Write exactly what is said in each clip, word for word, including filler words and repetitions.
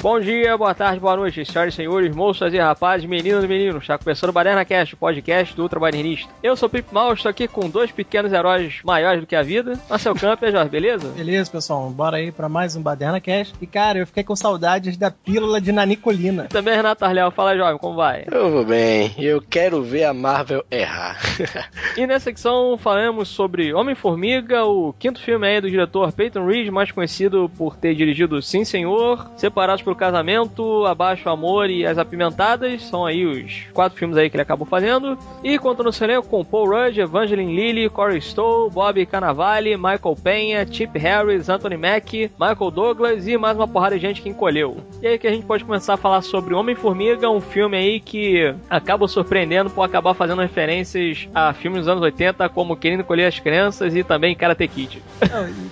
Bom dia, boa tarde, boa noite, senhoras e senhores, moças e rapazes, meninas e meninos. Está começando o Baderna Cast, o podcast do Ultra Badernista. Eu sou o Pipo Mal, estou aqui com dois pequenos heróis maiores do que a vida. Marcel Camper, Jorge, beleza? Beleza, pessoal. Bora aí pra mais um Baderna Cast. E, cara, eu fiquei com saudades da pílula de nanicolina. E também Renato Arléu. Fala, Jorge, como vai? Eu vou bem. Eu quero ver a Marvel errar. E nessa secção falamos sobre Homem-Formiga, o quinto filme aí do diretor Peyton Reed, mais conhecido por ter dirigido Sim Senhor, Separados pelo Casamento, Abaixo o Amor e As Apimentadas. São aí os quatro filmes aí que ele acabou fazendo. E conta no elenco com Paul Rudd, Evangeline Lilly, Corey Stoll, Bob Cannavale, Michael Penha, Chip Harris, Anthony Mackie, Michael Douglas e mais uma porrada de gente que encolheu. E aí que a gente pode começar a falar sobre Homem-Formiga, um filme aí que acaba surpreendendo por acabar fazendo referências a filmes dos anos oitenta, como Querendo Encolher as Crianças e também Karate Kid. Não, e,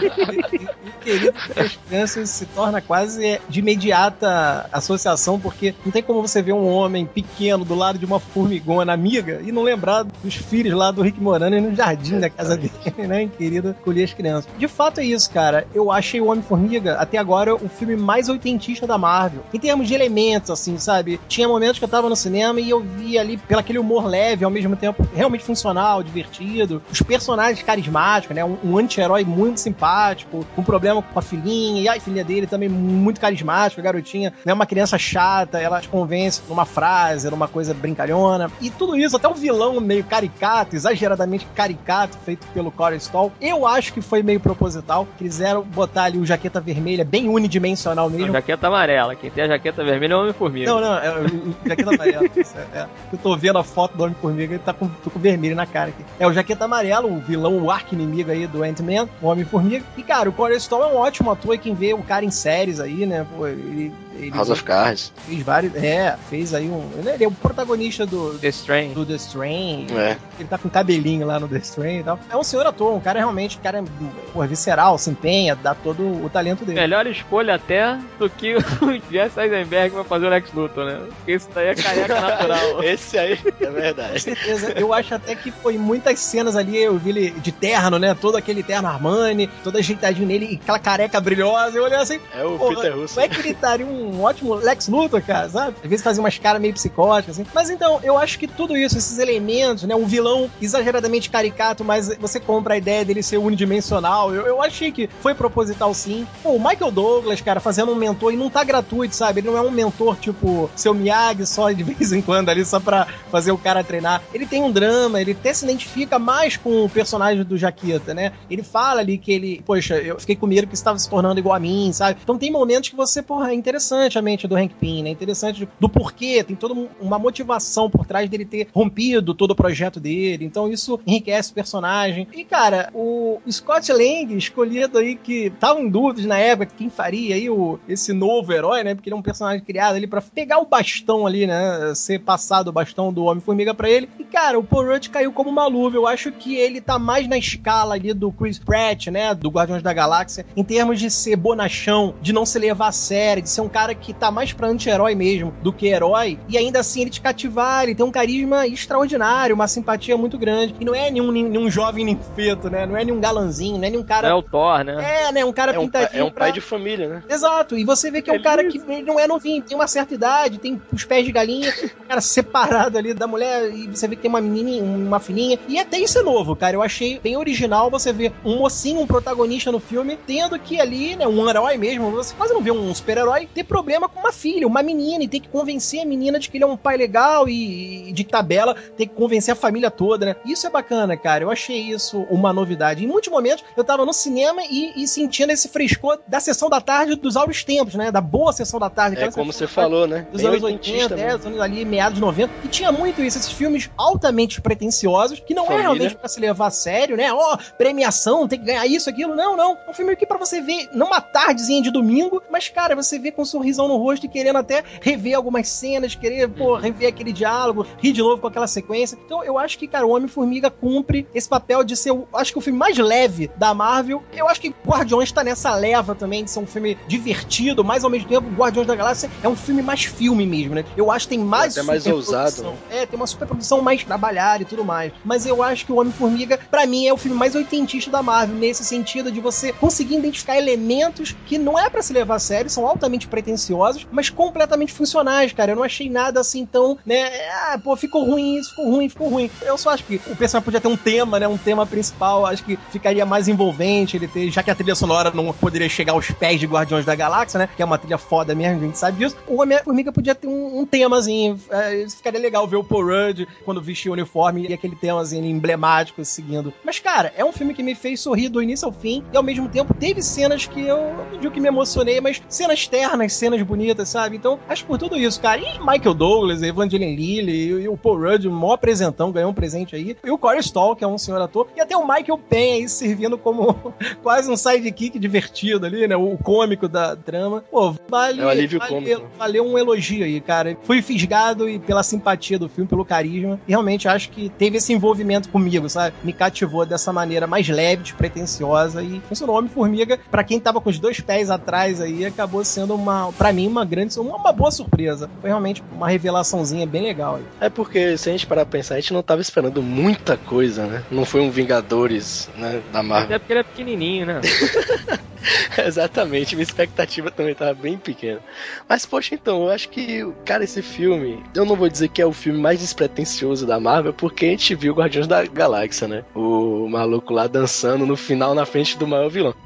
e, e, e Querendo Encolher as Crianças se torna quase de imediata associação, porque não tem como você ver um homem pequeno do lado de uma formigona amiga e não lembrar dos filhos lá do Rick Moranis no jardim da casa dele, né, querido, Encolher as Crianças. De fato é isso, cara. Eu achei o Homem-Formiga, até agora, o filme mais oitentista da Marvel. Em termos de elementos, assim, sabe? Tinha momentos que eu tava no cinema e eu via ali, pelo aquele humor leve, ao mesmo tempo realmente funcional, divertido. Os personagens carismáticos, né? Um, um anti-herói muito simpático, um problema com a filhinha, e a filhinha dele também muito carismática, a garotinha, né? Uma criança chata, ela te convence numa frase, numa coisa brincalhona. E tudo isso, até o vilão meio caricato, exageradamente caricato, feito pelo Corey Stoll, eu acho que foi meio proposital. Quiseram botar ali o jaqueta vermelha, bem unidimensional mesmo. A jaqueta amarela, quem tem a jaqueta vermelha é o Homem-Formiga. Não, não, é o jaqueta amarela. é, é. Eu tô vendo a foto do Homem-Formiga, ele tá com, tô com vermelho na cara aqui. É o jaqueta amarelo, o vilão, o arqui-inimigo aí do Ant-Man, o Homem-Formiga. E, cara, o Corey Stoll é um ótimo ator, e quem vê o cara em séries aí, né, pô, ele... Ele House of Cards. Fez vários. É, fez aí um. Ele é o protagonista do The Strain. Do The Strain. É. Ele tá com cabelinho lá no The Strain e tal. É um senhor ator, um cara realmente, um cara porra, visceral, se empenha, dá todo o talento dele. Melhor escolha até do que o Jesse Eisenberg vai fazer o Lex Luthor, né? Porque isso daí é careca natural. Esse aí é verdade. Com certeza. Eu acho até que foi muitas cenas ali, eu vi ele de terno, né? Todo aquele terno Armani, todo ajeitadinho nele, e aquela careca brilhosa. Eu olhei assim. É o porra, Peter Russo. Como é que ele estaria um um ótimo Lex Luthor, cara, sabe? Às vezes fazia umas caras meio psicóticas, assim. Mas então, eu acho que tudo isso, esses elementos, né? Um vilão exageradamente caricato, mas você compra a ideia dele ser unidimensional. Eu, eu achei que foi proposital, sim. Pô, o Michael Douglas, cara, fazendo um mentor, e não tá gratuito, sabe? Ele não é um mentor, tipo, seu Miyagi, só de vez em quando ali, só pra fazer o cara treinar. Ele tem um drama, ele até se identifica mais com o personagem do Jaqueta, né? Ele fala ali que ele, poxa, eu fiquei com medo que estava se tornando igual a mim, sabe? Então tem momentos que você, porra, é interessante a mente do Hank Pym, né? Interessante do porquê, tem toda uma motivação por trás dele ter rompido todo o projeto dele, então isso enriquece o personagem. E, cara, o Scott Lang, escolhido aí, que tava em dúvidas na época quem faria aí o, esse novo herói, né? Porque ele é um personagem criado ali pra pegar o bastão ali, né? Ser passado o bastão do Homem-Formiga pra ele. E, cara, o Paul Rudd caiu como uma luva. Eu acho que ele tá mais na escala ali do Chris Pratt, né? Do Guardiões da Galáxia, em termos de ser bonachão, de não se levar a sério, de ser um cara que tá mais pra anti-herói mesmo do que herói, e ainda assim ele te cativar, ele tem um carisma extraordinário, uma simpatia muito grande, e não é nenhum, nenhum jovem ninfeto, né, não é nenhum galanzinho, não é nenhum cara... Não é o Thor, né? É, né, um cara é um, pintadinho É um pra... pai de família, né? Exato, e você vê que é um cara que ele não é novinho, tem uma certa idade, tem os pés de galinha, um cara separado ali da mulher, e você vê que tem uma menininha, uma filhinha, e até isso é novo, cara, eu achei bem original você ver um mocinho, um protagonista no filme, tendo que ali, né, um herói mesmo, você quase não vê um super-herói ter problema com uma filha, uma menina, e tem que convencer a menina de que ele é um pai legal e, e de tabela, tem que convencer a família toda, né? Isso é bacana, cara. Eu achei isso uma novidade. Em muitos momentos, eu tava no cinema e, e sentindo esse frescor da sessão da tarde dos áureos tempos, né? Da boa sessão da tarde. É como você falou, né? Dos anos oitenta, é, dos anos ali, meados de noventa. E tinha muito isso, esses filmes altamente pretenciosos, que não Família. É realmente pra se levar a sério, né? Ó, oh, premiação, tem que ganhar isso, aquilo. Não, não. É um filme que pra você ver numa tardezinha de domingo, mas, cara, você vê com um sorrisão no rosto e querendo até rever algumas cenas, querer, pô, rever aquele diálogo, rir de novo com aquela sequência. Então, eu acho que, cara, o Homem-Formiga cumpre esse papel de ser, o, acho que o filme mais leve da Marvel. Eu acho que Guardiões tá nessa leva também, de ser um filme divertido, mas ao mesmo tempo, Guardiões da Galáxia é um filme mais filme mesmo, né? Eu acho que tem mais... É até mais ousado. Né? É, tem uma superprodução mais trabalhada e tudo mais. Mas eu acho que o Homem-Formiga, pra mim, é o filme mais oitentista da Marvel, nesse sentido de você conseguir identificar elementos que não é pra se levar a sério, são altamente pretensiosos, despretensiosos, mas completamente funcionais, cara. Eu não achei nada assim tão, né, ah, pô, ficou ruim isso, ficou ruim, ficou ruim. Eu só acho que o personagem podia ter um tema, né, um tema principal, acho que ficaria mais envolvente ele ter, já que a trilha sonora não poderia chegar aos pés de Guardiões da Galáxia, né, que é uma trilha foda mesmo, a gente sabe disso, o Homem-Formiga podia ter um, um temazinho, é, ficaria legal ver o Paul Rudd quando vestia o uniforme e aquele temazinho emblemático seguindo. Mas, cara, é um filme que me fez sorrir do início ao fim e, ao mesmo tempo, teve cenas que eu não digo que me emocionei, mas cenas ternas, cenas bonitas, sabe? Então, acho que por tudo isso, cara. E Michael Douglas, Evangeline Lilly e o Paul Rudd, um maior presentão, ganhou um presente aí. E o Corey Stoll, que é um senhor ator. E até o Michael Penn aí servindo como quase um sidekick divertido ali, né? O cômico da trama. Pô, vale, é um alívio vale, cômico. Valeu um elogio aí, cara. Fui fisgado e pela simpatia do filme, pelo carisma. E realmente acho que teve esse envolvimento comigo, sabe? Me cativou dessa maneira mais leve, despretensiosa e funcionou. Homem-Formiga, pra quem tava com os dois pés atrás aí, acabou sendo uma, pra mim, uma grande, uma, uma boa surpresa. Foi realmente uma revelaçãozinha bem legal aí. É porque, se a gente parar pra pensar, a gente não tava esperando muita coisa, né? Não foi um Vingadores, né, da Marvel. Até porque ele é pequenininho, né? Exatamente, minha expectativa também tava bem pequena. Mas, poxa, então, eu acho que, cara, esse filme, eu não vou dizer que é o filme mais despretensioso da Marvel, porque a gente viu Guardiões da Galáxia, né? O maluco lá dançando no final na frente do maior vilão.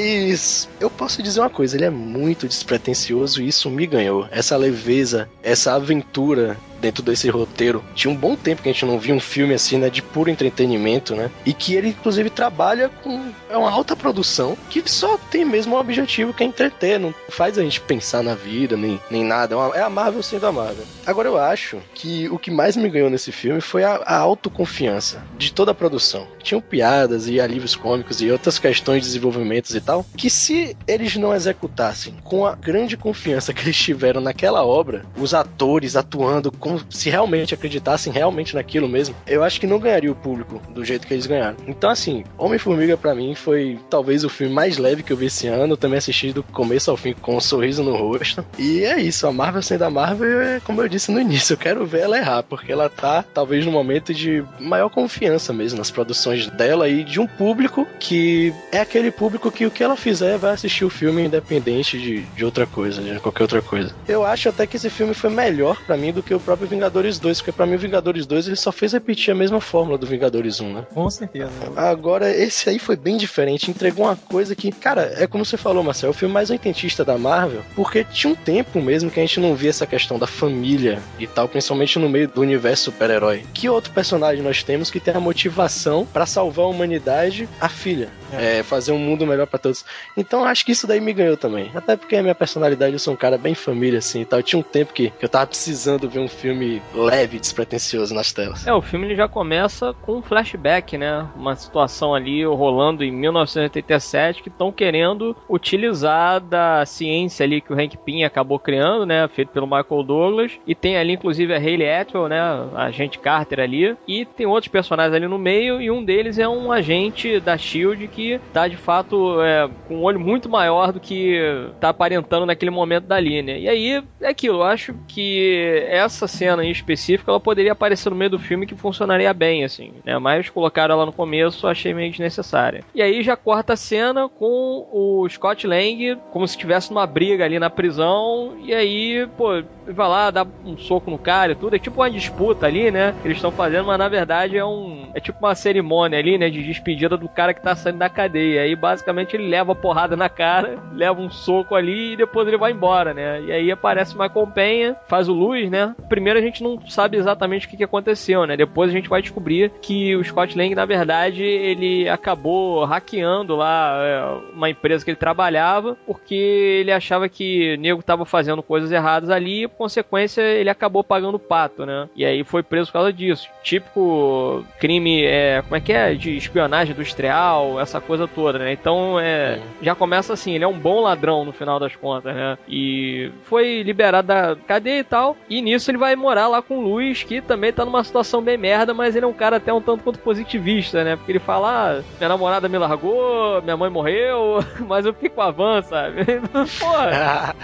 Mas eu posso dizer uma coisa, ele é muito despretensioso e isso me ganhou. Essa leveza, essa aventura dentro desse roteiro. Tinha um bom tempo que a gente não via um filme assim, né, de puro entretenimento, né? E que ele, inclusive, trabalha com é uma alta produção que só tem mesmo um objetivo que é entreter, não faz a gente pensar na vida, nem, nem nada. É, uma, é a Marvel sendo a Marvel. Agora, eu acho que o que mais me ganhou nesse filme foi a, a autoconfiança de toda a produção. Tinham piadas e alívios cômicos e outras questões de desenvolvimentos e tal, que se eles não executassem com a grande confiança que eles tiveram naquela obra, os atores atuando como se realmente acreditassem realmente naquilo mesmo, eu acho que não ganharia o público do jeito que eles ganharam. Então, assim, Homem-Formiga pra mim foi talvez o filme mais leve que eu vi esse ano. Eu também assisti do começo ao fim com um sorriso no rosto. E é isso, a Marvel sendo a Marvel, é, como eu disse no início, eu quero ver ela errar, porque ela tá talvez no momento de maior confiança mesmo nas produções dela e de um público que é aquele público que o que ela fizer vai assistir o filme independente de, de outra coisa, de qualquer outra coisa. Eu acho até que esse filme foi melhor pra mim do que o próprio Vingadores dois, porque pra mim o Vingadores dois ele só fez repetir a mesma fórmula do Vingadores um, né? Com certeza. Agora, esse aí foi bem diferente, entregou uma coisa que, cara, é como você falou, Marcelo, é o filme mais oitentista da Marvel, porque tinha um tempo mesmo que a gente não via essa questão da família e tal, principalmente no meio do universo super-herói. Que outro personagem nós temos que tem a motivação pra salvar a humanidade? A filha. É. É, fazer um mundo melhor pra todos. Então, acho que isso daí me ganhou também. Até porque a minha personalidade, eu sou um cara bem família, assim, e tal. Tinha um tempo que, que eu tava precisando ver um filme leve, despretensioso nas telas. É, o filme ele já começa com um flashback, né? Uma situação ali rolando em mil novecentos e oitenta e sete que estão querendo utilizar da ciência ali que o Hank Pym acabou criando, né? Feito pelo Michael Douglas. E tem ali, inclusive, a Hayley Atwell, né? A agente Carter ali. E tem outros personagens ali no meio. E um deles é um agente da SHIELD que tá, de fato, é, com um olho muito maior do que tá aparentando naquele momento dali, né? E aí, é aquilo. Eu acho que essa cena em específico, ela poderia aparecer no meio do filme que funcionaria bem, assim, né? Mas colocaram ela no começo, achei meio desnecessária. E aí já corta a cena com o Scott Lang como se estivesse numa briga ali na prisão, e aí, pô, vai lá, dá um soco no cara e tudo, é tipo uma disputa ali, né? Eles estão fazendo, mas na verdade é um... é tipo uma cerimônia ali, né? De despedida do cara que tá saindo da cadeia. Aí basicamente ele leva a porrada na cara, leva um soco ali e depois ele vai embora, né? E aí aparece o Michael Penha, faz o Luz, né? Primeiro a gente não sabe exatamente o que, que aconteceu, né? Depois a gente vai descobrir que o Scott Lang, na verdade, ele acabou hackeando lá é, uma empresa que ele trabalhava, porque ele achava que o nego tava fazendo coisas erradas ali e, por consequência, ele acabou pagando o pato, né? E aí foi preso por causa disso. Típico crime, é, como é que é? De espionagem industrial, essa coisa toda, né? Então, é, já começa assim, ele é um bom ladrão no final das contas, né? E foi liberado da cadeia e tal, e nisso ele vai morar lá com o Luz, que também tá numa situação bem merda, mas ele é um cara até um tanto quanto positivista, né? Porque ele fala, ah, minha namorada me largou, minha mãe morreu, mas eu fiquei com a van, sabe? Porra!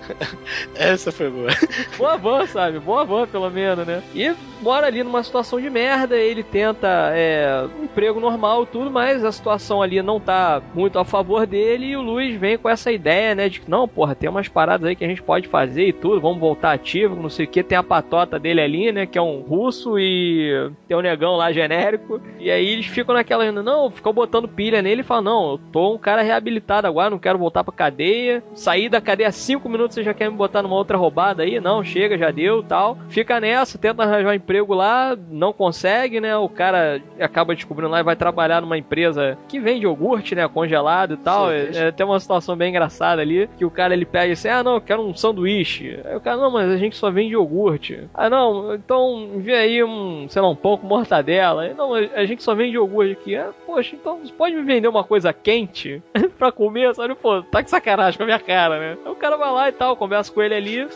Essa foi boa. Boa van, sabe? Boa van, pelo menos, né? E mora ali numa situação de merda, ele tenta é, um emprego normal, tudo, mas a situação ali não tá muito a favor dele e o Luiz vem com essa ideia, né, de que não, porra, tem umas paradas aí que a gente pode fazer e tudo, vamos voltar ativo, não sei o que, tem a patota dele ali, né, que é um russo e tem um negão lá genérico, e aí eles ficam naquela, não, ficam botando pilha nele e falam, não, eu tô um cara reabilitado agora, não quero voltar pra cadeia, sair da cadeia cinco minutos, você já quer me botar numa outra roubada aí? Não, chega, já deu, tal, fica nessa, tenta arranjar um emprego lá, não consegue, né, o cara acaba descobrindo lá e vai trabalhar numa empresa que vende iogurte, né, congelado e tal, é, é até uma situação bem engraçada ali, que o cara ele pega e diz, ah não, eu quero um sanduíche, aí o cara, não, mas a gente só vende iogurte, ah não, então envia aí um, sei lá, um pão com mortadela, aí, não, a gente só vende iogurte aqui, ah, poxa, então você pode me vender uma coisa quente pra comer, sabe, pô, tá com sacanagem com a minha cara, né, aí o cara vai lá e tal, conversa com ele ali,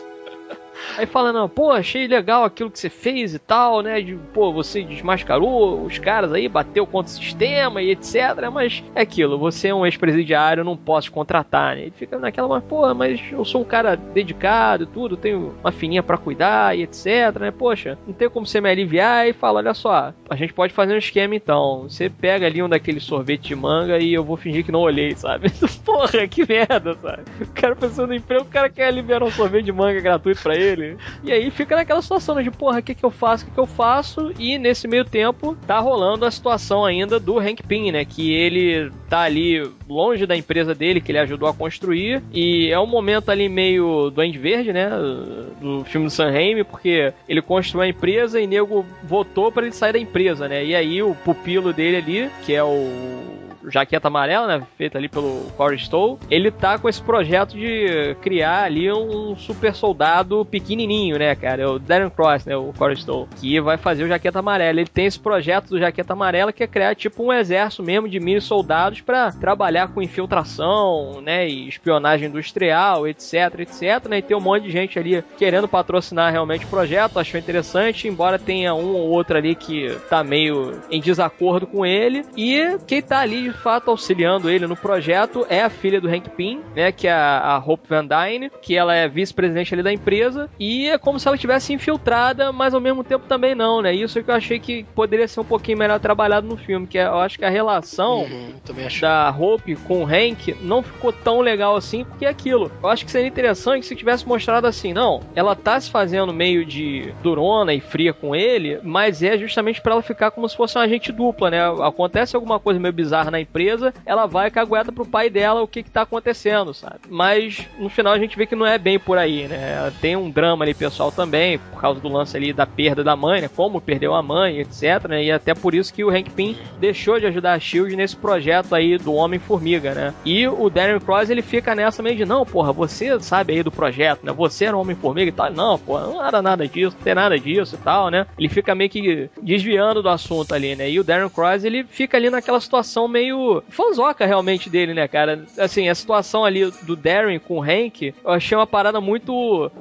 aí fala, não, pô, achei legal aquilo que você fez e tal, né, de, pô, você desmascarou os caras aí, bateu contra o sistema e etc, mas é aquilo, você é um ex-presidiário, eu não posso te contratar, né, ele fica naquela, mas, pô, mas eu sou um cara dedicado e tudo, tenho uma filhinha pra cuidar e etc, né, poxa, não tem como você me aliviar, e fala, olha só, a gente pode fazer um esquema então, você pega ali um daqueles sorvetes de manga e eu vou fingir que não olhei, sabe, porra, que merda, sabe, o cara pensando no emprego, o cara quer liberar um sorvete de manga gratuito pra ele. E aí fica naquela situação de, porra, o que que eu faço, o que que eu faço? E nesse meio tempo tá rolando a situação ainda do Hank Pym, né? Que ele tá ali longe da empresa dele, que ele ajudou a construir. E é um momento ali meio Duende Verde, né? Do filme do Sam Raimi, porque ele construiu a empresa e nego votou pra ele sair da empresa, né? E aí o pupilo dele ali, que é o Jaqueta Amarela, né, feita ali pelo Corey Stoll, ele tá com esse projeto de criar ali um super soldado pequenininho, né, cara, é o Darren Cross, né, o Corey Stoll, que vai fazer o Jaqueta Amarela. Ele tem esse projeto do Jaqueta Amarela que é criar tipo um exército mesmo de mini soldados pra trabalhar com infiltração, né, e espionagem industrial, etc, etc, né, e tem um monte de gente ali querendo patrocinar realmente o projeto, achou interessante, embora tenha um ou outro ali que tá meio em desacordo com ele, e quem tá ali de fato auxiliando ele no projeto é a filha do Hank Pym, né, que é a, a Hope Van Dyne, que ela é vice-presidente ali da empresa, e é como se ela tivesse infiltrada, mas ao mesmo tempo também não, né, isso que eu achei que poderia ser um pouquinho melhor trabalhado no filme, que eu acho que a relação uhum, da Hope com o Hank não ficou tão legal assim, porque é aquilo, eu acho que seria interessante se tivesse mostrado assim, não, ela tá se fazendo meio de durona e fria com ele, mas é justamente pra ela ficar como se fosse uma agente dupla, né, acontece alguma coisa meio bizarra na empresa, ela vai e cagueta pro pai dela o que que tá acontecendo, sabe? Mas no final a gente vê que não é bem por aí, né? Tem um drama ali pessoal também, por causa do lance ali da perda da mãe, né? Como perdeu a mãe, etc, né? E até por isso que o Hank Pym deixou de ajudar a SHIELD nesse projeto aí do Homem-Formiga, né? E o Darren Cross, ele fica nessa meio de, não, porra, você sabe aí do projeto, né? Você era o Homem-Formiga e tal. Não, porra, não era nada disso, não tem nada disso e tal, né? Ele fica meio que desviando do assunto ali, né? E o Darren Cross, ele fica ali naquela situação meio fanzoca realmente dele, né, cara? Assim, a situação ali do Darren com o Hank, eu achei uma parada muito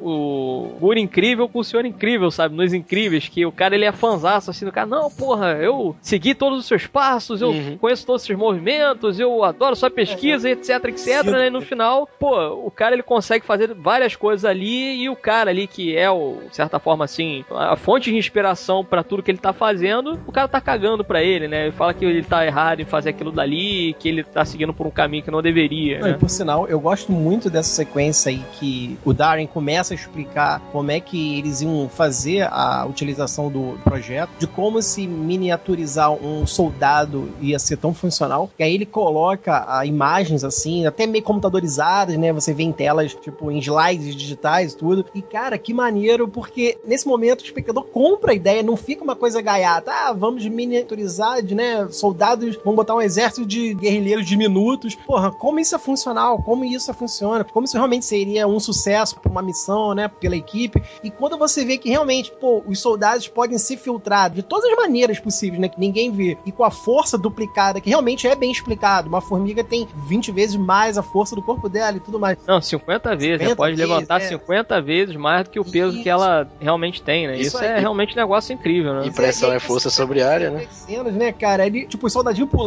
o Guri Incrível com o Senhor Incrível, sabe? Nos Incríveis, que o cara, ele é fanzaço, assim, do cara, não, porra, eu segui todos os seus passos, eu uhum. conheço todos os seus movimentos, eu adoro sua pesquisa, é, etc, etc, né? E no final, pô, o cara, ele consegue fazer várias coisas ali, e o cara ali, que é, o, de certa forma, assim, a fonte de inspiração pra tudo que ele tá fazendo, o cara tá cagando pra ele, né? Ele fala que ele tá errado em fazer aquilo dali, que ele tá seguindo por um caminho que não deveria, não, né? E por sinal, eu gosto muito dessa sequência aí que o Darren começa a explicar como é que eles iam fazer a utilização do projeto, de como se miniaturizar um soldado ia ser tão funcional, que aí ele coloca a imagens assim, até meio computadorizadas, né? Você vê em telas, tipo, em slides digitais e tudo. E, cara, que maneiro, porque nesse momento o espectador compra a ideia, não fica uma coisa gaiata. Ah, vamos miniaturizar, né? Soldados, vamos botar um exército de guerrilheiros diminutos. Porra, como isso é funcional? Como isso funciona? Como isso realmente seria um sucesso para uma missão, né? Pela equipe. E quando você vê que realmente, pô, os soldados podem se filtrar de todas as maneiras possíveis, né? Que ninguém vê. E com a força duplicada, que realmente é bem explicado. Uma formiga tem vinte vezes mais a força do corpo dela e tudo mais. Não, cinquenta vezes. cinquenta pode vezes, levantar é. cinquenta vezes mais do que o peso isso. que ela realmente tem, né? Isso, isso é, é realmente um negócio incrível, né? Impressão é, é força sobre a área, né? Cenas, né, cara? Ele, tipo, o soldadinho pulando,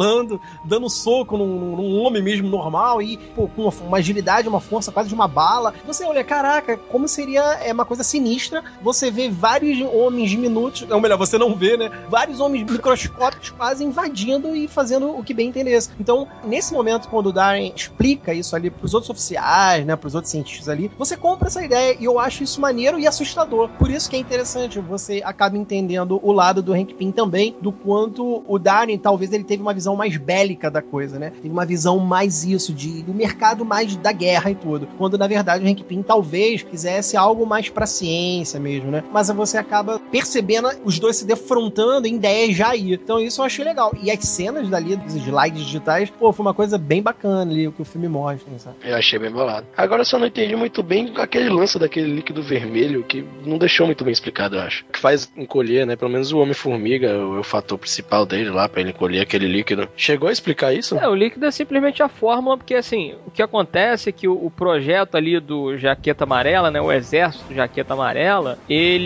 dando soco num, num homem mesmo normal e, pô, com uma, uma agilidade, uma força quase de uma bala. Você olha, caraca, como seria é uma coisa sinistra você vê vários homens diminutos, ou melhor, você não vê, né? Vários homens microscópicos quase invadindo e fazendo o que bem entendesse. Então, nesse momento, quando o Darren explica isso ali pros outros oficiais, né, pros outros cientistas ali, você compra essa ideia e eu acho isso maneiro e assustador. Por isso que é interessante, você acaba entendendo o lado do Hank Pym também, do quanto o Darren, talvez ele teve uma visão mais bélica da coisa, né? Teve uma visão mais isso, de, do mercado mais da guerra e tudo. Quando, na verdade, o Hank Pym talvez quisesse algo mais pra ciência mesmo, né? Mas você acaba percebendo os dois se defrontando em ideias já aí. Então isso eu achei legal. E as cenas dali, dos slides digitais, pô, foi uma coisa bem bacana ali, o que o filme mostra, sabe? Eu achei bem bolado. Agora eu só não entendi muito bem aquele lance daquele líquido vermelho, que não deixou muito bem explicado, eu acho. Que faz encolher, né? Pelo menos o Homem-Formiga, o, o fator principal dele lá, pra ele encolher aquele líquido. Chegou a explicar isso? É, o líquido é simplesmente a fórmula, porque assim, o que acontece é que o, o projeto ali do Jaqueta Amarela, né? O exército Jaqueta Amarela,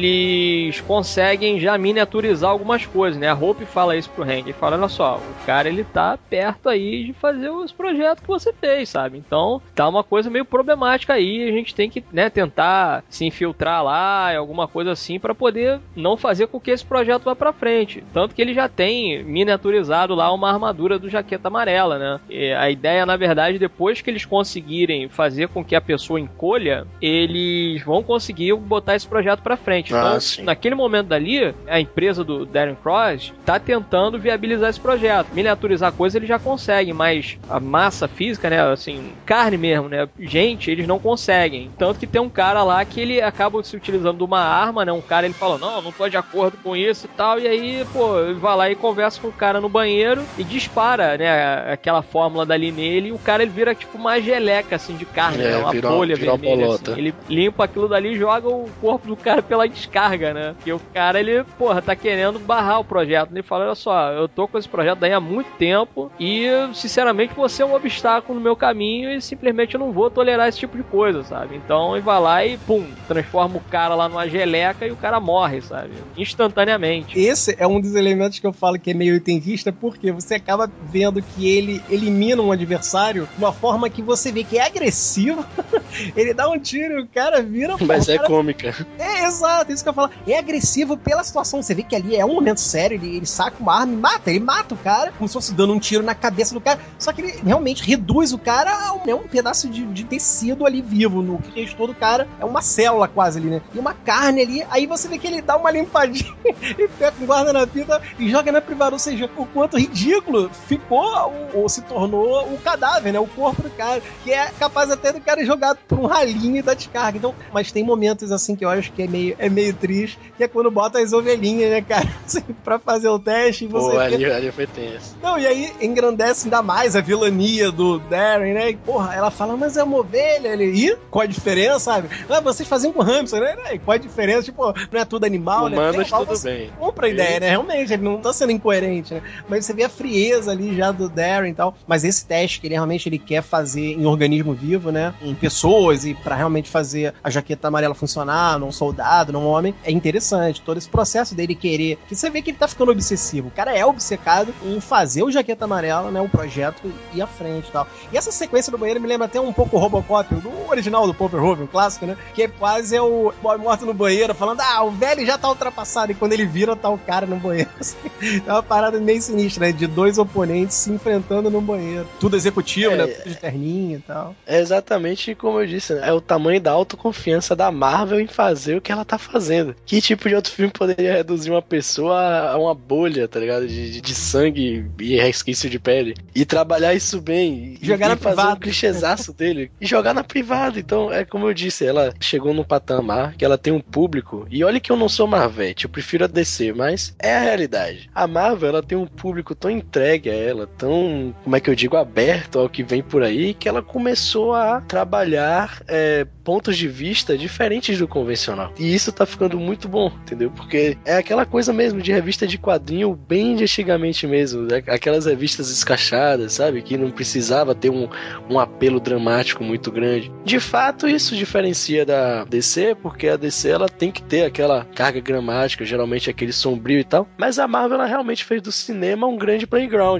eles conseguem já miniaturizar algumas coisas, né? A Hope fala isso pro Hank, ele fala, olha só, o cara ele tá perto aí de fazer os projetos que você fez, sabe? Então, tá uma coisa meio problemática aí, a gente tem que, né, tentar se infiltrar lá, alguma coisa assim, pra poder não fazer com que esse projeto vá pra frente. Tanto que ele já tem miniaturizado lá uma armadura do Jaqueta Amarela, né? E a ideia, na verdade, depois que eles conseguirem fazer com que a pessoa encolha, eles vão conseguir botar esse projeto pra frente. Então, ah, naquele momento dali, a empresa do Darren Cross tá tentando viabilizar esse projeto. Miniaturizar coisa eles já conseguem, mas a massa física, né, assim, carne mesmo, né, gente, eles não conseguem. Tanto que tem um cara lá que ele acaba se utilizando de uma arma, né, um cara, ele fala, não, não tô de acordo com isso e tal, e aí, pô, ele vai lá e conversa com o cara no banheiro e dispara, né, aquela fórmula dali nele, e o cara, ele vira tipo uma geleca, assim, de carne, é, né, uma vira, bolha vira vermelha, assim. Ele limpa aquilo dali e joga o corpo do cara pela descarga, né, porque o cara, ele, porra, tá querendo barrar o projeto. Ele fala, olha só, eu tô com esse projeto daí há muito tempo e, sinceramente, você é um obstáculo no meu caminho e simplesmente eu não vou tolerar esse tipo de coisa, sabe? Então, ele vai lá e, pum, transforma o cara lá numa geleca e o cara morre, sabe? Instantaneamente. Esse é um dos elementos que eu falo que é meio oitentista, porque você acaba vendo que ele elimina um adversário de uma forma que você vê que é agressivo. Ele dá um tiro e o cara vira... Mas pô, é cara... cômica. É, exato, isso que eu falo. É agressivo pela situação. Você vê que ali é um momento sério, ele, ele saca uma arma e mata. Ele mata o cara, como se fosse dando um tiro na cabeça do cara. Só que ele realmente reduz o cara a um, né, um pedaço de, de tecido ali vivo. No que restou do cara é uma célula quase ali, né? E uma carne ali. Aí você vê que ele dá uma limpadinha e pega um guarda-napita e joga na privada. Ou seja, o quanto ridículo ficou ou, ou se tornou o cadáver, né? O corpo do cara. Que é capaz até do cara jogar por um ralinho e dar descarga. Então, mas tem momentos assim que eu acho que é meio, é meio triste, que é quando bota as ovelhinhas, né, cara? Assim, pra fazer o teste e você... Pô, ali, ali foi tenso. Não, e aí engrandece ainda mais a vilania do Darren, né? E, porra, ela fala, mas é uma ovelha. Ele, e qual a diferença, sabe? Ah, vocês faziam com hamster, né? E qual a diferença? Tipo, não é tudo animal, Humanos, né? tudo você bem. Compra a ideia, né? Realmente, ele não tá sendo incoerente, né? Mas você vê a frieza ali já do Darren e tal. Mas esse teste que ele realmente ele quer fazer em organismo vivo, né? Em pessoas e pra realmente fazer a jaqueta amarela funcionar, num soldado, num homem, é interessante. Todo esse processo dele querer... Que você vê que ele tá ficando obsessivo. O cara é obcecado em fazer o Jaqueta Amarela, né? O projeto ir à frente e tal. E essa sequência do banheiro me lembra até um pouco o Robocop, do original do Paul Verhoeven, o clássico, né? Que é quase é o boy morto no banheiro, falando, ah, o velho já tá ultrapassado. E quando ele vira, tá o cara no banheiro. Assim. É uma parada meio sinistra, né? De dois oponentes se enfrentando no banheiro. Tudo executivo, é, né? Tudo de terninho e tal. É exatamente como eu disse, né? É o tamanho da autoconfiança da Marvel em fazer o que ela tá fazendo. Que tipo de outro filme poderia reduzir uma pessoa a uma bolha, tá ligado? De, de, de sangue e resquício de pele. E trabalhar isso bem. E jogar e na fazer privada. um clichêzaço dele. E jogar na privada. Então, é como eu disse, ela chegou num patamar que ela tem um público. E olha que eu não sou Marvete, eu prefiro a D C, mas é a realidade. A Marvel, ela tem um público tão entregue a ela, tão, como é que eu digo, aberto ao que vem por aí, que ela começou a trabalhar é, pontos de vista diferentes do convencional. E isso tá ficando muito bom, entendeu? Porque é aquela coisa mesmo de revista de quadrinho bem de antigamente mesmo, né? Aquelas revistas escachadas, sabe? Que não precisava ter um, um apelo dramático muito grande. De fato, isso diferencia da D C, porque a D C ela tem que ter aquela carga gramática, geralmente aquele sombrio e tal, mas a Marvel ela realmente fez do cinema um grande playground.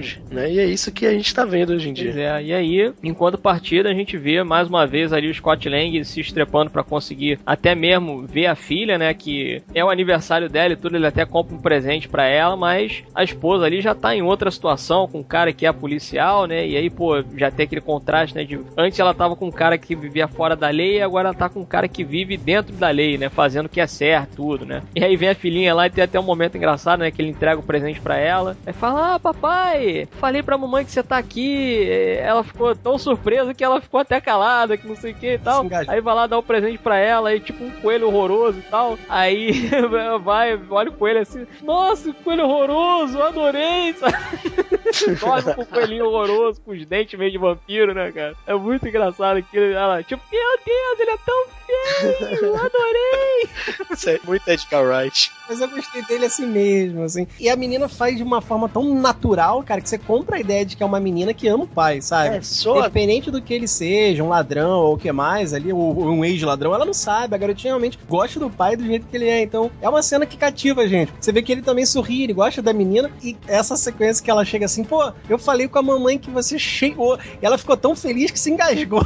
verdade, né? E é isso que a gente tá vendo hoje em dia. Pois é, e aí, enquanto partida, a gente vê mais uma vez ali o Scott Lang se estrepando pra conseguir até mesmo ver a filha, né, que é o aniversário dela e tudo, ele até compra um presente pra ela, mas a esposa ali já tá em outra situação, com um cara que é policial, né, e aí, pô, já tem aquele contraste, né, de antes ela tava com um cara que vivia fora da lei, e agora ela tá com um cara que vive dentro da lei, né, fazendo o que é certo, tudo, né. E aí vem a filhinha lá e tem até um momento engraçado, né, que ele entrega o presente pra ela, aí fala, ah, papai, falei pra mamãe que você tá aqui, ela ficou tão surpresa que ela ficou até calada, que não sei o que e tal, aí vai lá dar o presente pra ela, aí tipo um coelho horroroso e tal, aí vai, olha o coelho assim, nossa, coelho horroroso, adorei, sabe? Dorme com o coelhinho horroroso, com os dentes meio de vampiro, né, cara? É muito engraçado aquilo, ela, tipo, meu Deus, ele é tão feio, adorei! Isso é muito Edgar Wright. Mas eu gostei dele assim mesmo, assim. E a menina faz de uma forma tão natural, cara, que você compra a ideia de que é uma menina que ama o pai, sabe? É, só... Independente do que ele seja, um ladrão ou o que mais ali, ou um ex-ladrão, ela não sabe. A garotinha realmente gosta do pai do jeito que ele é. Então, é uma cena que cativa a gente. Você vê que ele também sorri, ele gosta da menina. E essa sequência que ela chega assim, pô, eu falei com a mamãe que você chegou. E ela ficou tão feliz que se engasgou.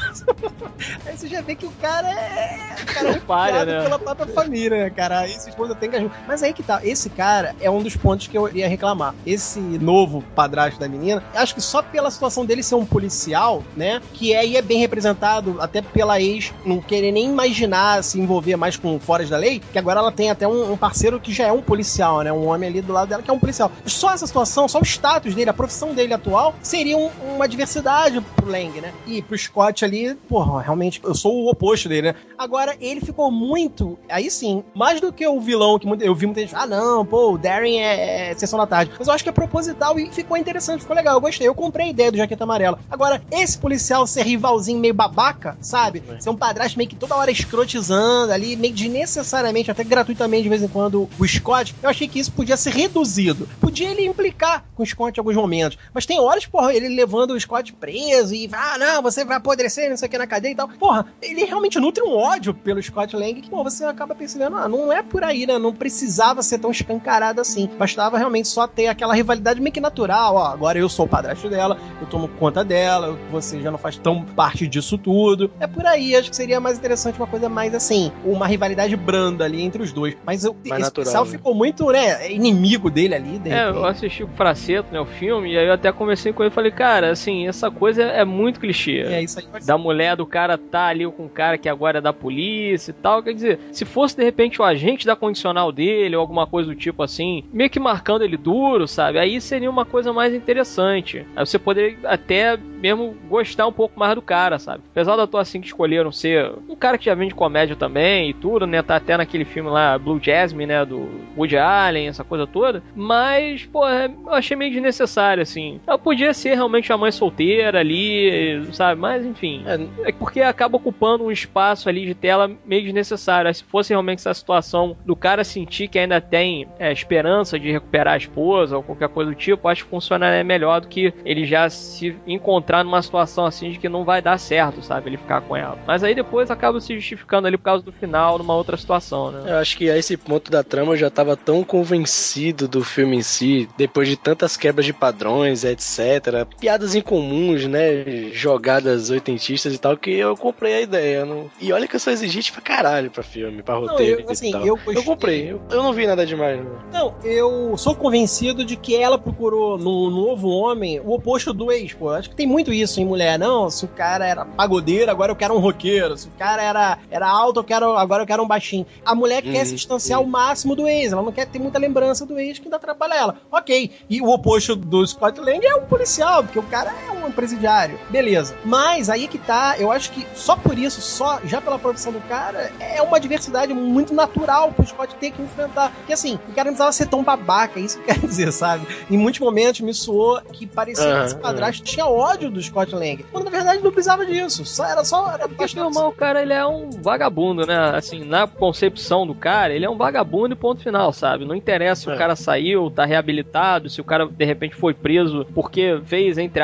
Aí você já vê que o cara é... O cara é palha, né? pela própria família, né, cara? Aí esse esposa tem engasgou. Mas aí que tá, esse cara é um dos pontos que eu ia reclamar. Esse novo padrasto da menina, acho que só pela situação dele ser um policial, né, que é, e é bem representado até pela ex não querer nem imaginar se envolver mais com foras da lei, que agora ela tem até um, um parceiro que já é um policial, né, um homem ali do lado dela que é um policial. Só essa situação, só o status dele, a profissão dele atual, seria um, uma diversidade pro Lang, né, e pro Scott ali, porra, realmente, eu sou o oposto dele, né. Agora, ele ficou muito, aí sim, mais do que o vilão, que eu vi muita gente, ah não, pô, o Darren é, é sessão da tarde, mas eu acho que é proposital e ficou interessante, ficou legal, eu gostei, eu comprei a ideia do Jaqueta Amarela. Agora, esse policial ser rivalzinho meio babaca, sabe, é. ser um padrasto meio que toda hora escrotizando ali, meio desnecessariamente, até gratuitamente de vez em quando, o Scott, eu achei que isso podia ser reduzido, podia ele implicar com o Scott em alguns momentos, mas tem horas, porra, ele levando o Scott preso e, ah não, você vai apodrecer, não sei o que na cadeia e tal, porra, ele realmente nutre um ódio pelo Scott Lang, que, pô, você acaba percebendo, ah, não é por aí, né, não precisava ser tão escancarado assim, bastava realmente só ter aquela rivalidade meio que natural, ó, agora eu sou o padrasto dela, eu tomo conta dela, você já não faz tão parte disso tudo, é por aí, acho que seria mais interessante uma coisa mais assim, uma rivalidade branda ali entre os dois, mas eu, mais esse natural, pessoal né? ficou muito, né, inimigo dele ali, de É, eu assisti o Fraceto, né, o filme, e aí eu até conversei com ele e falei, cara, assim, essa coisa é muito clichê. É, isso aí da mulher do cara tá ali com um cara que agora é da polícia e tal, quer dizer, se fosse de repente o agente da condicional dele ou alguma coisa do tipo assim, meio que marcando ele duro, sabe, aí seria uma coisa mais interessante, aí você poderia até mesmo gostar um pouco mais do cara, sabe, apesar da atuação que escolheram ser um cara que já vem de comédia também e tudo, né, tá até naquele filme lá, Blue Jasmine, né, do Woody Allen, essa coisa toda, mas, pô, eu achei meio desnecessário, assim, ela podia ser realmente a mãe solteira ali, sabe, mas enfim, é, é porque acaba ocupando um espaço ali de tela meio desnecessário, aí se fosse realmente essa situação do cara sentir que ainda tem é, esperança de recuperar a esposa ou qualquer coisa do tipo, acho que funcionaria melhor do que ele já se encontrar numa situação assim de que não vai dar certo, sabe, ele ficar com ela. Mas aí depois acaba se justificando ali por causa do final, numa outra situação, né? Eu acho que a esse ponto da trama eu já tava tão convencido do filme em si, depois de tantas quebras de padrões, etcétera, piadas incomuns, né, jogadas oitentistas e tal, que eu comprei a ideia. Não... E olha que eu sou exigente pra caralho pra filme, pra roteiro não, eu, assim, e tal. Eu, eu comprei, eu, eu não vi nada demais. Não. não, eu sou convencido de que ela procurou no novo homem o oposto do ex, pô. Acho que tem muito isso em mulher, não? Se o cara era pagodeiro, agora eu quero um roqueiro. Se o cara era, era alto, eu quero, agora eu quero um baixinho. A mulher quer hum, se distanciar hum. ao máximo do ex, ela não quer ter muita lembrança do ex que ainda atrapalha ela. Ok, e o oposto do Scott Lang é um policial, porque o cara é um presidiário. Beleza. Mas aí que tá, eu acho que só por isso, só já pela profissão do cara, é uma diversidade muito natural pro Scott ter que enfrentar. Porque assim, o cara não precisava ser tão babaca, isso que quer dizer, sabe? Em muitos momentos me soou que parecia uhum, que esse padrasto uhum. tinha ódio do Scott Lang. Quando na verdade não precisava disso. Só era só. Era porque normal, o cara ele é um vagabundo, né? Assim, na concepção do cara, ele é um vagabundo e ponto final, sabe? Não interessa se é. o cara saiu, tá reabilitado, se o cara de repente foi preso porque fez, entre aspas, alguma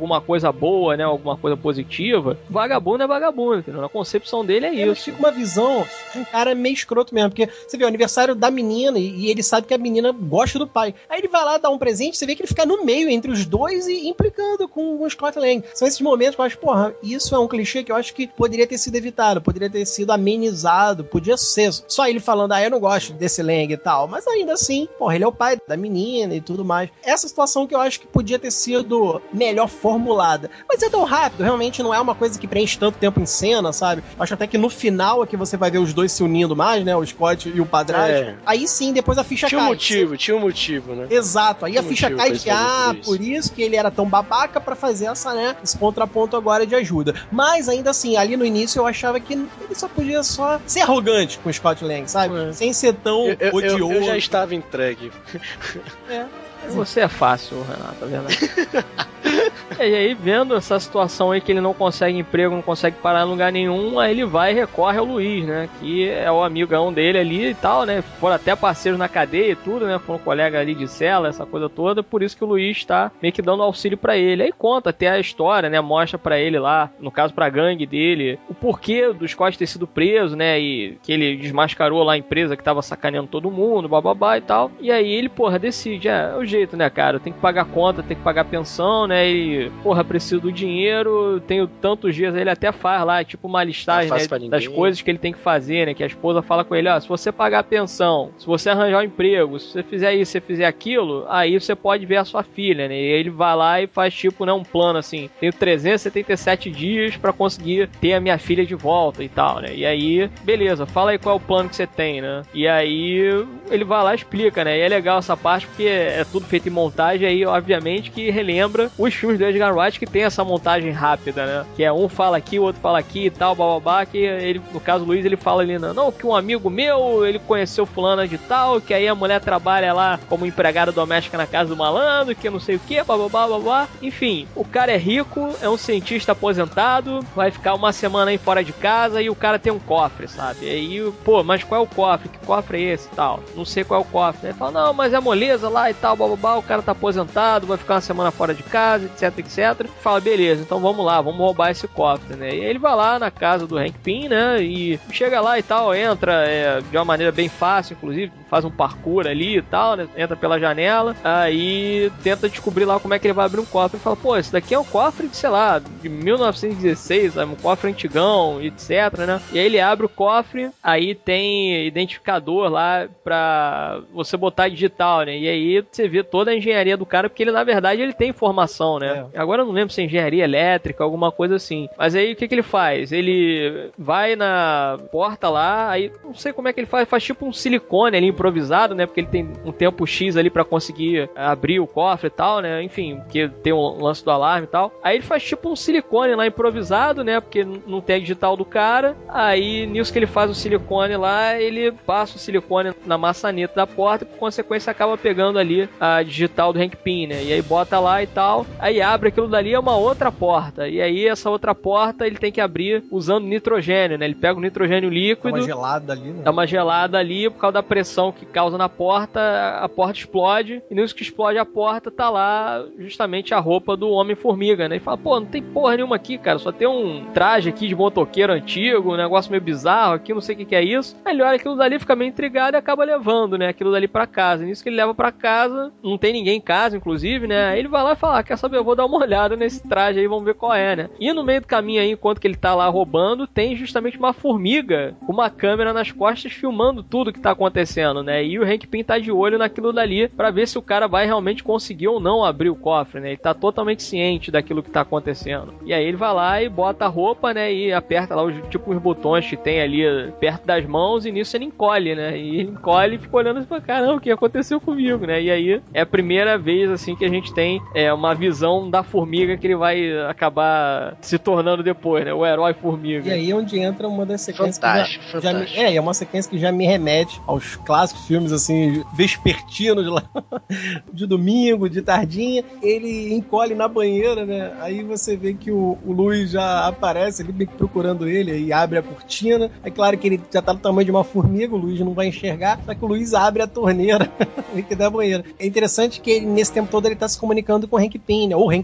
alguma coisa boa, né? Alguma coisa positiva, vagabundo é vagabundo, entendeu? Na concepção dele é Eu isso. fico uma visão de um cara meio escroto mesmo, porque você vê o aniversário da menina e, e ele sabe que a menina gosta do pai. Aí ele vai lá dar um presente, você vê que ele fica no meio entre os dois e implicando com o Scott Lang. São esses momentos que eu acho, porra, isso é um clichê que eu acho que poderia ter sido evitado, poderia ter sido amenizado, podia ser só ele falando, ah, eu não gosto desse Lang e tal, mas ainda assim, porra, ele é o pai da menina e tudo mais. Essa situação que eu acho que podia ter sido melhor formulada. Mas é tão rápido, realmente não é uma coisa que preenche tanto tempo em cena, sabe? Acho até que no final é que você vai ver os dois se unindo mais, né? O Scott e o padrasto. É. Aí sim, depois a ficha tinha cai. Tinha um motivo, tinha um motivo, né? Exato. Aí tinha a ficha cai de que, ah, isso. por isso que ele era tão babaca pra fazer essa, né? Esse contraponto agora de ajuda. Mas ainda assim, ali no início eu achava que ele só podia só ser arrogante com o Scott Lang, sabe? É. Sem ser tão eu, odioso. Eu, eu já estava entregue. É. Você é fácil, Renato, é verdade. E aí, vendo essa situação aí que ele não consegue emprego, não consegue parar em lugar nenhum, aí ele vai e recorre ao Luiz, né? Que é o amigão dele ali e tal, né? Foram até parceiros na cadeia e tudo, né? Foram colega ali de cela, essa coisa toda. Por isso que o Luiz tá meio que dando auxílio pra ele. Aí conta até a história, né? Mostra pra ele lá, no caso pra gangue dele, o porquê do Scott ter sido preso, né? E que ele desmascarou lá a empresa que tava sacaneando todo mundo, bababá e tal. E aí ele, porra, decide, é, é o jeito, né, cara? Tem que pagar conta, tem que pagar pensão, né? E porra, preciso do dinheiro, tenho tantos dias, ele até faz lá, tipo uma listagem, né, das coisas que ele tem que fazer, né, que a esposa fala com ele, ó, se você pagar a pensão, se você arranjar um emprego, se você fizer isso, se você fizer aquilo, aí você pode ver a sua filha, né, e ele vai lá e faz tipo, né, um plano assim, tenho trezentos e setenta e sete dias pra conseguir ter a minha filha de volta e tal, né, e aí, beleza, fala aí qual é o plano que você tem, né, e aí ele vai lá e explica, né, e é legal essa parte porque é tudo feito em montagem, aí obviamente que relembra os filmes do Edgar Wright que tem essa montagem rápida, né? Que é um fala aqui, o outro fala aqui e tal, bababá, que ele, no caso, o Luiz, ele fala ali, não, não, que um amigo meu, ele conheceu fulana de tal, que aí a mulher trabalha lá como empregada doméstica na casa do malandro, que não sei o que, bababá, babá. Enfim, o cara é rico, é um cientista aposentado, vai ficar uma semana aí fora de casa e o cara tem um cofre, sabe? E aí, pô, mas qual é o cofre? Que cofre é esse e tal? Não sei qual é o cofre. Ele fala, não, mas é moleza lá e tal, bababá, o cara tá aposentado, vai ficar uma semana fora de casa, etc, etc. Fala, beleza, então vamos lá, vamos roubar esse cofre, né? E aí ele vai lá na casa do Hank Pym, né? E chega lá e tal, entra é, de uma maneira bem fácil, inclusive, faz um parkour ali e tal, né? Entra pela janela, aí tenta descobrir lá como é que ele vai abrir um cofre. E fala, pô, esse daqui é um cofre de, sei lá, de mil novecentos e dezesseis, sabe? Um cofre antigão, etc, né? E aí ele abre o cofre, aí tem identificador lá pra você botar digital, né? E aí você vê toda a engenharia do cara, porque ele, na verdade, ele tem informação, né? É. Agora eu não lembro se é engenharia elétrica, alguma coisa assim. Mas aí o que que ele faz? Ele vai na porta lá, aí não sei como é que ele faz, faz tipo um silicone ali improvisado, né? Porque ele tem um tempo X ali pra conseguir abrir o cofre e tal, né? Enfim, porque tem um lance do alarme e tal. Aí ele faz tipo um silicone lá improvisado, né? Porque não tem a digital do cara. Aí nisso que ele faz o silicone lá, ele passa o silicone na maçaneta da porta e por consequência acaba pegando ali a digital do Hank Pym, né? E aí bota lá e tal. Aí abre aquilo dali, é uma outra porta. E aí essa outra porta ele tem que abrir usando nitrogênio, né? Ele pega o nitrogênio líquido. Dá uma gelada ali, né? Dá uma gelada ali, por causa da pressão que causa na porta, a porta explode. E nisso que explode a porta, tá lá justamente a roupa do Homem-Formiga, né? E fala, pô, não tem porra nenhuma aqui, cara. Só tem um traje aqui de motoqueiro antigo, um negócio meio bizarro aqui, não sei o que que é isso. Aí ele olha aquilo dali, fica meio intrigado e acaba levando, né? Aquilo dali pra casa. E nisso que ele leva pra casa, não tem ninguém em casa, inclusive, né? Aí ele vai lá e fala, ah, quer saber, eu vou dar uma olhada nesse traje aí, vamos ver qual é, né? E no meio do caminho aí, enquanto que ele tá lá roubando, tem justamente uma formiga com uma câmera nas costas filmando tudo que tá acontecendo, né? E o Hank Pym tá de olho naquilo dali pra ver se o cara vai realmente conseguir ou não abrir o cofre, né? Ele tá totalmente ciente daquilo que tá acontecendo. E aí ele vai lá e bota a roupa, né? E aperta lá os, tipo, os botões que tem ali perto das mãos e nisso ele encolhe, né? E ele encolhe e fica olhando e fala, caramba, o que aconteceu comigo, né? E aí é a primeira vez, assim, que a gente tem é, uma visão da formiga que ele vai acabar se tornando depois, né? O herói formiga. E aí é onde entra uma das sequências fantástico, que já, fantástico. já me, é, é uma sequência que já me remete aos clássicos filmes, assim, vespertinos lá, de domingo, de tardinha. Ele encolhe na banheira, né? Aí você vê que o, o Luiz já aparece ali, meio que procurando ele, aí abre a cortina. É claro que ele já tá no tamanho de uma formiga, o Luiz não vai enxergar, só que o Luiz abre a torneira da banheira. É interessante que ele, nesse tempo todo ele tá se comunicando com o Hank Pym, né? Ou o Hank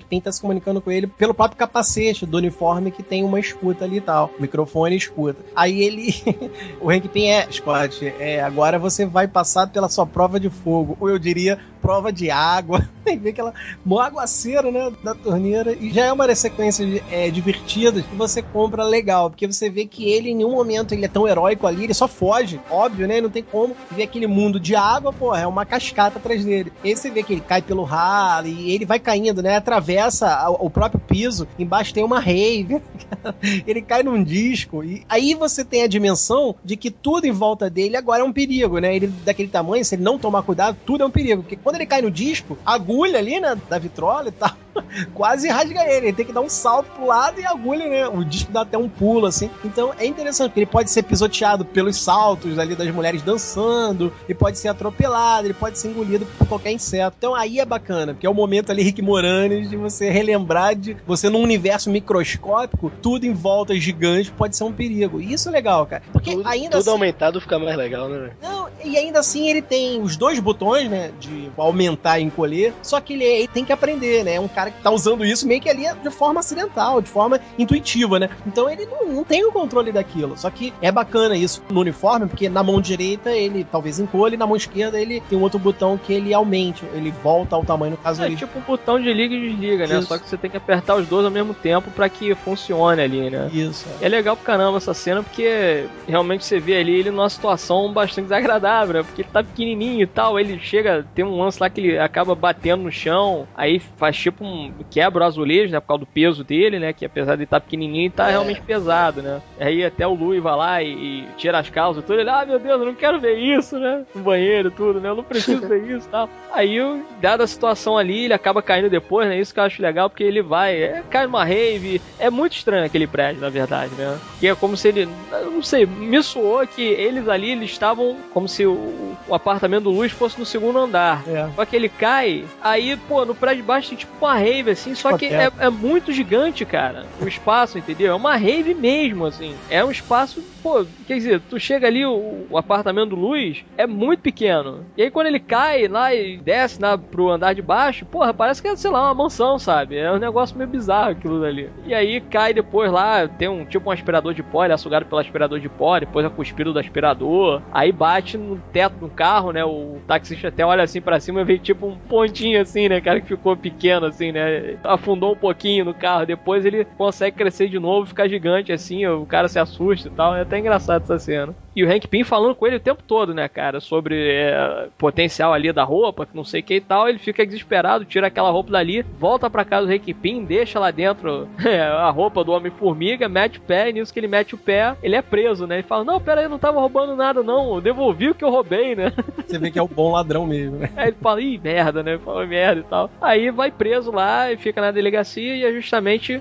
Hank Pym tá se comunicando com ele pelo próprio capacete do uniforme que tem uma escuta ali e tal. Microfone e escuta. Aí ele... o Hank Pym é, Scott, é, agora você vai passar pela sua prova de fogo. Ou eu diria, prova de água. Tem que ver aquela mó aguaceira, né, da torneira. E já é uma das sequências é, divertidas que você compra legal. Porque você vê que ele, em nenhum momento, ele é tão heróico ali. Ele só foge. Óbvio, né? Não tem como ver aquele mundo de água, porra, é uma cascata atrás dele. E aí você vê que ele cai pelo ralo e ele vai caindo, né? Atravessa o próprio piso. Embaixo tem uma rave. Ele cai num disco. E aí você tem a dimensão de que tudo em volta dele agora é um perigo, né? Ele daquele tamanho, se ele não tomar cuidado, tudo é um perigo. Porque quando ele cai no disco, a agulha ali, né, da vitrola e tal, quase rasga ele. Ele tem que dar um salto pro lado e a agulha, né? O disco dá até um pulo, assim. Então é interessante, porque ele pode ser pisoteado pelos saltos ali das mulheres dançando, ele pode ser atropelado, ele pode ser engolido por qualquer inseto. Então aí é bacana, porque é o momento ali, Rick Moranis, de você relembrar de você num universo microscópico, tudo em volta gigante pode ser um perigo. E isso é legal, cara. Porque tudo, ainda tudo assim, aumentado fica mais legal, né? Não, e ainda assim ele tem os dois botões, né, de aumentar e encolher, só que ele, ele tem que aprender, né? É um cara que tá usando isso meio que ali de forma acidental, de forma intuitiva, né? Então ele não, não tem o controle daquilo. Só que é bacana isso no uniforme, porque na mão direita ele talvez encolhe, e na mão esquerda ele tem um outro botão que ele aumente, ele volta ao tamanho, no caso é ali. tipo um botão de liga e desliga, né? Isso. Só que você tem que apertar os dois ao mesmo tempo pra que funcione ali, né? Isso. É legal pra caramba essa cena, porque realmente você vê ali ele numa situação bastante desagradável, né? Porque ele tá pequenininho e tal, ele chega, tem um lance lá que ele acaba batendo no chão, aí faz tipo um... quebra o azulejo, né? Por causa do peso dele, né? Que apesar de estar tá pequenininho, tá é. realmente pesado, né? Aí até o Louie vai lá e, e tira as calças e tudo, ele, ah, meu Deus, eu não quero ver isso, né? No banheiro e tudo, né? Eu não preciso ver isso e tal. Aí, dada a situação ali, ele acaba caindo depois, né? Isso que eu acho legal, porque ele vai, é, cai numa rave, é muito estranho aquele prédio, na verdade, né? Que é como se ele, eu não sei, me soou que eles ali, eles estavam como se o, o apartamento do Luiz fosse no segundo andar. É. Só que ele cai, aí, pô, no prédio de baixo tem tipo uma rave, assim, só que é, é muito gigante, cara, o espaço, entendeu? É uma rave mesmo, assim. É um espaço, pô, quer dizer, tu chega ali, o, o apartamento do Luiz é muito pequeno. E aí quando ele cai lá e desce lá pro andar de baixo, porra, parece que é, sei lá, uma mansão, sabe? É um negócio meio bizarro aquilo dali. E aí cai depois lá, tem um tipo um aspirador de pó, ele é sugado pelo aspirador de pó, depois é cuspido do aspirador, aí bate no teto do carro, né? O taxista até olha assim pra cima e vê tipo um pontinho assim, né, cara, que ficou pequeno assim, né? Afundou um pouquinho no carro, depois ele consegue crescer de novo, ficar gigante assim, o cara se assusta e tal, é até engraçado essa cena. E o Hank Pym falando com ele o tempo todo, né, cara, sobre é, potencial ali da roupa, que não sei o que e tal, ele fica desesperado, tira aquela roupa dali, volta pra casa do Hank Pym, deixa lá dentro é, a roupa do Homem-Formiga, mete o pé, e nisso que ele mete o pé, ele é preso, né, ele fala, não, pera aí, eu não tava roubando nada não, eu devolvi o que eu roubei, né. Você vê que é o bom ladrão mesmo, né. Aí ele fala, ih, merda, né, fala merda e tal. Aí vai preso lá e fica na delegacia e é justamente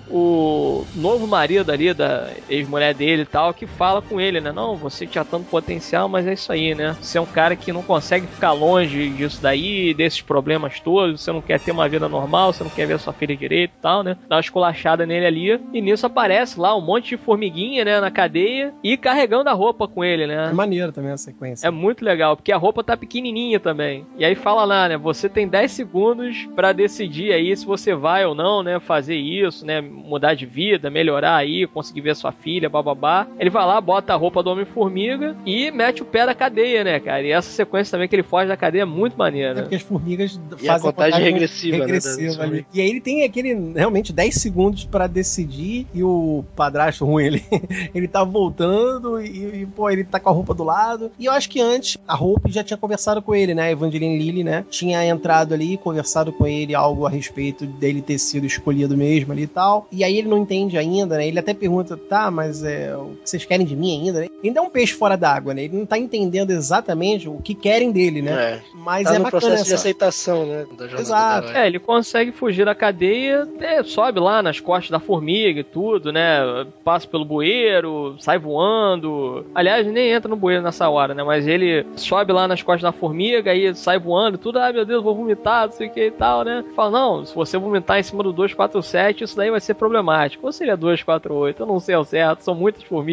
o novo marido ali da ex-mulher dele e tal, que fala com ele, né, não, você tinha tanto potencial, mas é isso aí, né? Você é um cara que não consegue ficar longe disso daí, desses problemas todos, você não quer ter uma vida normal, você não quer ver sua filha direito e tal, né? Dá uma esculachada nele ali, e nisso aparece lá um monte de formiguinha, né, na cadeia, e carregando a roupa com ele, né? É maneiro também a sequência. É muito legal, porque a roupa tá pequenininha também. E aí fala lá, né, você tem dez segundos pra decidir aí se você vai ou não, né, fazer isso, né, mudar de vida, melhorar aí, conseguir ver sua filha, bababá. Ele vai lá, bota a roupa do Homem-Formiga e mete o pé da cadeia, né, cara? E essa sequência também que ele foge da cadeia é muito maneira. É porque as formigas e fazem a contagem regressiva, regressiva né, ali. E aí ele tem aquele, realmente, dez segundos pra decidir e o padrasto ruim, ele, ele tá voltando e, e, pô, ele tá com a roupa do lado. E eu acho que antes, a Hope já tinha conversado com ele, né? A Evangeline Lilly, né? Tinha entrado ali e conversado com ele algo a respeito dele ter sido escolhido mesmo ali e tal. E aí ele não entende ainda, né? Ele até pergunta, tá, mas é, o que vocês querem de mim ainda, né? Ainda é um peixe fora d'água, né? Ele não tá entendendo exatamente o que querem dele, né? É. Mas tá é no bacana processo essa... de aceitação, né? Da jornada. Exato. É, ele consegue fugir da cadeia, é, sobe lá nas costas da formiga e tudo, né? Passa pelo bueiro, sai voando. Aliás, nem entra no bueiro nessa hora, né? Mas ele sobe lá nas costas da formiga, aí sai voando, tudo, ah, meu Deus, vou vomitar, não sei o que e tal, né? Fala, não, se você vomitar em cima do duzentos e quarenta e sete, isso daí vai ser problemático. Ou seria duzentos e quarenta e oito? Eu não sei ao certo, são muitas formigas.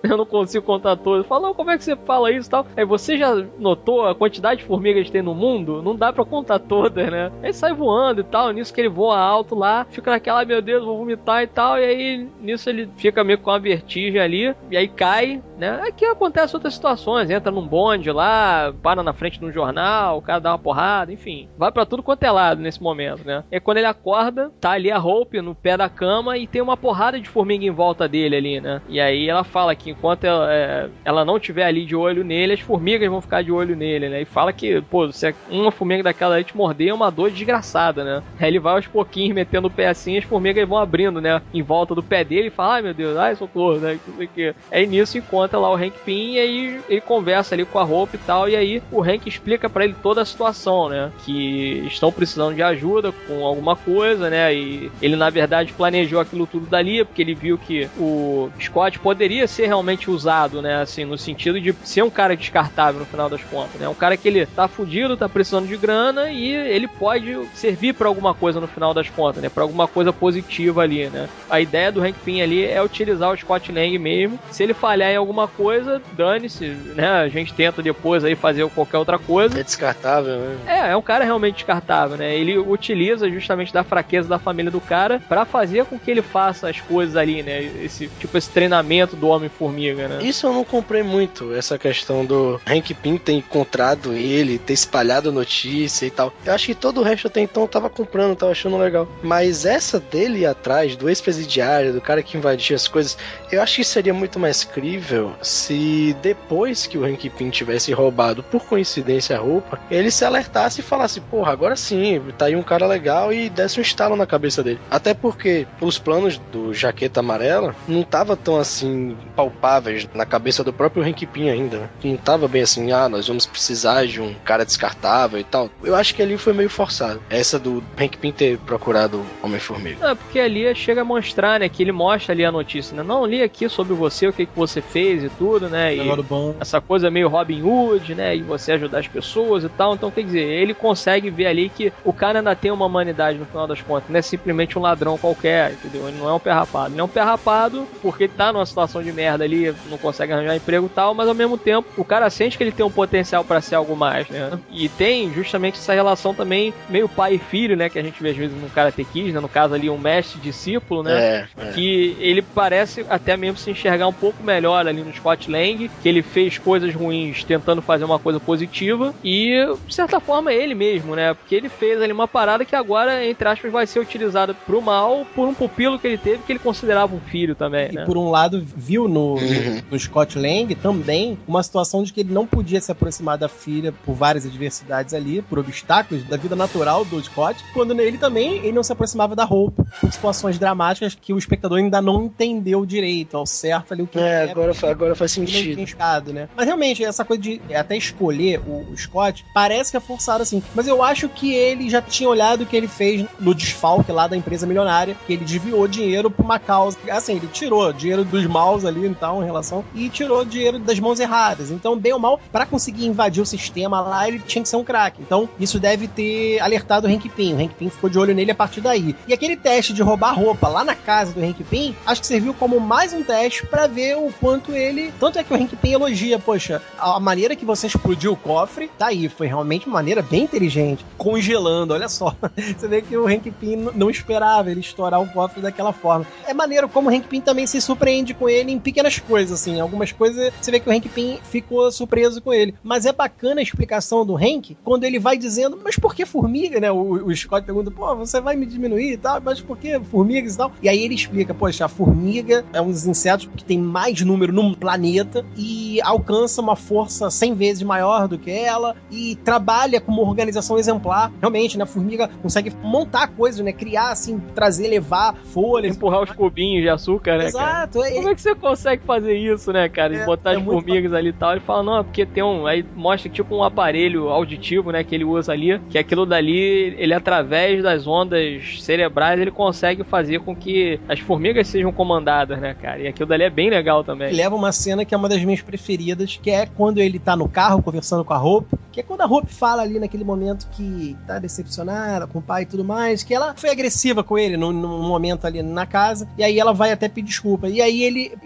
Eu não consigo contar todas. Fala, não, como é que você fala isso e tal? Aí você já notou a quantidade de formigas que tem no mundo? Não dá pra contar todas, né? Aí sai voando e tal, nisso que ele voa alto lá, fica naquela, meu Deus, vou vomitar e tal, e aí nisso ele fica meio com uma vertigem ali, e aí cai, né? Aqui acontece outras situações, entra num bonde lá, para na frente de um jornal, o cara dá uma porrada, enfim, vai pra tudo quanto é lado nesse momento, né? E quando ele acorda, tá ali a Hope no pé da cama e tem uma porrada de formiga em volta dele ali, né? E aí ela fala que enquanto ela, é, ela não tiver ali de olho nele, as formigas vão ficar de olho nele, né? E fala que, pô, se uma formiga daquela aí te morder, é uma dor desgraçada, né? Aí ele vai aos pouquinhos metendo o pé assim, e as formigas vão abrindo, né? Em volta do pé dele e fala, ai meu Deus, ai socorro, né? Não sei o que. Aí nisso encontra lá o Hank Pym e aí ele conversa ali com a Hope e tal, e aí o Hank explica pra ele toda a situação, né? Que estão precisando de ajuda com alguma coisa, né? E ele na verdade planejou aquilo tudo dali, porque ele viu que o Scott poderia ser realmente usado, né? Assim, no sentido de ser um cara descartável no final das contas, né? Um cara que ele tá fudido, tá precisando de grana e ele pode servir pra alguma coisa no final das contas, né? Pra alguma coisa positiva ali, né? A ideia do Hank Pym ali é utilizar o Scott Lang mesmo. Se ele falhar em alguma coisa, dane-se, né? A gente tenta depois aí fazer qualquer outra coisa. É descartável, né? É, é um cara realmente descartável, né? Ele utiliza justamente da fraqueza da família do cara pra fazer com que ele faça as coisas ali, né? Esse, tipo, esse treinamento do Homem-Formiga, né? Isso eu não comprei muito, essa questão do Hank Pym ter encontrado ele, ter espalhado notícia e tal. Eu acho que todo o resto até então eu tava comprando, tava achando legal. Mas essa dele ir atrás, do ex-presidiário, do cara que invadia as coisas, eu acho que seria muito mais crível se depois que o Hank Pym tivesse roubado, por coincidência, a roupa, ele se alertasse e falasse, porra, agora sim, tá aí um cara legal, e desse um estalo na cabeça dele. Até porque os planos do Jaqueta Amarela não tava tão assim palpáveis na cabeça do próprio Hank Pym ainda, né? Não tava bem assim, ah, nós vamos precisar de um cara descartável e tal. Eu acho que ali foi meio forçado. Essa do Hank Pym ter procurado Homem-Formiga. É, porque ali chega a mostrar, né, que ele mostra ali a notícia, né? Não, li aqui sobre você, o que, que você fez e tudo, né? E bom. essa coisa meio Robin Hood, né? E você ajudar as pessoas e tal. Então, quer dizer, ele consegue ver ali que o cara ainda tem uma humanidade no final das contas. Não é simplesmente um ladrão qualquer, entendeu? Ele não é um pé rapado. Ele é um pé rapado porque ele tá numa situação de merda ali, não consegue arranjar emprego e tal, mas ao mesmo tempo o cara sente que ele tem um potencial pra ser algo mais, né? E tem justamente essa relação também meio pai e filho, né? Que a gente vê às vezes no Karate Kid, né? No caso ali um mestre-discípulo, né? É, é. Que ele parece até mesmo se enxergar um pouco melhor ali no Scott Lang, que ele fez coisas ruins tentando fazer uma coisa positiva e, de certa forma, ele mesmo, né? Porque ele fez ali uma parada que agora, entre aspas, vai ser utilizada pro mal por um pupilo que ele teve que ele considerava um filho também, e né? por um lado, viu no, Uhum. no, no Scott Lang também uma situação de que ele não podia se aproximar da filha por várias adversidades ali, por obstáculos da vida natural do Scott, quando ele também ele não se aproximava da Hope por situações dramáticas que o espectador ainda não entendeu direito, ao certo ali o que É, é, agora, fa- agora faz ele não sentido. tinha estado, né? Mas realmente, essa coisa de até escolher o, o Scott parece que é forçado assim. Mas eu acho que ele já tinha olhado o que ele fez no desfalque lá da empresa milionária, que ele desviou dinheiro pra uma causa. Assim, ele tirou dinheiro dos maus ali, então, em relação, e tirou dinheiro das mãos erradas. Então, bem ou mal, pra conseguir invadir o sistema lá, ele tinha que ser um craque. Então, isso deve ter alertado o Hank Pym. O Hank Pym ficou de olho nele a partir daí. E aquele teste de roubar roupa lá na casa do Hank Pym, acho que serviu como mais um teste pra ver o quanto ele... Tanto é que o Hank Pym elogia, poxa, a maneira que você explodiu o cofre, tá aí, foi realmente uma maneira bem inteligente. Congelando, olha só. Você vê que o Hank Pym não esperava ele estourar o cofre daquela forma. É maneiro como o Hank Pym também se surpreende com ele em pequenas coisas, assim. Algumas coisas, você vê que o Hank Pym ficou surpreso com ele. Mas é bacana a explicação do Hank, quando ele vai dizendo, mas por que formiga, né? O, o Scott pergunta, pô, você vai me diminuir e tal, mas por que formigas e tal? E aí ele explica, poxa, a formiga é um dos insetos que tem mais número no planeta e alcança uma força cem vezes maior do que ela e trabalha como uma organização exemplar. Realmente, né? A formiga consegue montar coisas, né? Criar, assim, trazer, levar folhas. Empurrar os cubinhos de açúcar, né, Exato. cara? Como é que você consegue fazer isso, né, cara? De É, botar é as muito formigas ali e tal. Ele fala, não, é porque tem um... Aí mostra tipo um aparelho auditivo, né, que ele usa ali, que aquilo dali, ele através das ondas cerebrais, ele consegue fazer com que as formigas sejam comandadas, né, cara? E aquilo dali é bem legal também. Leva uma cena que é uma das minhas preferidas, que é quando ele tá no carro conversando com a Hope, que é quando a Hope fala ali naquele momento que tá decepcionada com o pai e tudo mais, que ela foi agressiva com ele num, num momento ali na casa, e aí ela vai até pedir desculpa. E aí ele, e é bacana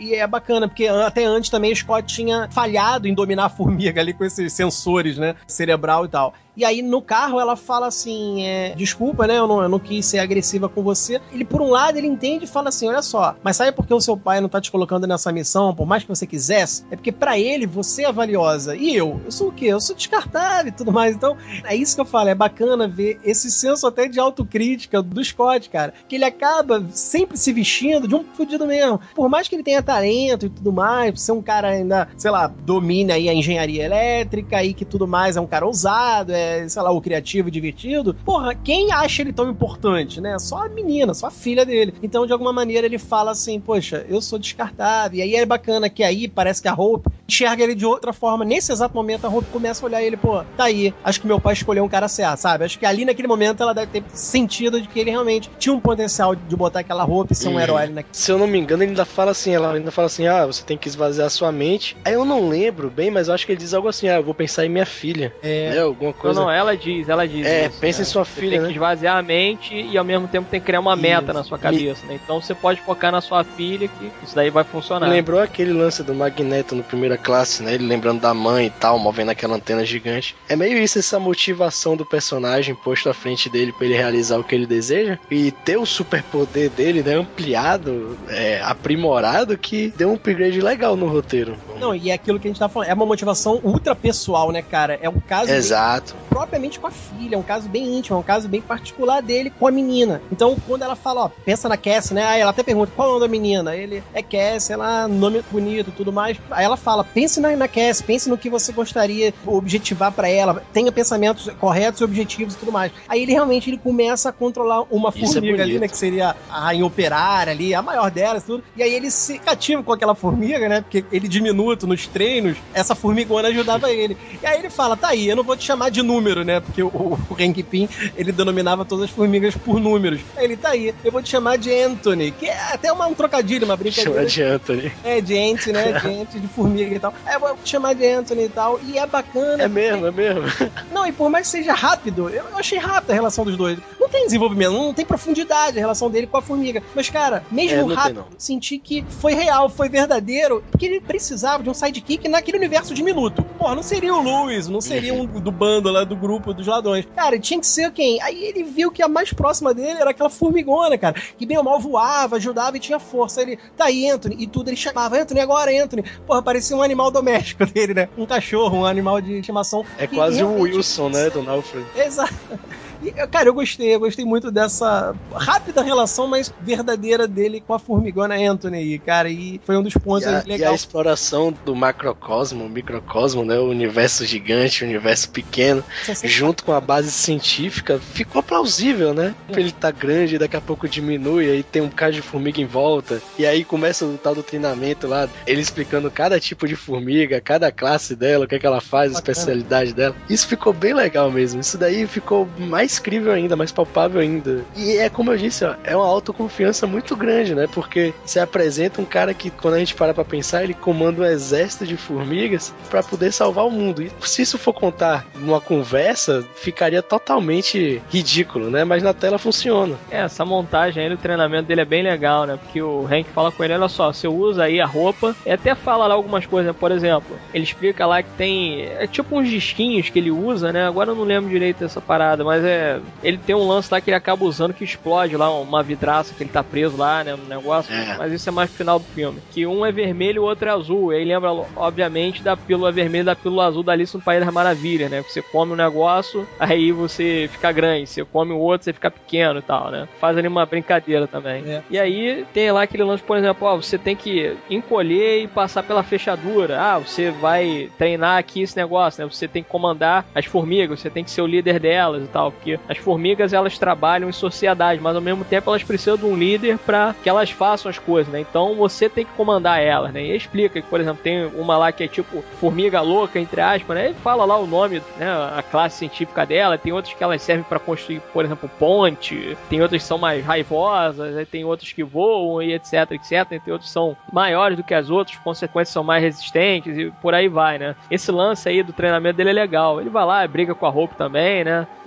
bacana, porque até antes também o Scott tinha falhado em dominar a formiga ali com esses sensores, né, cerebral e tal. E aí, no carro, ela fala assim, é, desculpa, né, eu não, eu não quis ser agressiva com você. Ele, por um lado, ele entende e fala assim, olha só, mas sabe por que o seu pai não tá te colocando nessa missão, por mais que você quisesse? É porque pra ele, você é valiosa. E eu? Eu sou o quê? Eu sou descartável e tudo mais. Então, é isso que eu falo, é bacana ver esse senso até de autocrítica do Scott, cara, que ele acaba sempre se vestindo de um fudido mesmo. Por mais que ele tenha talento e tudo mais, ser um cara ainda, sei lá, domine aí a engenharia elétrica e que tudo mais, é um cara ousado, é É, sei lá, o criativo e divertido, porra, quem acha ele tão importante, né? Só a menina, só a filha dele. Então, de alguma maneira, ele fala assim, poxa, eu sou descartável. E aí é bacana que aí parece que a Hope enxerga ele de outra forma. Nesse exato momento, a Hope começa a olhar ele, pô, tá aí, acho que meu pai escolheu um cara certo, sabe? Acho que ali naquele momento ela deve ter sentido de que ele realmente tinha um potencial de botar aquela Hope e ser um Uhum. herói, né? Se eu não me engano, ele ainda fala assim, ela ainda fala assim, ah, você tem que esvaziar a sua mente. Aí eu não lembro bem, mas eu acho que ele diz algo assim, ah, eu vou pensar em minha filha. É. Né? Alguma coisa. Não, não, ela diz, ela diz É, isso, pensa né? em sua Você filha, tem né? que esvaziar a mente e ao mesmo tempo tem que criar uma meta Isso. na sua cabeça, né? Então você pode focar na sua filha que isso daí vai funcionar. Lembrou aquele lance do Magneto no Primeira Classe, né? Ele lembrando da mãe e tal, movendo aquela antena gigante. É meio isso, essa motivação do personagem posto à frente dele pra ele realizar o que ele deseja e ter o superpoder dele, né? Ampliado, é, aprimorado, que deu um upgrade legal no roteiro. Não, e é aquilo que a gente tá falando, é uma motivação ultra pessoal, né, cara? É um caso Exato. bem, propriamente com a filha, é um caso bem íntimo, é um caso bem particular dele com a menina. Então, quando ela fala, ó, pensa na Cassie, né? Aí ela até pergunta, qual é o nome da menina? Ele, é Cassie, ela, nome bonito e tudo mais. Aí ela fala, pense na, na Cassie, pense no que você gostaria objetivar pra ela, tenha pensamentos corretos e objetivos e tudo mais. Aí ele realmente ele começa a controlar uma Isso é formiga ali, bonito. né? Que seria a rainha operária ali, a maior delas, tudo. E aí ele se cativa com aquela formiga, né? Porque ele diminuto nos treinos, essa formigona ajudava ele. E aí ele fala, tá aí, eu não vou te chamar de número, né? Porque o, o Hank Pym, ele denominava todas as formigas por números. Aí ele, tá aí, eu vou te chamar de Anthony, que é até uma, um trocadilho, uma brincadeira. Chama de Anthony. É, de Ant, né? De Ant, de formiga e tal. Aí eu vou te chamar de Anthony e tal. E é bacana. É mesmo, é mesmo. Não, e por mais que seja rápido, eu achei rápida a relação dos dois. Não tem desenvolvimento, não tem profundidade a relação dele com a formiga. Mas, cara, mesmo É, não tem, rápido, não. senti que foi real, foi verdadeiro, porque ele precisava de um sidekick naquele universo diminuto. Porra, não seria o Lewis, não seria um do bando lá, do grupo dos ladrões. Cara, tinha que ser quem? Aí ele viu que a mais próxima dele era aquela formigona, cara, que bem ou mal voava, ajudava e tinha força. Aí ele, tá aí, Anthony, e tudo ele chamava, Anthony, agora, Anthony. Porra, parecia um animal doméstico dele, né? Um cachorro, um animal de estimação. É que quase o realmente- Wilson, né, do Alfred. Exato. E, cara, eu gostei, eu gostei muito dessa rápida relação, mas verdadeira dele com a formigona Anthony aí, cara, e foi um dos pontos E a, e a legais. exploração do macrocosmo, microcosmo, né, o universo gigante, o universo pequeno, junto com a base científica, ficou plausível, né? Ele tá grande, daqui a pouco diminui, aí tem um bocado de formiga em volta, e aí começa o tal do treinamento lá, ele explicando cada tipo de formiga, cada classe dela, o que é que ela faz, a Bacana. especialidade dela. Isso ficou bem legal mesmo, isso daí ficou mais crível ainda, mais palpável ainda. E é como eu disse, ó, é uma autoconfiança muito grande, né? Porque você apresenta um cara que, quando a gente para pra pensar, ele comanda um exército de formigas pra poder salvar o mundo. E se isso for contar numa conversa, ficaria totalmente ridículo, né? Mas na tela funciona. É, essa montagem aí do treinamento dele é bem legal, né? Porque o Hank fala com ele, olha só, você usa aí a roupa, e até fala lá algumas coisas, né? Por exemplo, ele explica lá que tem, é tipo uns disquinhos que ele usa, né? Agora eu não lembro direito dessa parada, mas é, ele tem um lance lá que ele acaba usando que explode lá, uma vidraça que ele tá preso lá, né? No negócio, É. mas isso é mais pro final do filme. Que um é vermelho e o outro é azul, e aí lembra, obviamente, da pílula vermelha e da pílula azul da Alice no País das Maravilhas, né? Você come um negócio, aí você fica grande, você come o outro, você fica pequeno e tal, né? Faz ali uma brincadeira também. É. E aí tem lá aquele lance, por exemplo, ó, você tem que encolher e passar pela fechadura. Ah, você vai treinar aqui esse negócio, né? Você tem que comandar as formigas, você tem que ser o líder delas e tal, porque as formigas, elas trabalham em sociedade, mas ao mesmo tempo elas precisam de um líder para que elas façam as coisas, né? Então você tem que comandar elas, né? E explica que, por exemplo, tem uma lá que é tipo formiga louca, entre aspas, né? E fala lá o nome, né? A classe científica dela, tem outras que elas servem para construir, por exemplo, ponte, tem outras que são mais raivosas, aí tem outras que voam e etc, etc, tem outros que são maiores do que as outras, consequências são mais resistentes e por aí vai, né? Esse lance aí do treinamento dele é legal. Ele vai lá, briga com a Hope também, né? Ensina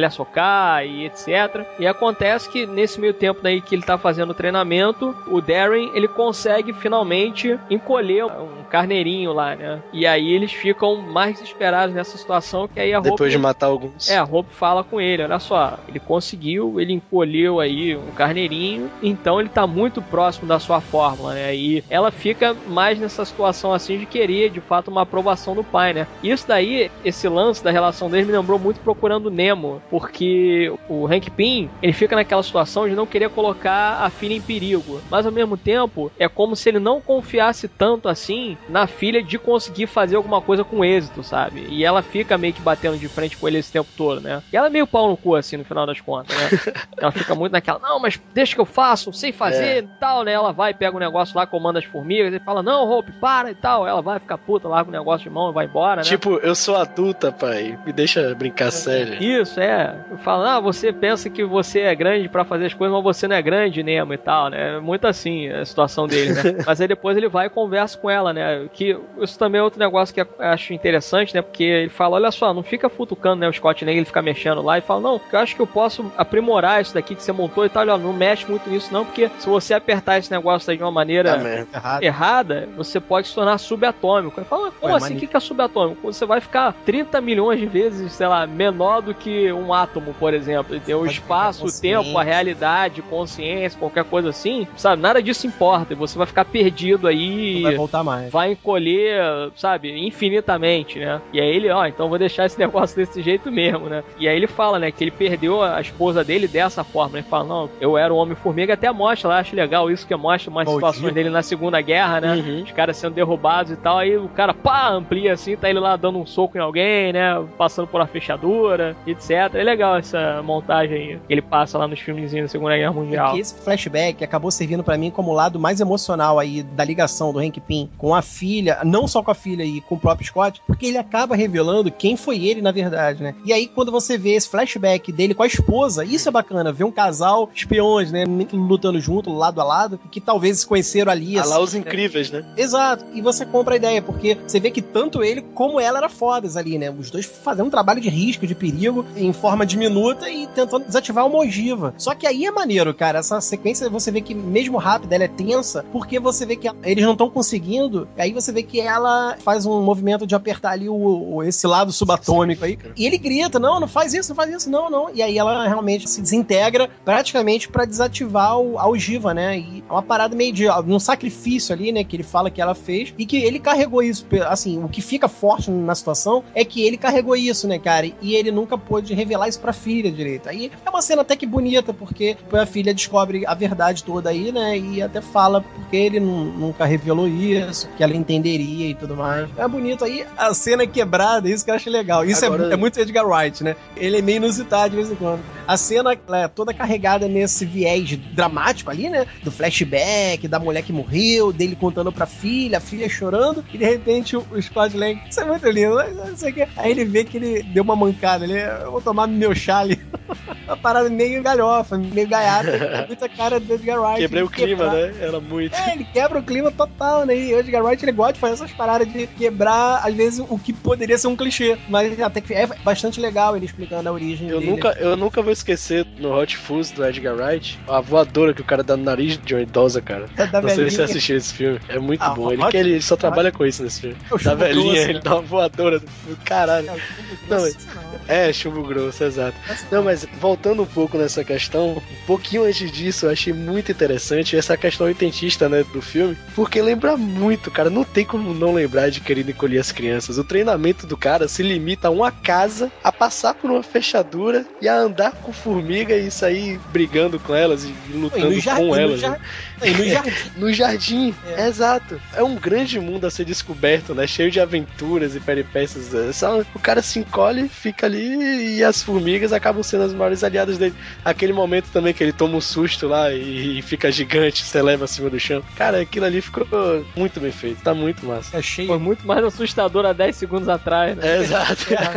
ele a socar e etcétera. E acontece que nesse meio tempo daí que ele tá fazendo o treinamento, o Darren, ele consegue finalmente encolher um carneirinho lá, né? E aí eles ficam mais desesperados nessa situação, que aí a Hope... Depois de matar alguns. É, a Hope fala com ele, olha só, ele conseguiu, ele encolheu aí um carneirinho, então ele tá muito próximo da sua fórmula, né? E ela fica mais nessa situação assim de querer, de fato, uma aprovação do pai, né? Isso daí, esse lance da relação deles me lembrou muito Procurando Nemo, porque o Hank Pym, ele fica naquela situação de não querer colocar a filha em perigo, mas ao mesmo tempo, é como se ele não confiasse tanto assim na filha de conseguir fazer alguma coisa com êxito, sabe? E ela fica meio que batendo de frente com ele esse tempo todo, né? E ela é meio pau no cu, assim, no final das contas, né? Ela fica muito naquela, não, mas deixa que eu faço, sei fazer é. e tal, né? Ela vai, pega o um negócio lá, comanda as formigas, e fala, não, Hope, para e tal. Ela vai ficar puta, larga o negócio de mão e vai embora, né? Tipo, eu sou adulta, pai, me deixa brincar é. sério. Isso, é. Fala, ah, você pensa que você é grande pra fazer as coisas, mas você não é grande, Nemo, e tal, né? Muito assim a situação dele, né? Mas aí depois ele vai e conversa com ela, né? Que isso também é outro negócio que eu acho interessante, né? Porque ele fala, olha só, não fica futucando, né? O Scott Lang, ele fica mexendo lá e fala, não, eu acho que eu posso aprimorar isso daqui que você montou e tal. Olha, não mexe muito nisso não, porque se você apertar esse negócio aí de uma maneira ah, errada, você pode se tornar subatômico. Ele fala, como Ué, assim? O que, que é subatômico? Você vai ficar trinta milhões de vezes, sei lá, menor do que um átomo, por exemplo. Tem o espaço, o tempo, a realidade, consciência, qualquer coisa assim, sabe? Nada disso importa. E você vai ficar perdido aí. Não vai voltar mais. Vai encolher, sabe, infinitamente, né? E aí ele, ó, então vou deixar esse negócio desse jeito mesmo, né? E aí ele fala, né, que ele perdeu a esposa dele dessa forma. Ele fala, não, eu era um Homem-Formiga, até mostra lá, acho legal isso, que mostra umas Bom situações dia. dele na Segunda Guerra, né? Uhum. Os caras sendo derrubados e tal, aí o cara, pá, amplia assim, tá ele lá dando um soco em alguém, né? Passando por uma fechadura, etcétera. É legal essa montagem que ele passa lá nos filmezinhos da Segunda Guerra Mundial. E esse flashback acabou servindo pra mim como o lado mais emocional aí da ligação do Hank Pym com a filha, não só com a filha e com o próprio Scott, porque ele acaba revelando quem foi ele na verdade, né? E aí quando você vê esse flashback dele com a esposa, isso é bacana, ver um casal espiões, né, lutando junto, lado a lado, que talvez se conheceram ali. Ah, assim, lá os né? incríveis, né? Exato, e você compra a ideia, porque você vê que tanto ele como ela eram fodas ali, né? Os dois fazendo um trabalho de risco, de perigo, em forma diminuta e tentando desativar uma ogiva. Só que aí é maneiro, cara, essa sequência você vê que mesmo rápida, ela é tensa, porque você vê que eles não estão conseguindo, aí você vê que ela faz um movimento de apertar ali o, o, esse lado subatômico aí, e ele grita, não, não faz isso, não faz isso, não, não, e aí ela realmente se desintegra praticamente pra desativar o, a ogiva, né, e é uma parada meio de um sacrifício ali, né, que ele fala que ela fez, e que ele carregou isso, assim, o que fica forte na situação é que ele carregou isso, né, cara, e ele nunca pôde revelar isso pra filha direito. Aí é uma cena até que bonita, porque a filha descobre a verdade toda aí, né, e até fala porque ele nunca revelou isso, que ela entenderia e tudo mais. É bonito. Aí a cena é quebrada, isso que eu acho legal. Isso Agora... é, é muito Edgar Wright, né? Ele é meio inusitado de vez em quando. A cena é toda carregada nesse viés dramático ali, né? Do flashback, da mulher que morreu, dele contando pra filha, a filha chorando, e de repente o, o Scott Lang, isso é muito lindo, não sei o que. Aí ele vê que ele deu uma mancada ali, eu vou tomar meu chá ali. Uma parada meio galhofa, meio gaiata, muita cara do Edgar Wright. Quebrei o clima, quebrar. né? Era muito. É, ele quebra o clima total, né? E o Edgar Wright, ele gosta de fazer essas paradas de quebrar, às vezes, o que poderia ser um clichê. Mas até que é bastante legal ele explicando a origem eu dele. Nunca, eu nunca vou esquecer no Hot Fuzz do Edgar Wright, a voadora que o cara dá no nariz de uma idosa, cara. É da Não velhinha. sei se você assistiu esse filme. É muito ah, bom. Ele, ele, ele só trabalha com isso nesse filme. Da velhinha, grosso, ele né? dá uma voadora do caralho. É, não, grosso, não. é, chumbo grosso, exato. Não, não, mas voltando um pouco nessa questão, um pouquinho antes disso, eu achei muito interessante essa questão oitentista, né, do filme, porque lembra muito, cara, não tem como não lembrar de Querendo Encolher as Crianças. O treinamento do cara se limita a uma casa, a passar por uma fechadura e a andar com formiga e sair brigando com elas e lutando e jardim, com elas. No, jar... né? no jardim. no jardim, é. exato. É um grande mundo a ser descoberto, né, cheio de aventuras e peripécias. É só, o cara se encolhe, fica ali e as formigas acabam sendo as maiores aliadas dele. Aquele momento também que ele toma um susto lá e, e fica gigante, se eleva acima do chão. Cara, aquilo ali ficou muito bem feito. Tá muito massa. É cheio. Foi muito mais assustador há dez segundos atrás, né? É, exato.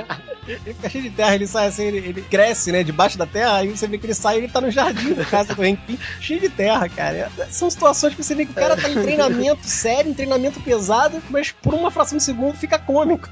Ele fica cheio de terra, ele sai assim, ele, ele cresce, né, debaixo da terra, aí você vê que ele sai e ele tá no jardim da casa do Hank Pym, cheio de terra, cara. São situações que você vê que o cara tá em treinamento sério, em treinamento pesado, mas por uma fração de segundo fica cômico.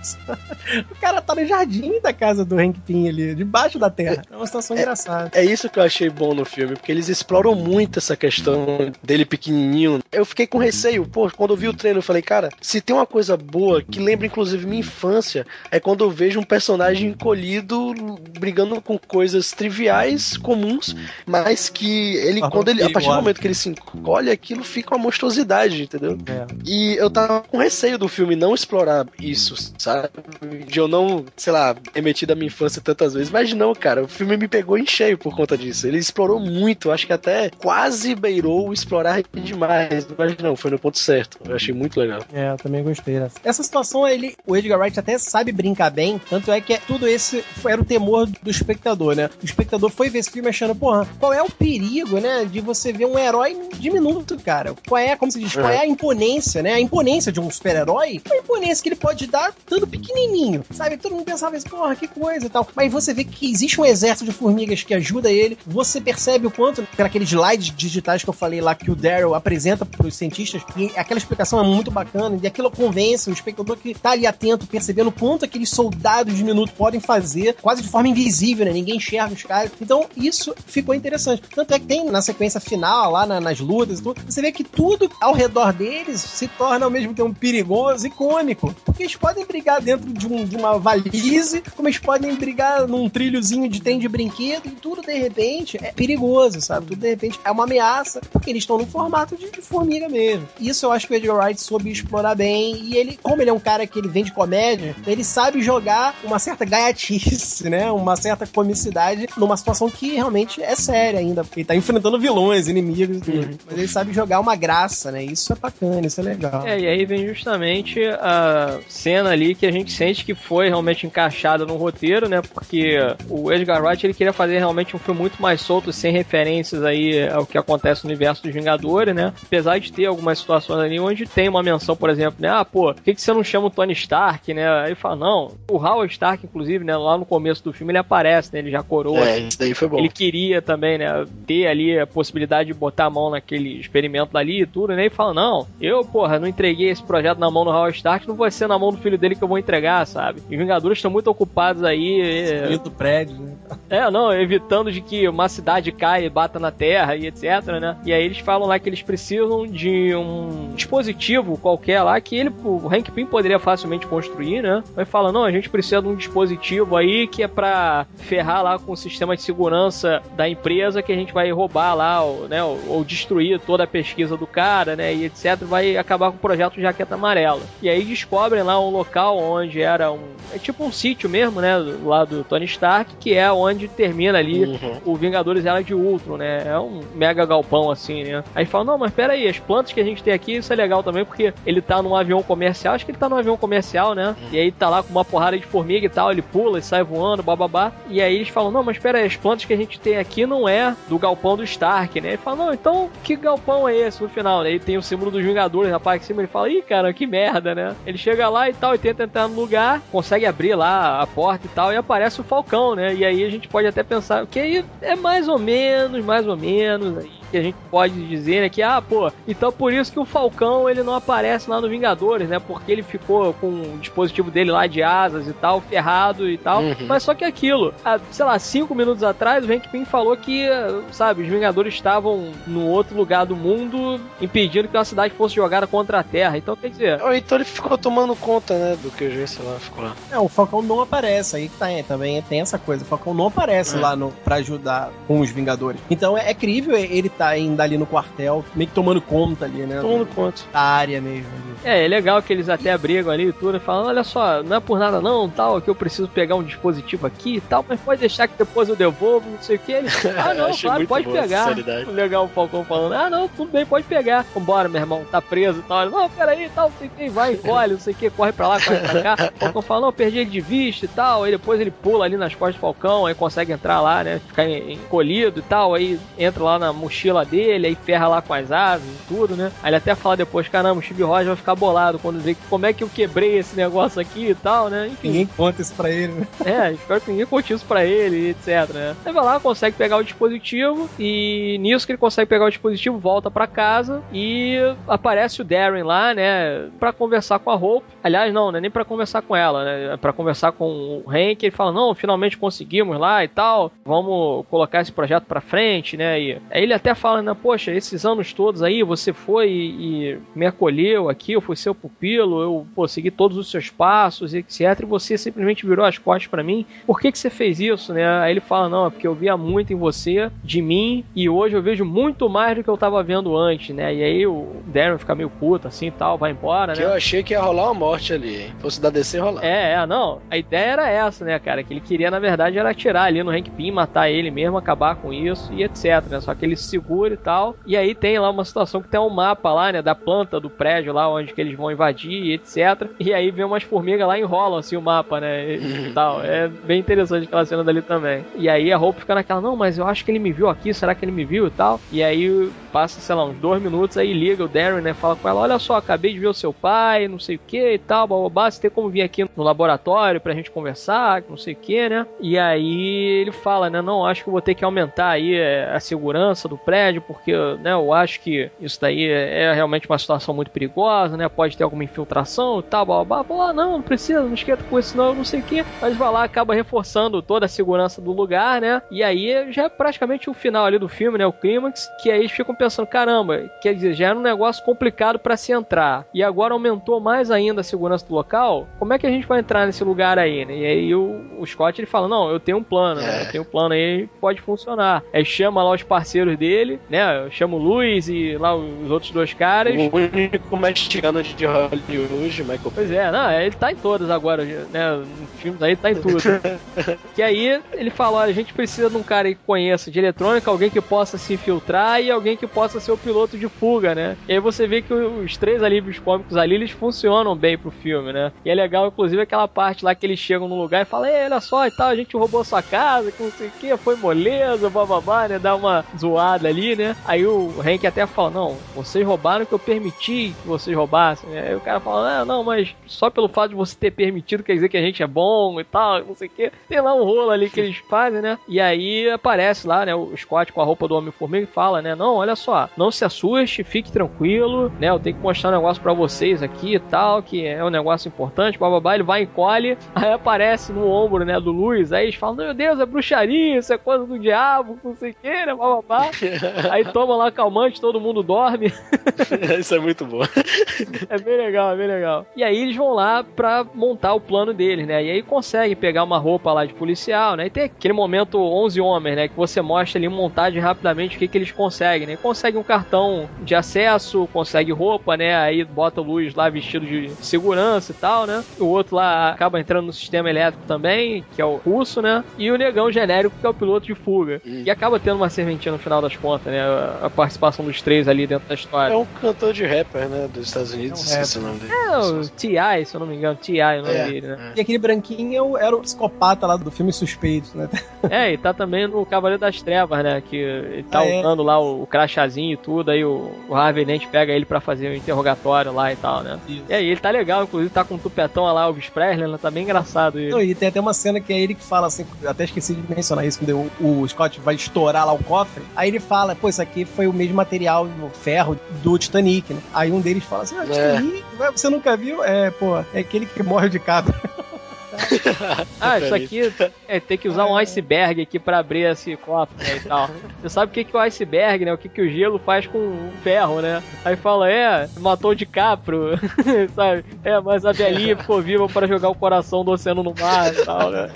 O cara tá no jardim da casa do Hank Pym ali, debaixo da terra. É uma situação é, engraçada. É isso que eu achei bom no filme, porque eles exploram muito essa questão dele pequenininho. Eu fiquei com receio, pô, quando eu vi o treino eu falei, cara, se tem uma coisa boa, que lembra inclusive minha infância, é quando eu vejo um personagem encolhido brigando com coisas triviais, comuns, mas que ele, ah, quando ele, a partir do momento que ele se encolhe, aquilo fica uma monstruosidade, entendeu? É. E eu tava com receio do filme não explorar isso, sabe? De eu não, sei lá, remetir da minha infância tantas vezes, mas não, cara, o filme me pegou em cheio por conta disso. Ele explorou muito, acho que até quase beirou explorar demais, mas não, foi no ponto certo. Eu achei muito legal. É, eu também gostei dessa. Essa situação, ele, o Edgar Wright até sabe brincar bem, tanto é que tudo esse foi, era o temor do espectador, né? O espectador foi ver esse filme achando, porra, qual é o perigo, né, de você ver um herói diminuto, cara? Qual é, como se diz, qual é a imponência, né? A imponência de um super-herói, a imponência que ele pode dar tanto pequenininho, sabe? Todo mundo pensava assim, porra, que coisa e tal. Mas você vê que existe um exército de formigas que ajuda ele, você percebe o quanto, aqueles slides digitais que eu falei lá, que o Daryl apresenta pros cientistas, e aquela explicação é muito bacana, e aquilo convence o espectador que tá ali atento, percebendo o quanto aqueles soldados diminutos podem fazer, quase de forma invisível, né? Ninguém enxerga os caras. Então, isso ficou interessante. Tanto é que tem na sequência final, lá na, nas lutas e tudo, você vê que tudo ao redor deles se torna ao mesmo tempo perigoso e cômico. Porque eles podem brigar dentro de, um, de uma valise, como eles podem brigar num trilhozinho de trem de brinquedo, e tudo, de repente, é perigoso, sabe? Tudo, de repente, é uma ameaça, porque eles estão no formato de, de formiga mesmo. Isso eu acho que o Edgar Wright soube explorar bem, e ele, como ele é um cara que ele vem de comédia, ele sabe jogar uma certa gaiatice, né? Uma certa comicidade numa situação que realmente é séria ainda, porque ele tá enfrentando vilões, inimigos e tudo. Uhum. Mas ele sabe jogar uma graça, né? Isso é bacana, isso é legal. É, e aí vem justamente a cena ali que a gente sente que foi realmente encaixada no roteiro, né? Porque o Edgar Wright, ele queria fazer realmente um filme muito mais solto, sem referências aí ao que acontece no universo dos Vingadores, né? Apesar de ter algumas situações ali onde tem uma menção, por exemplo, né? Ah, pô, por que, que você não chama o Tony Stark, né? Aí ele fala, não, o Howard Stark, inclusive, né? Lá no começo do filme ele aparece, né? Ele já coroa. É, isso daí foi bom. Ele queria também, né? Ter ali a possibilidade de botar a mão naquele experimento dali e tudo, né? E fala, não, eu, porra, não entreguei esse projeto na mão do Howard Stark, não vai ser na mão do filho dele que eu vou entregar, sabe? Os Vingadores estão muito ocupados aí. Destruindo prédio, né? É, não, evitando de que uma cidade caia e bata na terra e etc, né? E aí eles falam lá que eles precisam de um dispositivo qualquer lá que ele, o Hank Pym poderia facilmente construir, né? Aí fala, não, a gente precisa de um dispositivo aí que é pra ferrar lá com o sistema de segurança da empresa, que a gente vai roubar lá, ou, né, ou, ou destruir toda a pesquisa do cara, né, e etc, vai acabar com o projeto Jaqueta Amarela. E aí descobrem lá um local onde era um, é tipo um sítio mesmo, né, lá do Tony Stark, que é onde termina ali uhum. o Vingadores Era de Ultron, né, é um mega galpão assim, né. Aí fala, não, mas pera aí, as plantas que a gente tem aqui, isso é legal também, porque ele tá num avião comercial, acho que ele tá num avião comercial, né, uhum. e aí tá lá com uma porrada de formiga e tal, ele pula e sai voando, bababá, e aí eles falam, não, mas pera aí, as plantas que a gente tem aqui não é do galpão do Stark, né, ele fala, não, então que galpão é esse no final, né, aí tem o símbolo dos Vingadores na parte de cima, ele fala, ih, cara, que merda, né, ele chega lá e tal, e tenta entrar no lugar, consegue abrir lá a porta e tal, e aparece o Falcão, né, e aí a gente pode até pensar, que aí é mais ou menos, mais ou menos, aí que a gente pode dizer, né, que, ah, pô, então por isso que o Falcão, ele não aparece lá no Vingadores, né, porque ele ficou com o dispositivo dele lá de asas e tal, ferrado e tal, uhum. mas só que aquilo, há, sei lá, cinco minutos atrás, o Hank Pym falou que, sabe, os Vingadores estavam no outro lugar do mundo, impedindo que uma cidade fosse jogada contra a Terra, então quer dizer... Ou então ele ficou tomando conta, né, do que o G, sei lá, ficou lá. É, o Falcão não aparece, aí que tá, é, também tem essa coisa, o Falcão não aparece é. lá no, pra ajudar com os Vingadores, então é, é crível ele tá ainda ali no quartel, meio que tomando conta ali, né? Tomando conta. Da área mesmo. Ali. É, é legal que eles até brigam ali e tudo, falando, olha só, não é por nada não, tal, que eu preciso pegar um dispositivo aqui e tal, mas pode deixar que depois eu devolvo, não sei o que. Ele, ah, não, claro, pode pegar. Legal o Falcão falando, ah, não, tudo bem, pode pegar. Vambora, meu irmão, tá preso e tal. Ele, não, peraí, tal, não sei o que, vai, encolhe, não sei o que, corre pra lá, corre pra cá. O Falcão fala, não, perdi ele de vista e tal, aí depois ele pula ali nas costas do Falcão, aí consegue entrar lá, né, ficar encolhido e tal, aí entra lá na mochila mochila dele, aí ferra lá com as asas e tudo, né? Aí ele até fala depois, caramba, o Steve Rogers vai ficar bolado quando ver como é que eu quebrei esse negócio aqui e tal, né? Enfim. Ninguém conta isso pra ele, né? É, espero que ninguém conte isso pra ele, etc, né? Aí vai lá, consegue pegar o dispositivo e nisso que ele consegue pegar o dispositivo, volta pra casa e aparece o Darren lá, né? Pra conversar com a Hope. Aliás, não, não é nem pra conversar com ela, né? É pra conversar com o Hank. Ele fala, não, finalmente conseguimos lá e tal, vamos colocar esse projeto pra frente, né? E aí ele até fala, né? Poxa, esses anos todos aí, você foi e me acolheu aqui, eu fui seu pupilo, eu pô, segui todos os seus passos, etcétera. E você simplesmente virou as costas pra mim. Por que que você fez isso, né? Aí ele fala, não, é porque eu via muito em você, de mim, e hoje eu vejo muito mais do que eu tava vendo antes, né? E aí o Darren fica meio puto assim e tal, vai embora, que né? Eu achei que ia rolar uma morte ali, hein? Fosse da D C rolar. É, é, não. A ideia era essa, né, cara? Que ele queria, na verdade, era atirar ali no Hank Pym, matar ele mesmo, acabar com isso e etc, né? Só que ele se segura e tal. E aí tem lá uma situação que tem um mapa lá, né, da planta do prédio lá, onde que eles vão invadir e etc. E aí vem umas formigas lá e enrolam, assim, o mapa, né, e tal. É bem interessante aquela cena dali também. E aí a Hope fica naquela, não, mas eu acho que ele me viu aqui, será que ele me viu e tal? E aí passa, sei lá, uns dois minutos, aí liga o Darren, né, fala com ela, olha só, acabei de ver o seu pai, não sei o que e tal, bababá, você tem como vir aqui no laboratório pra gente conversar, não sei o que, né? E aí ele fala, né, não, acho que eu vou ter que aumentar aí a segurança do prédio, porque, né, eu acho que isso daí é realmente uma situação muito perigosa, né, pode ter alguma infiltração e tal, bababá. Fala, ah, não, não precisa, não esquenta com isso não, não sei o que. Mas vai lá, acaba reforçando toda a segurança do lugar, né? E aí já é praticamente o final ali do filme, né, o clímax, que aí eles ficam pensando, caramba, quer dizer, já era um negócio complicado pra se entrar, e agora aumentou mais ainda a segurança do local, como é que a gente vai entrar nesse lugar aí, né? E aí o, o Scott, ele fala, não, eu tenho um plano, né? Eu tenho um plano aí, pode funcionar. Aí chama lá os parceiros dele, né? Chama o Luiz e lá os outros dois caras. O único mexicano de Hollywood, Michael. Pois é, não, ele tá em todos agora, né? Nos filmes aí, tá em tudo. Que aí ele fala, olha, a gente precisa de um cara que conheça de eletrônica, alguém que possa se infiltrar e alguém que possa ser o piloto de fuga, né? E aí você vê que os três alívios cômicos ali, eles funcionam bem pro filme, né? E é legal, inclusive, aquela parte lá que eles chegam num lugar e falam, ei, olha só e tal, a gente roubou sua casa, que não sei o que, foi moleza, bababá, né? Dá uma zoada ali, né? Aí o Hank até fala, não, vocês roubaram que eu permiti que vocês roubassem, né? Aí o cara fala, ah, não, mas só pelo fato de você ter permitido quer dizer que a gente é bom e tal, não sei o que. Tem lá um rolo ali que eles fazem, né? E aí aparece lá, né, o Scott com a roupa do Homem-Formiga e fala, né, não, olha só, não se assuste, fique tranquilo, né, eu tenho que mostrar um negócio pra vocês aqui e tal, que é um negócio importante, bababá, ele vai e encolhe, aí aparece no ombro, né, do Luiz, aí eles falam, meu Deus, é bruxaria, isso é coisa do diabo, não sei o que, né, bababá. Aí toma lá calmante, todo mundo dorme. Isso é muito bom. É bem legal, é bem legal. E aí eles vão lá pra montar o plano deles, né, e aí conseguem pegar uma roupa lá de policial, né, e tem aquele momento onze homens, né, que você mostra ali montagem rapidamente o que que eles conseguem, né, consegue um cartão de acesso, consegue roupa, né, aí bota o Luiz lá vestido de segurança e tal, né, o outro lá acaba entrando no sistema elétrico também, que é o russo, né, e o negão genérico, que é o piloto de fuga, hum. E acaba tendo uma serventia no final das contas, né, a participação dos três ali dentro da história. É um cantor de rapper, né, dos Estados Unidos, é um esqueci o nome dele. É, o T I, se eu não me engano, T I o nome é, dele, né. É. E aquele branquinho era o psicopata lá do filme Suspeitos, né. É, e tá também no Cavaleiro das Trevas, né, que ele tá ah, usando é. lá o, o crachazinho e tudo, aí o, o Harvey Dent pega ele pra fazer o interrogatório lá e tal, né. Isso. E aí ele tá legal, inclusive tá com um tupetão lá, o Elvis Presley, né, tá bem engraçado ele. Não, e tem até uma cena que é ele que fala assim, até esqueci de mencionar isso, quando o, o Scott vai estourar lá o cofre, aí ele fala, pô, isso aqui foi o mesmo material, o ferro do Titanic, né. Aí um deles fala assim, ah, Titanic, é. Você nunca viu? É, pô, é aquele que morre de cabra. Ah, isso aqui é ter que usar um iceberg aqui pra abrir esse copo, né, e tal. Você sabe o que que o iceberg, né? O que que o gelo faz com o ferro, né? Aí fala, é, matou o DiCaprio, sabe? É, mas a velhinha ficou viva para jogar o coração do oceano no mar e tal, né?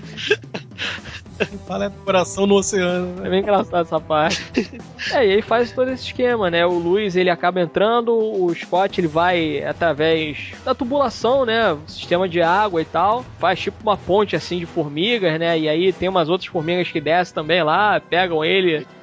Fala é coração no oceano, né? É bem engraçado essa parte. É, e aí faz todo esse esquema, né? O Luiz, ele acaba entrando, o Scott, ele vai através da tubulação, né? Sistema de água e tal. Faz tipo uma ponte, assim, de formigas, né? E aí tem umas outras formigas que descem também lá, pegam ele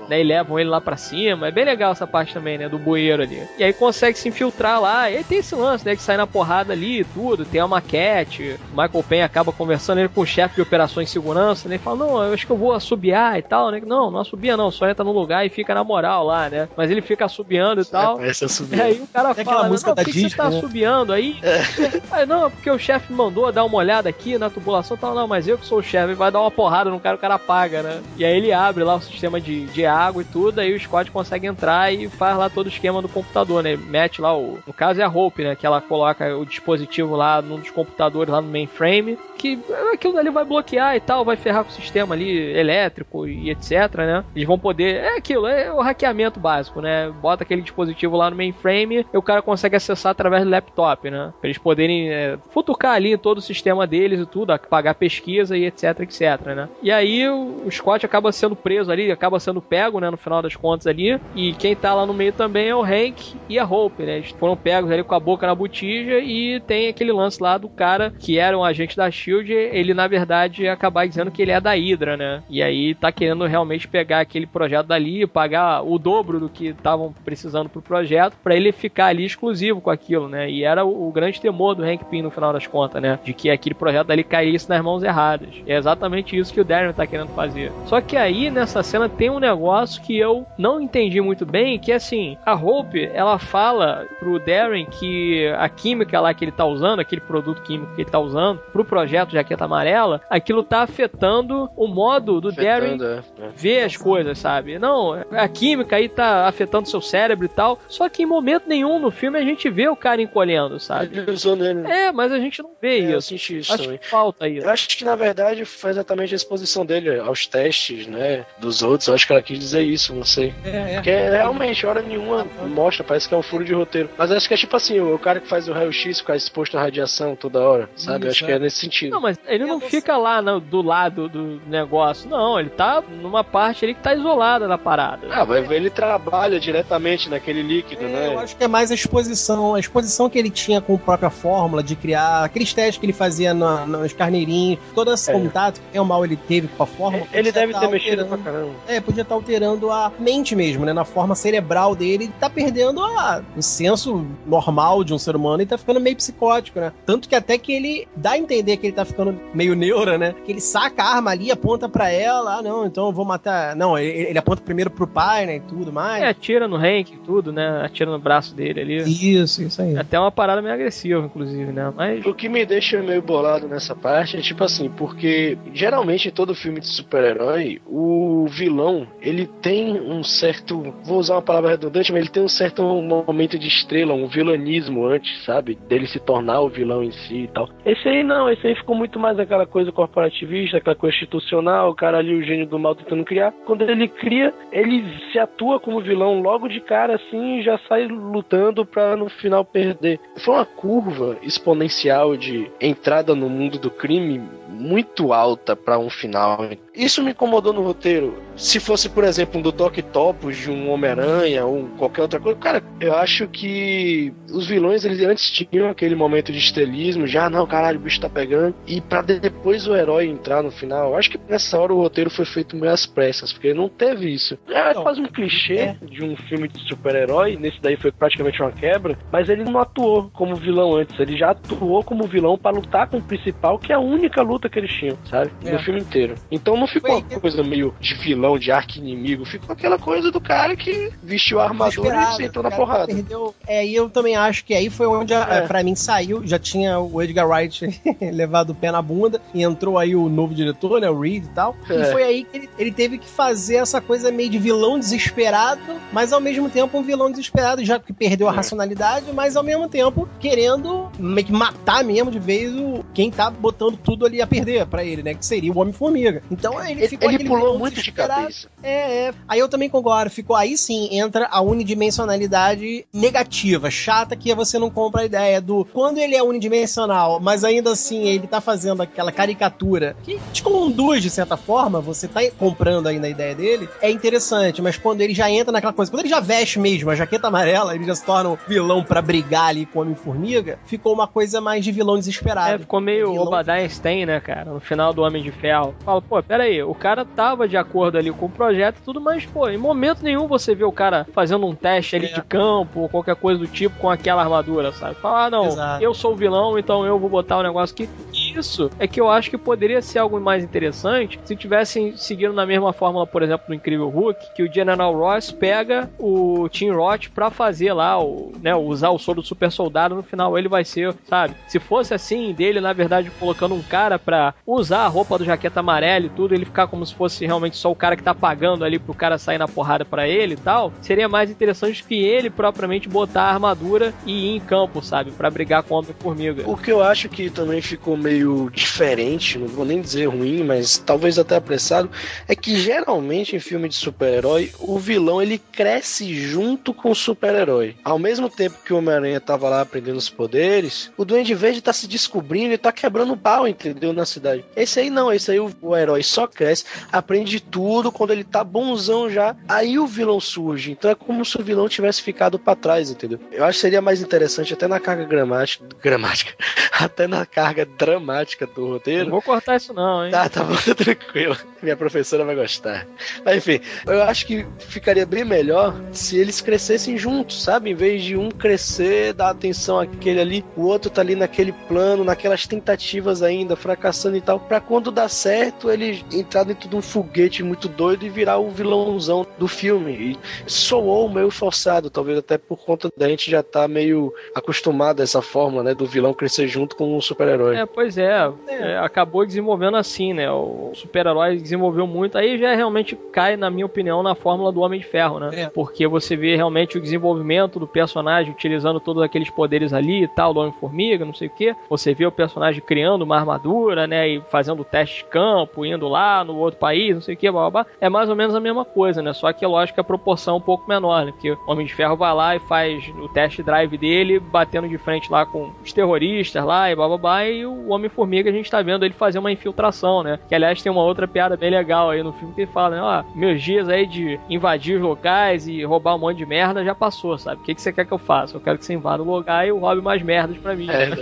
né, e levam ele lá pra cima. É bem legal essa parte também, né, do bueiro ali. E aí consegue se infiltrar lá, e aí tem esse lance, né, que sai na porrada ali e tudo, tem a maquete, o Michael Penha acaba conversando ele com o chefe de operações de segurança, né, e fala, não, eu acho que eu vou assobiar e tal, né, não, não assobia não, só entra no lugar e fica na moral lá, né, mas ele fica assobiando e tal. É, e aí o cara tem fala, música não, da por que, Disney, que você tá né? assobiando aí? É. Aí, não, porque o chefe me mandou dar uma olhada aqui na tubulação e tal, não, mas eu que sou o chefe, ele vai dar uma porrada no cara, o cara apaga, né, e aí ele abre lá o sistema de, de água e tudo, aí o Scott consegue entrar e faz lá todo o esquema do computador, né, mete lá o, no caso é a Hope, né, que ela coloca o dispositivo lá num dos computadores lá no mainframe, que aquilo ali vai bloquear e tal, vai ferrar com o sistema ali elétrico e etc, né? Eles vão poder... É aquilo, é o hackeamento básico, né? Bota aquele dispositivo lá no mainframe e o cara consegue acessar através do laptop, né? Pra eles poderem é, futucar ali todo o sistema deles e tudo, pagar pesquisa e etc, etc, né? E aí o Scott acaba sendo preso ali, acaba sendo pego, né? No final das contas ali, e quem tá lá no meio também é o Hank e a Hope, né? Eles foram pegos ali com a boca na botija e tem aquele lance lá do cara que era um agente da Shield, ele na verdade acabar dizendo que ele é da Hydra, né? E aí tá querendo realmente pegar aquele projeto dali, pagar o dobro do que estavam precisando pro projeto, pra ele ficar ali exclusivo com aquilo, né? E era o, o grande temor do Hank Pym no final das contas, né? De que aquele projeto dali caísse nas mãos erradas. E é exatamente isso que o Darren tá querendo fazer. Só que aí, nessa cena, tem um negócio que eu não entendi muito bem, que assim, a Hope, ela fala pro Darren que a química lá que ele tá usando, aquele produto químico que ele tá usando pro projeto Jaqueta Amarela, aquilo tá afetando o modo do afetando, Darren é, é. ver as coisas, sabe? Não, a química aí tá afetando seu cérebro e tal, só que em momento nenhum no filme a gente vê o cara encolhendo, sabe? Ele usou nele. É, mas a gente não vê é, isso. Eu senti isso acho também. que falta isso. Eu acho que na verdade foi exatamente a exposição dele aos testes, né, dos outros. Eu acho que ela quis dizer isso, não sei. É, é. Porque realmente, hora nenhuma mostra, parece que é um furo de roteiro. Mas acho que é tipo assim, o cara que faz o raio-x ficar exposto à radiação toda hora, sabe? Isso, eu acho é. que é nesse sentido. Não, mas ele não fica lá no, do lado do negócio, não. Ele tá numa parte ali que tá isolada da parada. Ah, vai ver, ele trabalha diretamente naquele líquido, é, né? Eu acho que é mais a exposição, a exposição que ele tinha com a própria fórmula de criar, aqueles testes que ele fazia no, no, nos carneirinhos, todo esse é. contato que o mal ele teve com a fórmula. Ele deve tá ter mexido pra caramba. É, podia estar tá alterando a mente mesmo, né? Na forma cerebral dele, tá perdendo a, o senso normal de um ser humano e tá ficando meio psicótico, né? Tanto que até que ele dá a entender que ele tá ficando meio neura, né? Que ele saca a arma ali, aponta pra ela, ah, não, então eu vou matar... Não, ele, ele aponta primeiro pro pai, né, e tudo mais. É, atira no Hank e tudo, né? Atira no braço dele ali. Isso, isso aí. Até uma parada meio agressiva, inclusive, né? Mas... O que me deixa meio bolado nessa parte é tipo assim, porque geralmente em todo filme de super-herói, o vilão, ele tem um certo... Vou usar uma palavra redundante, mas ele tem um certo momento de estrela, um vilanismo antes, sabe? Dele se tornar o vilão em si e tal. Esse aí não, esse aí ficou muito mais aquela coisa corporativista, aquela coisa institucional, o cara ali, o gênio do mal tentando criar. Quando ele cria, ele se atua como vilão logo de cara, assim, e já sai lutando pra no final perder. Foi uma curva exponencial de entrada no mundo do crime muito alta pra um final. Isso me incomodou no roteiro. Se fosse, por exemplo, um do Doc Topos, de um Homem-Aranha ou qualquer outra coisa, cara, eu acho que os vilões, eles antes tinham aquele momento de estrelismo, já, não, caralho, o bicho tá pegando, e pra depois o herói entrar no final. Eu acho que nessa hora o roteiro foi feito meio às pressas, porque não teve isso. É quase um clichê é. de um filme de super-herói, nesse daí foi praticamente uma quebra, mas ele não atuou como vilão antes, ele já atuou como vilão pra lutar com o principal, que é a única luta que eles tinham, sabe? É. No filme inteiro. Então não ficou uma coisa meio de vilão, de arqui-inimigo, ficou aquela coisa do cara que vestiu a armadura e sentou na porrada. Perdeu... É, e eu também acho que aí foi onde, a, é. pra mim, saiu, já tinha o Edgar Wright levado o pé na bunda, e entrou aí o novo diretor, né, o Reed e tal, é. e foi aí que ele, ele teve que fazer essa coisa meio de vilão desesperado, mas ao mesmo tempo um vilão desesperado, já que perdeu a é. racionalidade, mas ao mesmo tempo querendo meio que matar mesmo de vez o, quem tá botando tudo ali a perder pra ele, né, que seria o Homem-Formiga. Então ele, ele ficou Ele pulou muito de cabeça. É, é. Aí eu também concordo, ficou, aí sim, entra a unidimensionalidade negativa, chata, que você não compra a ideia do, quando ele é unidimensional, mas ainda assim ele tá fazendo aquela caricatura que te conduz de certa forma, você tá comprando ainda a ideia dele, é interessante, mas quando ele já entra naquela coisa, quando ele já veste mesmo a jaqueta amarela, ele já se torna um vilão pra brigar ali com o Homem-Formiga, ficou uma coisa mais de vilão desesperado. É, ficou meio vilão... Obadiah Stane, né, cara, no final do Homem de Ferro. Fala, pô, pera aí, o cara tava de acordo ali com o projeto e tudo, mas, pô, em momento nenhum você vê o cara fazendo um teste ali é. de campo ou qualquer coisa do tipo com aquela armadura, sabe? Fala, ah, não, Exato. eu sou o vilão, então eu vou botar o negócio aqui. Isso é que eu acho que poderia ser algo mais interessante se tivessem seguindo na mesma fórmula, por exemplo, do Incrível Hulk, que o General Ross pega o Tim Roth pra fazer lá, o, né, usar o soro do super soldado, no final ele vai ser, sabe? Se fosse assim, dele, na verdade, colocando um cara pra usar a roupa do Jaqueta Amarela e tudo, ele ficar como se fosse realmente só o cara que tá pagando ali pro cara sair na porrada pra ele e tal, seria mais interessante que ele propriamente botar a armadura e ir em campo, sabe? Pra brigar com o Homem-Formiga. O que eu acho que também ficou meio diferente, não vou nem dizer ruim, mas talvez até apressado, é que geralmente em filme de super-herói, o vilão ele cresce junto com o super-herói. Ao mesmo tempo que o Homem-Aranha tava lá aprendendo os poderes, o Duende Verde tá se descobrindo e tá quebrando pau, entendeu? Na cidade. Esse aí não, esse aí o, o herói só cresce, aprende tudo, quando ele tá bonzão já, aí o vilão surge. Então é como se o vilão tivesse ficado pra trás, entendeu? Eu acho que seria mais interessante até na carga gramática, gramática até na carga dramática do roteiro. Não vou cortar isso não, hein? Tá, tá bom, tranquilo. Minha professora vai gostar. Mas enfim, eu acho que ficaria bem melhor se eles crescessem juntos, sabe? Em vez de um crescer, dar atenção àquele ali, o outro tá ali naquele plano, naquelas tentativas ainda, fracassando e tal, pra quando dá certo, ele entrar dentro de um foguete muito doido e virar o vilãozão do filme. E soou meio forçado, talvez até por conta da gente já tá meio acostumado a essa forma, né, do vilão crescer junto com um super-herói. É, pois é, é, acabou desenvolvendo assim, né, o super-herói desenvolveu muito, aí já realmente cai, na minha opinião, na fórmula do Homem de Ferro, né, é. porque você vê realmente o desenvolvimento do personagem utilizando todos aqueles poderes ali e tal, do Homem-Formiga, não sei o que, você vê o personagem criando uma armadura, né, e fazendo teste de campo, indo lá no outro país, não sei o que, blá, blá, blá. É mais ou menos a mesma coisa, né, só que lógico que a proporção é um pouco menor, né, porque o Homem de Ferro vai lá e faz o test drive dele, batendo de frente lá com os terroristas lá e blá, blá, blá, e o Homem-Formiga a gente tá vendo ele fazer uma infiltração, né, que aliás tem uma outra piada bem legal aí no filme que ele fala, né, ó, meus dias aí de invadir os locais e roubar um monte de merda já passou, sabe, o que, que você quer que eu faça? Eu quero que você invada o lugar e roube mais merdas pra mim. É,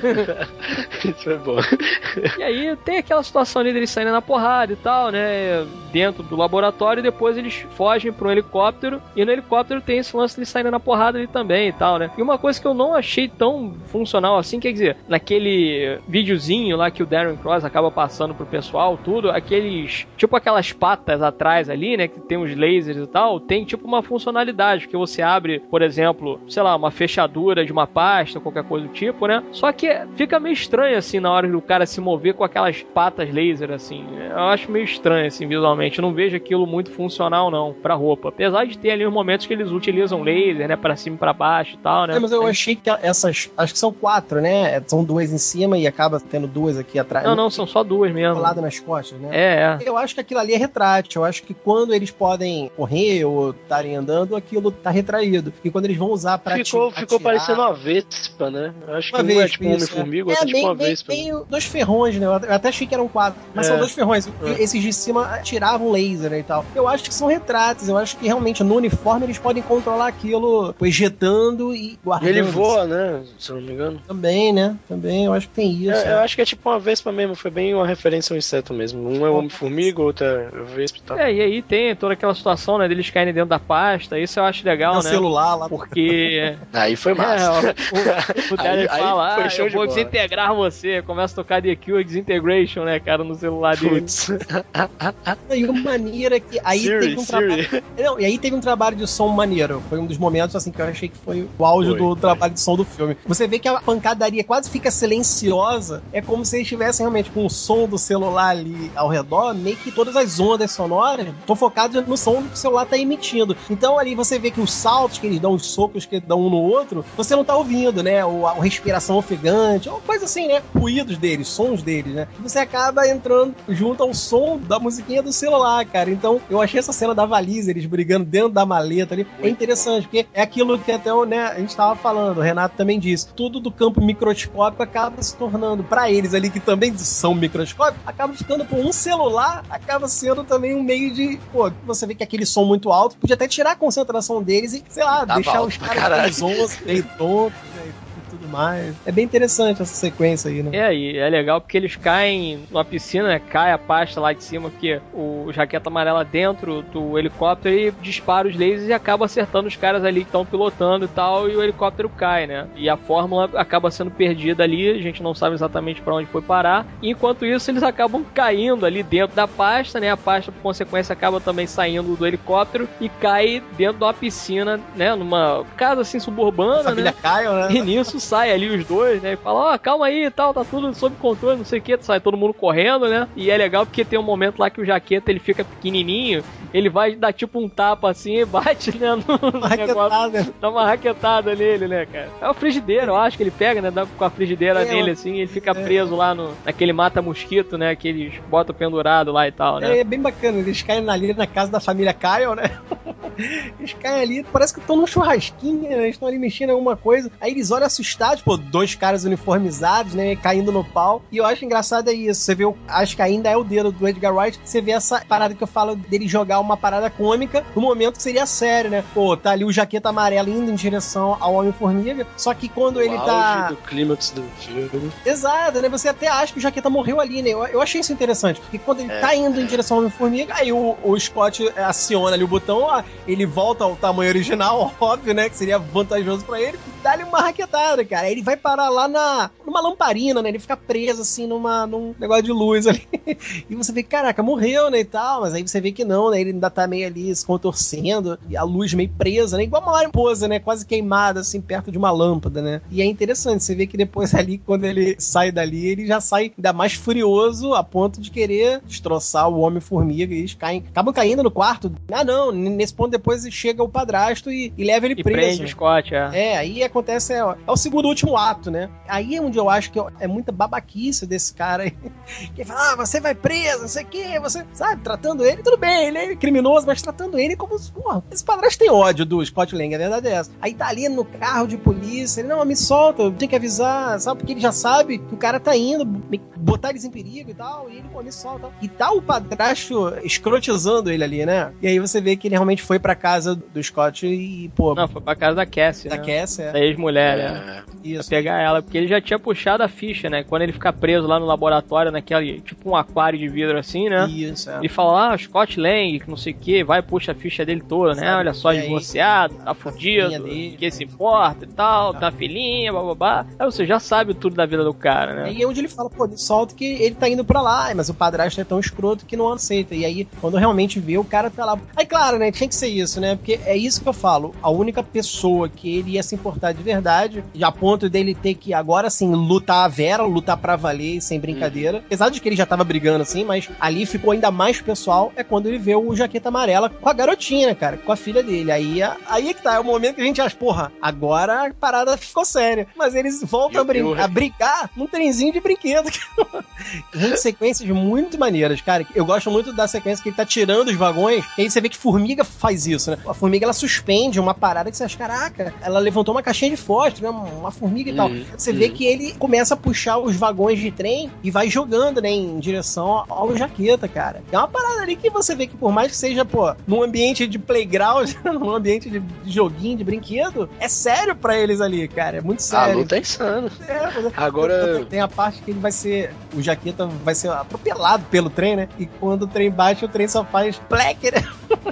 isso é bom. E aí tem aquela situação ali deles saindo na porrada e tal, né, dentro do laboratório, e depois eles fogem pra um helicóptero, e no helicóptero tem esse lance de saindo na porrada ali também e tal, né. E uma coisa que eu não achei tão funcional assim, quer dizer, naquele videozinho lá que o Darren Cross acaba passando pro pessoal, tudo, aqueles, tipo aquelas patas atrás ali, né, que tem os lasers e tal, tem tipo uma funcionalidade, que você abre, por exemplo, sei lá, uma fechadura de uma pasta, qualquer coisa do tipo, né, só que fica meio estranho assim, na hora do cara se mover com aquelas patas laser, assim, eu acho meio estranho, assim, visualmente, eu não vejo aquilo muito funcional, não, pra roupa, apesar de ter ali os momentos que eles utilizam laser, né, pra cima e pra baixo e tal, né. É, mas eu achei que essas, acho que são quatro, né, são duas em cima e acaba tendo duas aqui atrás. Não, não, são só duas mesmo. Colado nas costas, né. É, é. Eu acho que aquilo ali é retrátil, eu acho que quando eles podem correr ou estarem andando, aquilo tá retraído, e quando eles vão usar pra ficou, atirar... Ficou parecendo uma vespa, né, eu acho que uma não vespa, é tipo um Homem-Formiga, é, é tipo bem, uma bem, vespa. Tem dois ferrões, né, eu até achei que eram quatro, mas é. são dois ferrões, é. esses de cima atiravam laser, né, e tal. Eu acho que são retratos, eu acho que realmente no uniforme eles podem controlar aquilo, ejetando e guardando. E ele voa, né, se eu não me engano. Também, né, também, eu acho que tem isso. É, é. Eu acho que é tipo uma vespa mesmo, foi bem uma referência ao inseto mesmo. Um é o Homem-Formiga, o outro é o vespa e tal. É, e aí tem toda aquela situação, né, deles caírem dentro da pasta, isso eu acho legal, no né. celular lá. Porque... aí foi massa. É, o o Darren fala, ah, eu vou desintegrar você, começa a tocar The Cure Disintegration, né, cara, no celular dele. E uma maneira que... Aí Siri, teve um trabalho... Não, e aí teve um trabalho de som maneiro, foi um dos momentos, assim, que eu achei que foi o auge foi, do foi. trabalho de som do filme. Você vê que a pancadaria quase fica silenciosa, é como se eles estivessem realmente com o som do celular ali ao redor, meio que todas as ondas sonoras estão focadas no som que o celular tá emitindo. Então ali você vê que os saltos que eles dão, os socos que eles dão um no outro, você não tá ouvindo, né? Ou a respiração ofegante, ou coisa assim, né? Ruídos deles, sons deles, né? E você acaba entrando junto ao som da musiquinha do celular, cara. Então eu achei essa cena da valise, eles brigando dentro da maleta ali, é interessante, porque é aquilo que até né, a gente tava falando, o Renato também disse, tudo do campo microscópico acaba se tornando, pra eles ali que também são microscópicos, acaba ficando por um celular, acaba sendo também um meio de, pô, você vê que aquele som muito alto, podia até tirar a concentração deles e, sei lá, tá deixar mal, os caras com os meio tontos, né, e tudo mais. É bem interessante essa sequência aí, né? É, e é legal porque eles caem numa piscina, né? Cai a pasta lá de cima, porque o Jaqueta Amarela dentro do helicóptero e dispara os lasers e acaba acertando os caras ali que estão pilotando e tal, e o helicóptero cai, né? E a fórmula acaba sendo perdida ali, a gente não sabe exatamente pra onde foi parar. E enquanto isso, eles acabam caindo ali dentro da pasta, né? A pasta, por consequência, acaba também saindo do helicóptero e cai dentro de uma piscina, né? Numa casa assim suburbana, família né? Caio, né? E nisso sai ali os dois, né? E fala, ó, oh, calma aí e tal, tá tudo sob controle, não sei o que. Sai todo mundo correndo, né? E é legal porque tem um momento lá que o Jaqueta, ele fica pequenininho, ele vai dar tipo um tapa assim e bate, né? No negócio, dá uma raquetada nele, né, cara? É o frigideiro, eu acho que ele pega, né? Dá com a frigideira é, nele assim, e ele fica é. preso lá no, naquele mata-mosquito, né? Que eles botam pendurado lá e tal, né? É, é bem bacana, eles caem ali na casa da família Kyle, né? Eles caem ali, parece que estão num churrasquinho, né? Eles estão ali mexendo em alguma coisa. Aí eles olham assustados, pô, dois caras uniformizados, né? Caindo no pau. E eu acho engraçado é isso. Você vê, o, acho que ainda é o dedo do Edgar Wright. Você vê essa parada que eu falo dele jogar uma parada cômica no momento que seria sério, né? Pô, tá ali o Jaqueta Amarela indo em direção ao Homem-Formiga. Só que quando o ele tá. Do clímax do filme. Exato, né? Você até acha que o Jaqueta morreu ali, né? Eu, eu achei isso interessante. Porque quando ele é, tá indo é. em direção ao Homem-Formiga, aí o, o Scott aciona ali o botão, ó, ele volta ao tamanho original, óbvio, né? Que seria vantajoso pra ele. Dá-lhe uma raquetada, cara. Aí ele vai parar lá na, numa lamparina, né? Ele fica preso, assim, numa, num negócio de luz ali. E você vê que, caraca, morreu, né, e tal. Mas aí você vê que não, né? Ele ainda tá meio ali se contorcendo. E a luz meio presa, né? Igual uma mariposa, né? Quase queimada, assim, perto de uma lâmpada, né? E é interessante. Você vê que depois ali, quando ele sai dali, ele já sai ainda mais furioso a ponto de querer destroçar o Homem-Formiga. E eles caem, acabam caindo no quarto. Ah, não. Nesse ponto depois chega o padrasto e, e leva ele e preso. Prende o Scott, é. É, aí acontece, é, é o segundo último ato, né? Aí é onde eu acho que é muita babaquice desse cara aí. Que fala, ah, você vai preso, não sei o quê, você, sabe, tratando ele, tudo bem, ele é criminoso, mas tratando ele como, porra, esse padrasto tem ódio do Scott Lang, a verdade é essa. Aí tá ali no carro de polícia, ele, não, me solta, eu tenho que avisar, sabe, porque ele já sabe que o cara tá indo, botar eles em perigo e tal, e ele, pô, me solta. E tá o padrasto escrotizando ele ali, né? E aí você vê que ele realmente foi pra casa do Scott e, pô... Não, foi pra casa da Cassie, Da né? Cassie, é. Da ex-mulher, né? Isso. Pra pegar ela, porque ele já tinha puxado a ficha, né? Quando ele fica preso lá no laboratório, naquele, tipo um aquário de vidro assim, né? Isso, é. Ele fala, ah, Scott Lang, que não sei o que, vai, puxa a ficha dele toda, né? Olha só, divorciado, tá fudido, que se importa e tal, tá filhinha, bababá. Aí você já sabe tudo da vida do cara, né? Aí é onde ele fala, pô, solta que ele tá indo pra lá, mas o padrasto é tão escroto que não aceita. E aí, quando realmente vê, o cara tá lá. Aí, claro, né, tinha que ser isso, né? Porque é isso que eu falo, a única pessoa que ele ia se importar de verdade, já a ponto dele ter que, agora sim, lutar a Vera, lutar pra valer, sem brincadeira. Uhum. Apesar de que ele já tava brigando assim, mas ali ficou ainda mais pessoal, é quando ele vê o Jaqueta Amarela com a garotinha, né, cara? Com a filha dele. Aí, aí é que tá, é o momento que a gente acha, porra, agora a parada ficou séria. Mas eles voltam eu, a, brin- eu... a brigar num trenzinho de brinquedo. Muitas sequências muito maneiras, cara. Eu gosto muito da sequência que ele tá tirando os vagões, e aí você vê que Formiga faz isso, né? A Formiga, ela suspende uma parada que você acha, caraca, ela levantou uma caixinha de fósforo, né? Uma formiga e tal. Uhum. Você uhum. vê que ele começa a puxar os vagões de trem e vai jogando, né, em direção ao Jaqueta, cara. É uma parada ali que você vê que por mais que seja, pô, num ambiente de playground, num ambiente de joguinho, de brinquedo, é sério pra eles ali, cara. É muito sério. Ah, não tá insano. É, mas agora... Tem a parte que ele vai ser... O Jaqueta vai ser atropelado pelo trem, né? E quando o trem bate, o trem só faz pleque, né?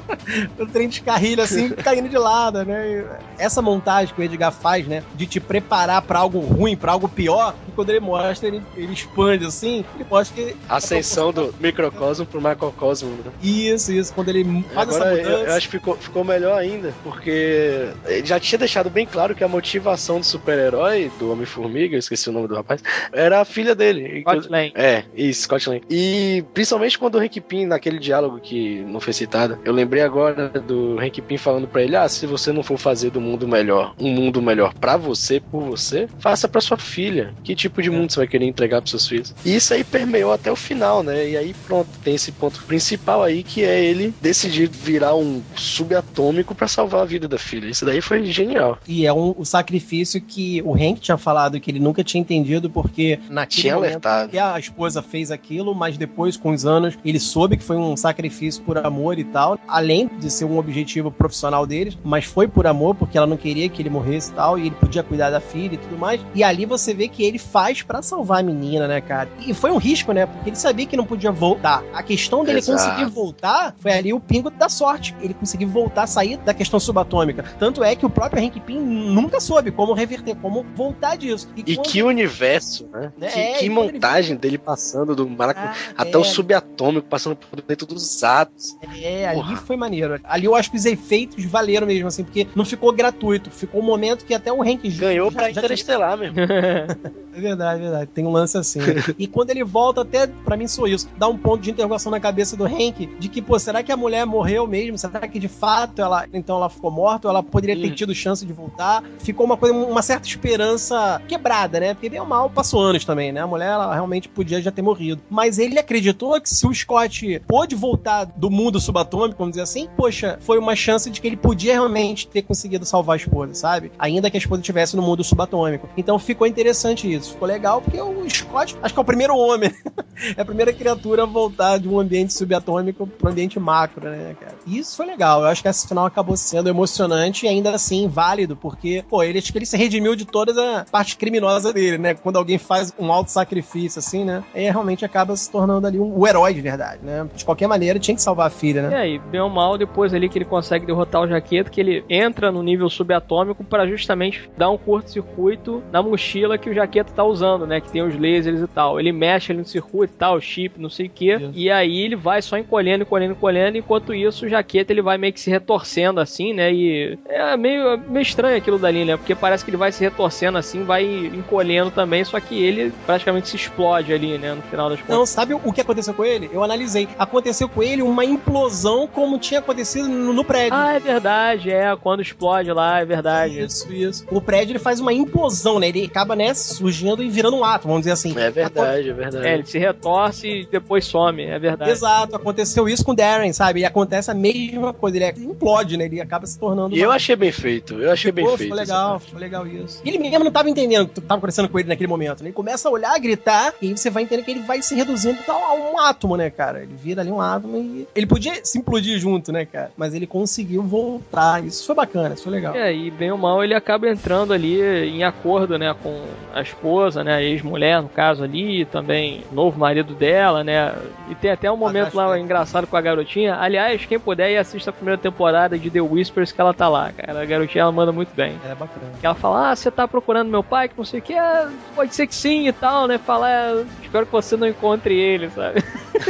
O trem descarrilha assim, caindo de lado, né? Essa montagem que o Edgar faz, né? De te preparar pra algo ruim, pra algo pior, e quando ele mostra, ele, ele expande assim, ele mostra que... Ascensão do microcosmo pro macrocosmo, né? Isso, isso. Quando ele faz Agora, essa mudança... Eu, eu acho que ficou, ficou melhor ainda, porque ele já tinha deixado bem claro que a motivação do super-herói, do Homem-Formiga, eu esqueci o nome do rapaz, era a filha dele. Scott Lang. É, isso, Scott Lang. E principalmente quando o Hank Pym, naquele diálogo que não foi citado, eu lembrei agora do Hank Pym falando pra ele, ah, se você não for fazer do mundo melhor, um mundo melhor pra você, por você, faça pra sua filha. Que tipo de mundo você vai querer entregar pros seus filhos? E isso aí permeou até o final, né? E aí pronto, tem esse ponto principal aí, que é ele decidir virar um subatômico pra salvar a vida da filha. Isso daí foi genial. E é um, o sacrifício que o Hank tinha falado que ele nunca tinha entendido, porque naquele tinha momento alertado que a esposa fez aquilo, mas depois, com os anos, ele soube que foi um sacrifício por amor e tal. além de ser um objetivo profissional deles, mas foi por amor, porque ela não queria que ele morresse e tal, e ele podia cuidar da filha e tudo mais. E ali você vê que ele faz pra salvar a menina, né, cara? E foi um risco, né? Porque ele sabia que não podia voltar. A questão dele Exato. conseguir voltar foi ali o pingo da sorte. Ele conseguiu voltar, sair da questão subatômica. Tanto é que o próprio Hank Pym nunca soube como reverter, como voltar disso. E, e quando... que universo, né? É, que, que montagem ele... dele passando do maracu... ah, até é. o subatômico, passando por dentro dos atos. É, Porra. ali foi maneiro. Ali eu acho que os efeitos valeram mesmo, assim, porque não ficou gratuito. Ficou um momento que até o Hank ganhou já, pra já Interestelar tinha... mesmo. É verdade, é verdade. Tem um lance assim. E quando ele volta, até pra mim sou isso, dá um ponto de interrogação na cabeça do Hank, de que, pô, será que a mulher morreu mesmo? Será que de fato ela, então ela ficou morta? Ou ela poderia ter tido chance de voltar? Ficou uma coisa, uma certa esperança quebrada, né? Porque bem ou mal passou anos também, né? A mulher, ela realmente podia já ter morrido. Mas ele acreditou que se o Scott pôde voltar do mundo subatômico, vamos dizer assim, poxa, foi uma chance de que ele podia realmente ter conseguido salvar a esposa, sabe? Ainda que a esposa estivesse no mundo subatômico. Então ficou interessante isso. Ficou legal porque o Scott, acho que é o primeiro homem, é a primeira criatura a voltar de um ambiente subatômico para um ambiente macro, né, cara? Isso foi legal. Eu acho que esse final acabou sendo emocionante e ainda assim válido, porque, pô, ele, acho que ele se redimiu de toda a parte criminosa dele, né? Quando alguém faz um auto-sacrifício, assim, né? Aí realmente acaba se tornando ali um, um herói de verdade, né? De qualquer maneira, tinha que salvar a filha, né? É, e bem ou mal, depois ali que ele consegue derrotar o Jaqueta, que ele entra no nível subatômico para justamente dar um curto-circuito na mochila que o Jaqueta tá usando, né? Que tem os lasers e tal. Ele mexe ali no circuito e tal, chip, não sei o quê. Isso. E aí ele vai só encolhendo, encolhendo, encolhendo. Enquanto isso, o Jaqueta ele vai meio que se retorcendo assim, né? E é meio, meio estranho aquilo dali, né? Porque parece que ele vai se retorcendo assim, vai encolhendo também. Só que ele praticamente se explode ali, né? No final das contas. Não, sabe o que aconteceu com ele? Eu analisei. Aconteceu com ele uma implosão como tinha acontecido no, no prédio. Ah, é verdade. É, quando explode lá, é verdade. Isso, isso. O prédio ele faz uma implosão, né? Ele acaba, né, surgindo e virando um átomo, vamos dizer assim. É verdade, é verdade. É, ele se retorce e depois some, é verdade. Exato, aconteceu isso com o Darren, sabe? E acontece a mesma coisa, ele implode, né? Ele acaba se tornando... E uma... eu achei bem feito, eu achei ficou, bem feito. Ficou legal, ficou legal isso. E ele mesmo não tava entendendo o que tava acontecendo com ele naquele momento, né? Ele começa a olhar, a gritar, e aí você vai entender que ele vai se reduzindo a um átomo, né, cara? Ele vira ali um átomo e... Ele podia se implodir junto, né, cara? Mas ele conseguiu voltar, isso foi bacana, isso foi legal. É, e bem ou mal ele acaba entrando ali em acordo, né, com a esposa, né, a ex-mulher, no caso ali, também novo marido dela, né, e tem até um momento lá engraçado com a garotinha. Aliás, quem puder ir assista a primeira temporada de The Whispers que ela tá lá, cara, a garotinha ela manda muito bem. É bacana. Ela fala, ah, você tá procurando meu pai, que não sei o que, ah, pode ser que sim e tal, né, fala, ah, espero que você não encontre ele, sabe?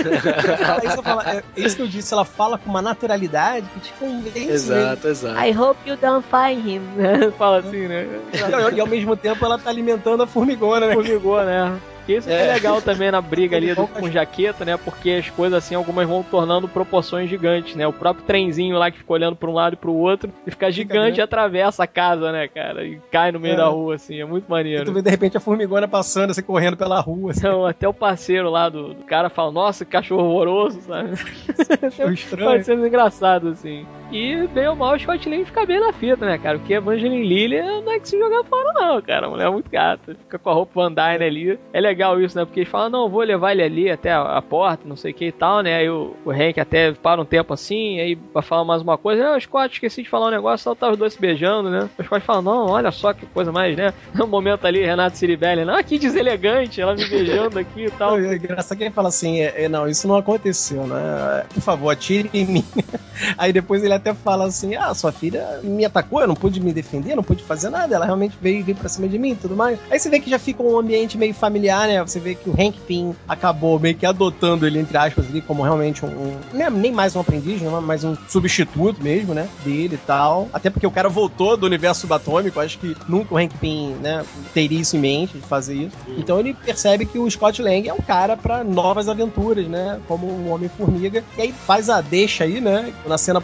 isso, fala, é, isso que eu disse, ela fala com uma naturalidade que te convence. Exato, exato. I hope you don't find him. Fala assim, né? E, e ao mesmo tempo ela tá alimentando a formigona, né? Formigona, né? Isso é. é legal também na briga ali do, com Jaqueta, né? Porque as coisas assim, algumas vão tornando proporções gigantes, né? O próprio trenzinho lá que fica olhando pra um lado e pro outro e fica gigante e atravessa a casa, né, cara? E cai no meio é. da rua, assim, é muito maneiro. E tu vê de repente a formigona passando, assim, correndo pela rua. Assim. Então, até o parceiro lá do, do cara fala, nossa, que cachorro horroroso, sabe? É estranho. Pode ser engraçado, assim. E bem ou mal o Scott Lang fica bem na fita, né, cara? Porque a Evangeline Lilly não é que se jogar fora, não, cara. A mulher é muito gata. Fica com a roupa Van Dyne ali. É legal isso, né? Porque eles falam, não, vou levar ele ali até a, a porta, não sei o que e tal, né? Aí o, o Hank até para um tempo assim, aí vai falar mais uma coisa. Ah, o Scott, esqueci de falar um negócio, só tá os dois se beijando, né? O Scott fala, não, olha só que coisa mais, né? No momento ali, Renato Ciribelli, não, que deselegante, ela me beijando aqui e tal. É engraçado que ele fala assim, é, é, não, isso não aconteceu, né? Por favor, atire em mim. Aí depois ele até fala assim, ah, sua filha me atacou, eu não pude me defender, não pude fazer nada, ela realmente veio, veio pra cima de mim e tudo mais. Aí você vê que já fica um ambiente meio familiar, né? Você vê que o Hank Pym acabou meio que adotando ele, entre aspas, ali, como realmente um, um nem, nem mais um aprendiz, né? Mas um substituto mesmo, né? Dele e tal. Até porque o cara voltou do universo subatômico, acho que nunca o Hank Pym, né, teria isso em mente, de fazer isso. Então ele percebe que o Scott Lang é um cara pra novas aventuras, né? Como um Homem-Formiga. E aí faz a deixa aí, né? Na cena pós-crédito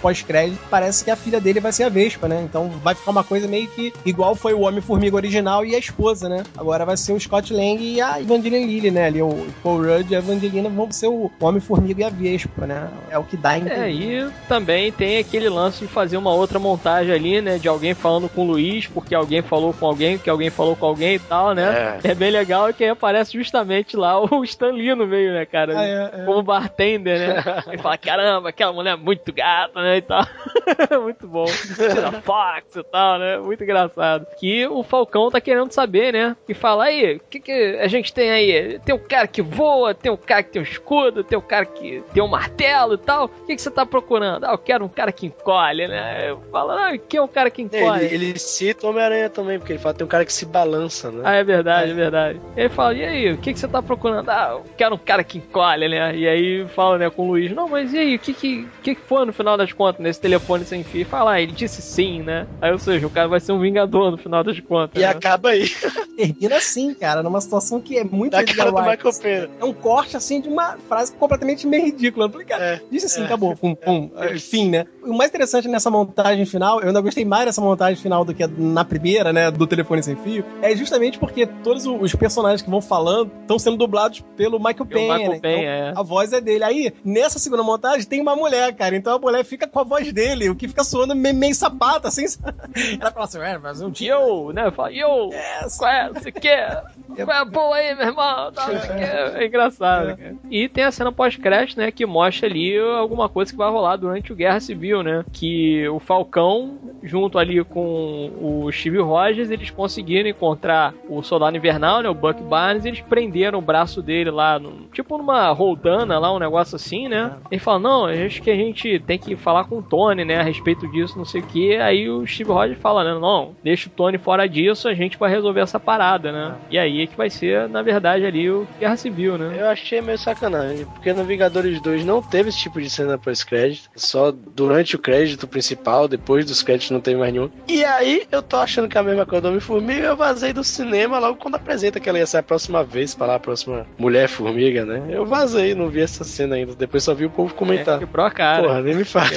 Aí parece que a filha dele vai ser a Vespa, né? Então vai ficar uma coisa meio que igual foi o Homem-Formiga original e a esposa, né? Agora vai ser o Scott Lang e a Evangeline Lilly, né? Ali o Paul Rudd e a Evangelina vão ser o Homem-Formiga e a Vespa, né? É o que dá em É, e também tem aquele lance de fazer uma outra montagem ali, né? De alguém falando com o Luiz, porque alguém falou com alguém, que alguém falou com alguém e tal, né? É, é bem legal que aí aparece justamente lá o Stan Lee no meio, né, cara? Ah, é, é. Como bartender, né? Ele fala, caramba, aquela mulher é muito gata, né, e tal. Muito bom. Tira Fox e tal, né? Muito engraçado. Que o Falcão tá querendo saber, né? E fala, aí, o que que a gente tem aí? Tem um cara que voa, tem um cara que tem um escudo, tem um cara que tem um martelo e tal. O que que você tá procurando? Ah, eu quero um cara que encolhe, né? Eu falo, ah, quem é um cara que encolhe? Ele, ele cita o Homem-Aranha também, porque ele fala, tem um cara que se balança, né? Ah, é verdade, é, é verdade. Ele fala, e aí, o que que você tá procurando? Ah, eu quero um cara que encolhe, né? E aí fala, né, com o Luiz, não, mas e aí, o que que, que que foi no final das contas, nesse telefone sem fio? Fala, ah, ele disse sim, né? Aí, ou seja, o cara vai ser um vingador no final das contas. E né? acaba aí. Termina assim, cara, numa situação que é muito Da cara do Michael Pena. É um corte, assim, de uma frase completamente meio ridícula. Eu falei, cara, é, disse assim, é, acabou, pum, pum, é, fim, né? O mais interessante nessa montagem final, eu ainda gostei mais dessa montagem final do que na primeira, né, do telefone sem fio, é justamente porque todos os personagens que vão falando estão sendo dublados pelo Michael Pena. Michael né? Pena, então, é. a voz é dele. Aí, nessa segunda montagem, tem uma mulher, cara, então a mulher fica com a voz dele, o que fica soando meio, meio sapata, assim. Ela fala assim, é, fazer um dia. Yo, né? Fala, yo, yes. Qual é? Você quer? Qual é a boa aí, meu irmão? Tá, é, é engraçado, é. Cara. E tem a cena pós-crédito, né, que mostra ali alguma coisa que vai rolar durante o Guerra Civil, né? Que o Falcão, junto ali com o Steve Rogers, eles conseguiram encontrar o Soldado Invernal, né, o Buck Barnes, e eles prenderam o braço dele lá, no, tipo numa roldana lá, um negócio assim, né? Ele fala, não, acho que a gente tem que falar com o Tony, né, a respeito disso, não sei o que. Aí o Steve Rogers fala, né, não, deixa o Tony fora disso, a gente vai resolver essa parada, né? E aí é que vai ser, na verdade, ali o Guerra Civil, né? Eu achei meio sacanagem, porque no Vingadores dois não teve esse tipo de cena pós-crédito, só durante o crédito principal, depois dos créditos não teve mais nenhum. E aí eu tô achando que a mesma coisa do Homem-Formiga, eu vazei do cinema logo quando apresenta que ela ia ser a próxima vez, pra lá, a próxima Mulher-Formiga, né? Eu vazei, não vi essa cena ainda, depois só vi o povo comentar. É, quebrou a cara. Porra, nem me faz.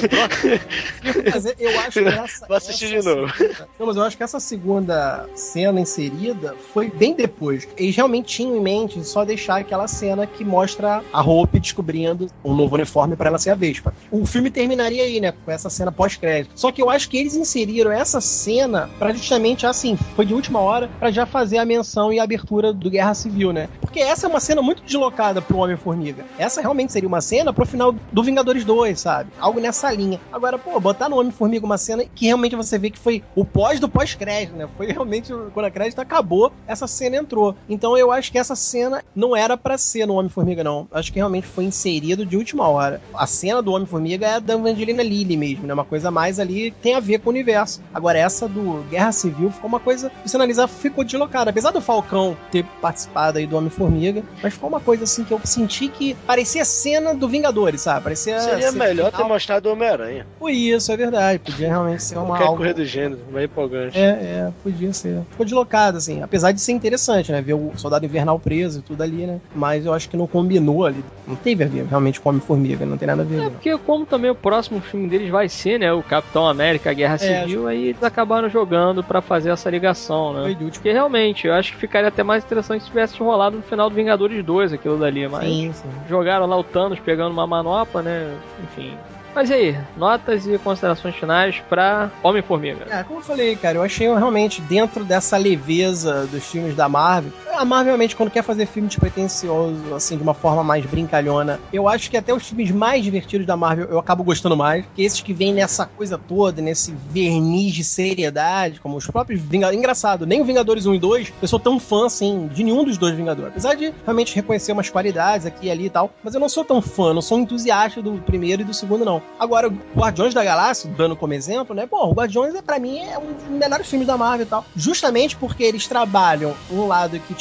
Mas eu acho que essa... Vou assistir essa de novo. Segunda, não, mas eu acho que essa segunda cena inserida foi bem depois. Eles realmente tinham em mente só deixar aquela cena que mostra a Hope descobrindo um novo uniforme pra ela ser a Vespa. O filme terminaria aí, né? Com essa cena pós-crédito. Só que eu acho que eles inseriram essa cena pra justamente, assim, foi de última hora, pra já fazer a menção e a abertura do Guerra Civil, né? Porque essa é uma cena muito deslocada pro Homem-Formiga. Essa realmente seria uma cena pro final do Vingadores dois, sabe? Algo nessa linha. Agora, pô, botar no Homem-Formiga uma cena que realmente você vê que foi o pós do pós-crédito, né? Foi realmente, quando a crédito acabou, essa cena entrou. Então eu acho que essa cena não era pra ser no Homem-Formiga, não. Acho que realmente foi inserido de última hora. A cena do Homem-Formiga é a da Evangelina Lilly mesmo, né? Uma coisa mais ali que tem a ver com o universo. Agora, essa do Guerra Civil ficou uma coisa, se você analisar, ficou deslocada. Apesar do Falcão ter participado aí do Homem-Formiga, mas ficou uma coisa assim que eu senti que parecia cena do Vingadores, sabe? Parecia Seria melhor final. Ter mostrado o Homem-Aranha. Foi isso, é verdade. Podia realmente ser uma... Qualquer algo... correr do gênero, mais empolgante. É, é, podia ser. Ficou deslocado, assim. Apesar de ser interessante, né? Ver o Soldado Invernal preso e tudo ali, né? Mas eu acho que não combinou ali. Não teve a ver realmente com o Homem-Formiga, não tem nada a ver. É, não. porque como também o próximo filme deles vai ser, né? O Capitão América, a Guerra Civil, é, aí eles acabaram jogando pra fazer essa ligação, né? Porque realmente, eu acho que ficaria até mais interessante se tivesse rolado no final do Vingadores dois, aquilo dali, mas sim, sim. Jogaram lá o Thanos pegando uma manopla, né? Enfim... Mas e aí, notas e considerações finais pra Homem-Formiga? É, como eu falei, cara, eu achei realmente dentro dessa leveza dos filmes da Marvel, a Marvel realmente quando quer fazer filme despretensioso, assim, de uma forma mais brincalhona, eu acho que até os filmes mais divertidos da Marvel eu acabo gostando mais, que esses que vêm nessa coisa toda, nesse verniz de seriedade, como os próprios Vingadores. Engraçado, nem o Vingadores um e dois, eu sou tão fã, assim, de nenhum dos dois Vingadores, apesar de realmente reconhecer umas qualidades aqui e ali e tal, mas eu não sou tão fã, não sou um entusiasta do primeiro e do segundo, não. Agora, o Guardiões da Galáxia, dando como exemplo, né? Bom, o Guardiões, pra mim, é um dos melhores filmes da Marvel e tal. Justamente porque eles trabalham um lado que te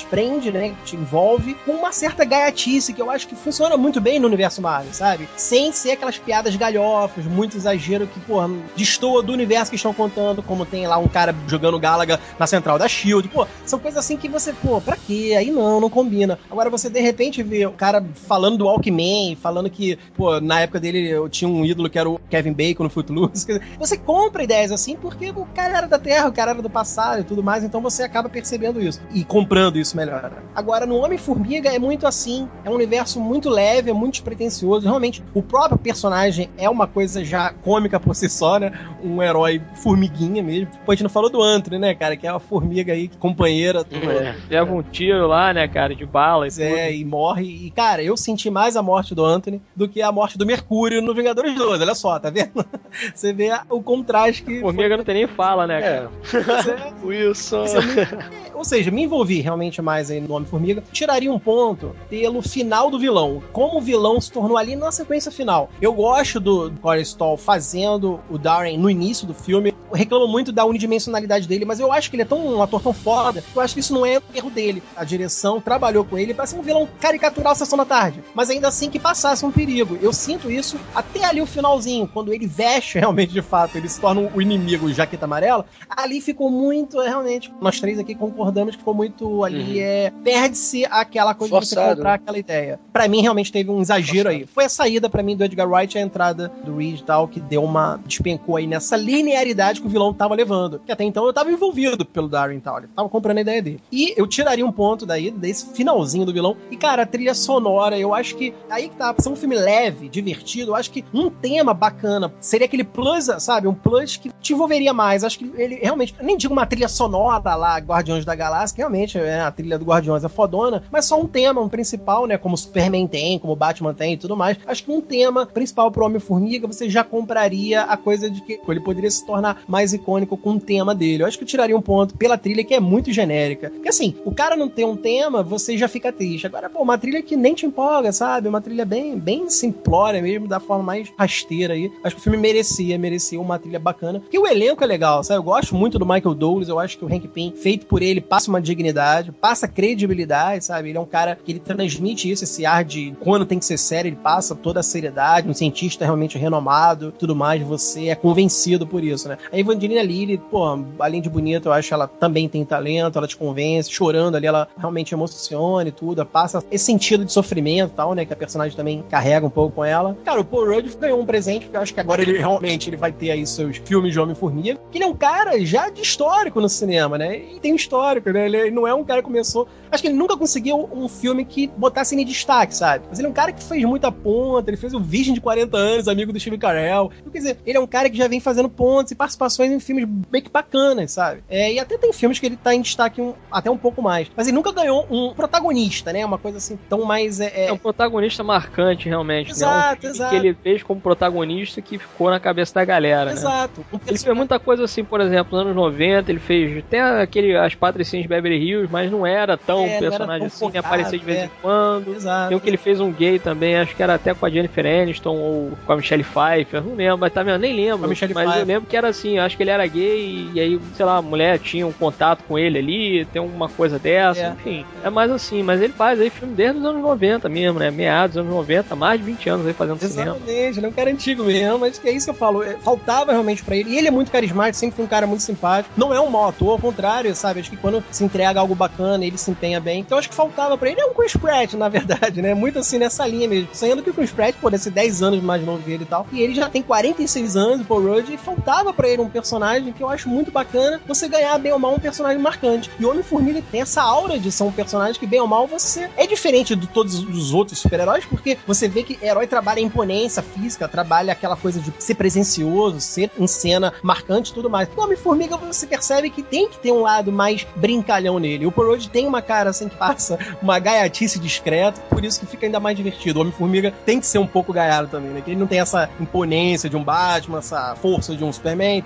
prende, né, que te envolve, com uma certa gaiatice, que eu acho que funciona muito bem no universo Marvel, sabe? Sem ser aquelas piadas galhofas, muito exagero que, porra, destoa do universo que estão contando, como tem lá um cara jogando Galaga na central da Shield. Pô, são coisas assim que você, pô, pra quê? Aí não, não combina. Agora você, de repente, vê o cara falando do Walkman, falando que, pô, na época dele eu tinha um ídolo que era o Kevin Bacon no Footloose. Você compra ideias assim porque o cara era da Terra, o cara era do passado e tudo mais, então você acaba percebendo isso e comprando isso melhor. Agora, no Homem-Formiga é muito assim, é um universo muito leve, é muito despretensioso. Realmente, o próprio personagem é uma coisa já cômica por si só, né? Um herói formiguinha mesmo. Pô, a gente não falou do Anthony, né, cara? Que é uma formiga aí, companheira. Tudo, é. Leva um tiro lá, né, cara, de bala e tudo. É, e morre. E, cara, eu senti mais a morte do Anthony do que a morte do Mercúrio no Vingadores dois. Olha só, tá vendo? Você vê o contraste que... A formiga foi... não tem nem fala, né, cara? É. Wilson... É, ou seja, me envolvi realmente mais aí no Homem-Formiga. Tiraria um ponto pelo final do vilão. Como o vilão se tornou ali na sequência final. Eu gosto do Corey Stoll fazendo o Darren no início do filme. Eu reclamo muito da unidimensionalidade dele, mas eu acho que ele é tão um ator tão foda que eu acho que isso não é erro dele. A direção trabalhou com ele para ser um vilão caricatural Sessão da Tarde, mas ainda assim que passasse um perigo. Eu sinto isso até ali o finalzinho, quando ele veste realmente de fato, ele se torna o inimigo Jaqueta Amarela. Ali ficou muito, realmente, nós três aqui concordamos que ficou muito ali, uhum. é, perde-se aquela coisa Forçado. De você comprar aquela ideia. Pra mim, realmente teve um exagero Forçado. Aí. Foi a saída pra mim do Edgar Wright, a entrada do Reed e tal, que deu uma, despencou aí nessa linearidade que o vilão tava levando. Que até então eu tava envolvido pelo Darren e tal, ele tava comprando a ideia dele. E eu tiraria um ponto daí, desse finalzinho do vilão. E, cara, a trilha sonora, eu acho que aí que tá, pra ser um filme leve, divertido, eu acho que um tema bacana seria aquele plus, sabe? Um plus que te envolveria mais. Acho que ele realmente, nem digo uma trilha sonora lá, Guardiões da Galáxia, que realmente é a trilha do Guardiões é fodona, mas só um tema, um principal, né? Como o Superman tem, como o Batman tem e tudo mais. Acho que um tema principal pro Homem-Formiga, você já compraria a coisa de que ele poderia se tornar mais icônico com o tema dele. Eu acho que eu tiraria um ponto pela trilha que é muito genérica. Porque assim, o cara não tem um tema, você já fica triste. Agora, pô, uma trilha que nem te empolga, sabe? Uma trilha bem, bem simplória mesmo, da forma mais rasteira aí. Acho que o filme merecia, merecia uma trilha bacana. Porque o elenco é legal, sabe? Eu gosto muito do Michael Douglas, eu acho que o Hank Pym, feito por ele, passa uma dignidade, passa credibilidade, sabe? Ele é um cara que ele transmite isso, esse ar de quando tem que ser sério, ele passa toda a seriedade, um cientista realmente renomado, tudo mais, você é convencido por isso, né? A Evangeline Lilly, pô, além de bonita, eu acho que ela também tem talento, ela te convence, chorando ali, ela realmente emociona e tudo, passa esse sentido de sofrimento e tal, né, que a personagem também carrega um pouco com ela. Cara, o Paul Rudd ganhou um presente, porque eu acho que agora ele realmente ele vai ter aí seus filmes de Homem-Formiga, que ele é um cara já de histórico no cinema, né, e tem um histórico, né, ele não é um cara que começou, acho que ele nunca conseguiu um filme que botasse ele em destaque, sabe, mas ele é um cara que fez muita ponta, ele fez o Virgem de quarenta anos, amigo do Steve Carell, quer dizer, ele é um cara que já vem fazendo pontos e participações em filmes bem que bacanas, sabe, é, e até tem filmes que ele tá em destaque um, até um pouco mais, mas ele nunca ganhou um protagonista, né, uma coisa assim tão mais... É, é um protagonista marcante, realmente, exato, né, um exato. que ele fez como protagonista que ficou na cabeça da galera, exato. Né? Um ele fez muita coisa assim, por exemplo, nos anos noventa, ele fez até aquele As Patricinhas de Beverly Hills, mas não era tão é, personagem assim, focado, aparecia de vez é. em quando. Exato. Tem um que ele fez um gay também, acho que era até com a Jennifer Aniston ou com a Michelle Pfeiffer, não lembro, mas tá vendo? Nem lembro, mas Pfeiffer. Eu lembro que era assim, acho que ele era gay e aí, sei lá, a mulher tinha um contato com ele ali, tem uma coisa dessa, é. enfim, é mais assim, mas ele faz aí filme desde os anos noventa mesmo, né, meados dos anos noventa, mais de vinte anos aí fazendo cinema. Exatamente, ele é um cara antigo mesmo, mas que é isso que eu falo, faltava realmente pra ele, e ele é muito carismático, sempre foi um cara muito simpático, não é um mau ator, ao contrário, sabe, acho que quando se entrega algo bacana, ele se empenha bem, então acho que faltava pra ele, é um Chris Pratt, na verdade, né, muito assim nessa linha mesmo, sendo que o Chris Pratt pode ser dez anos mais novo que ele e tal, e ele já tem quarenta e seis anos, o Paul Rudd, e faltava pra ele um personagem que eu acho muito bacana, você ganhar bem ou mal um personagem marcante, e o Homem-Formiga tem essa aura de ser um personagem que bem ou mal você é diferente de todos os outros super-heróis, porque você vê que herói trabalha a imponência física, trabalha aquela coisa de ser presencioso, ser em cena marcante e tudo mais. O Homem-Formiga você percebe que tem que ter um lado mais brincalhão nele. O Paul Rudd tem uma cara assim que passa uma gaiatice discreta, por isso que fica ainda mais divertido. O Homem-Formiga tem que ser um pouco gaiado também, né? Que ele não tem essa imponência de um Batman, essa força de um Superman,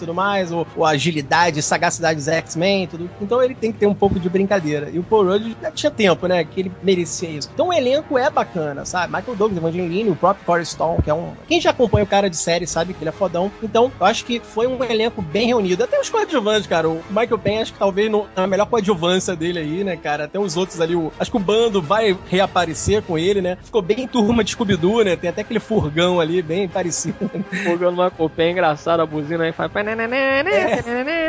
tudo mais, ou, ou a agilidade, sagacidade dos X-Men, tudo. Então ele tem que ter um pouco de brincadeira. E o Paul Rudd já tinha tempo, né, que ele merecia isso. Então o elenco é bacana, sabe? Michael Douglas, Evangeline, o próprio Corey Stoll, que é um... Quem já acompanha o cara de série sabe que ele é fodão. Então, eu acho que foi um elenco bem reunido. Até os coadjuvantes, cara. O Michael Penn, acho que talvez não, a melhor coadjuvância dele aí, né, cara? Até os outros ali, o, acho que o bando vai reaparecer com ele, né? Ficou bem turma de Scooby-Doo, né? Tem até aquele furgão ali, bem parecido. O furgão do Michael Penn é engraçado, a buzina aí faz... É.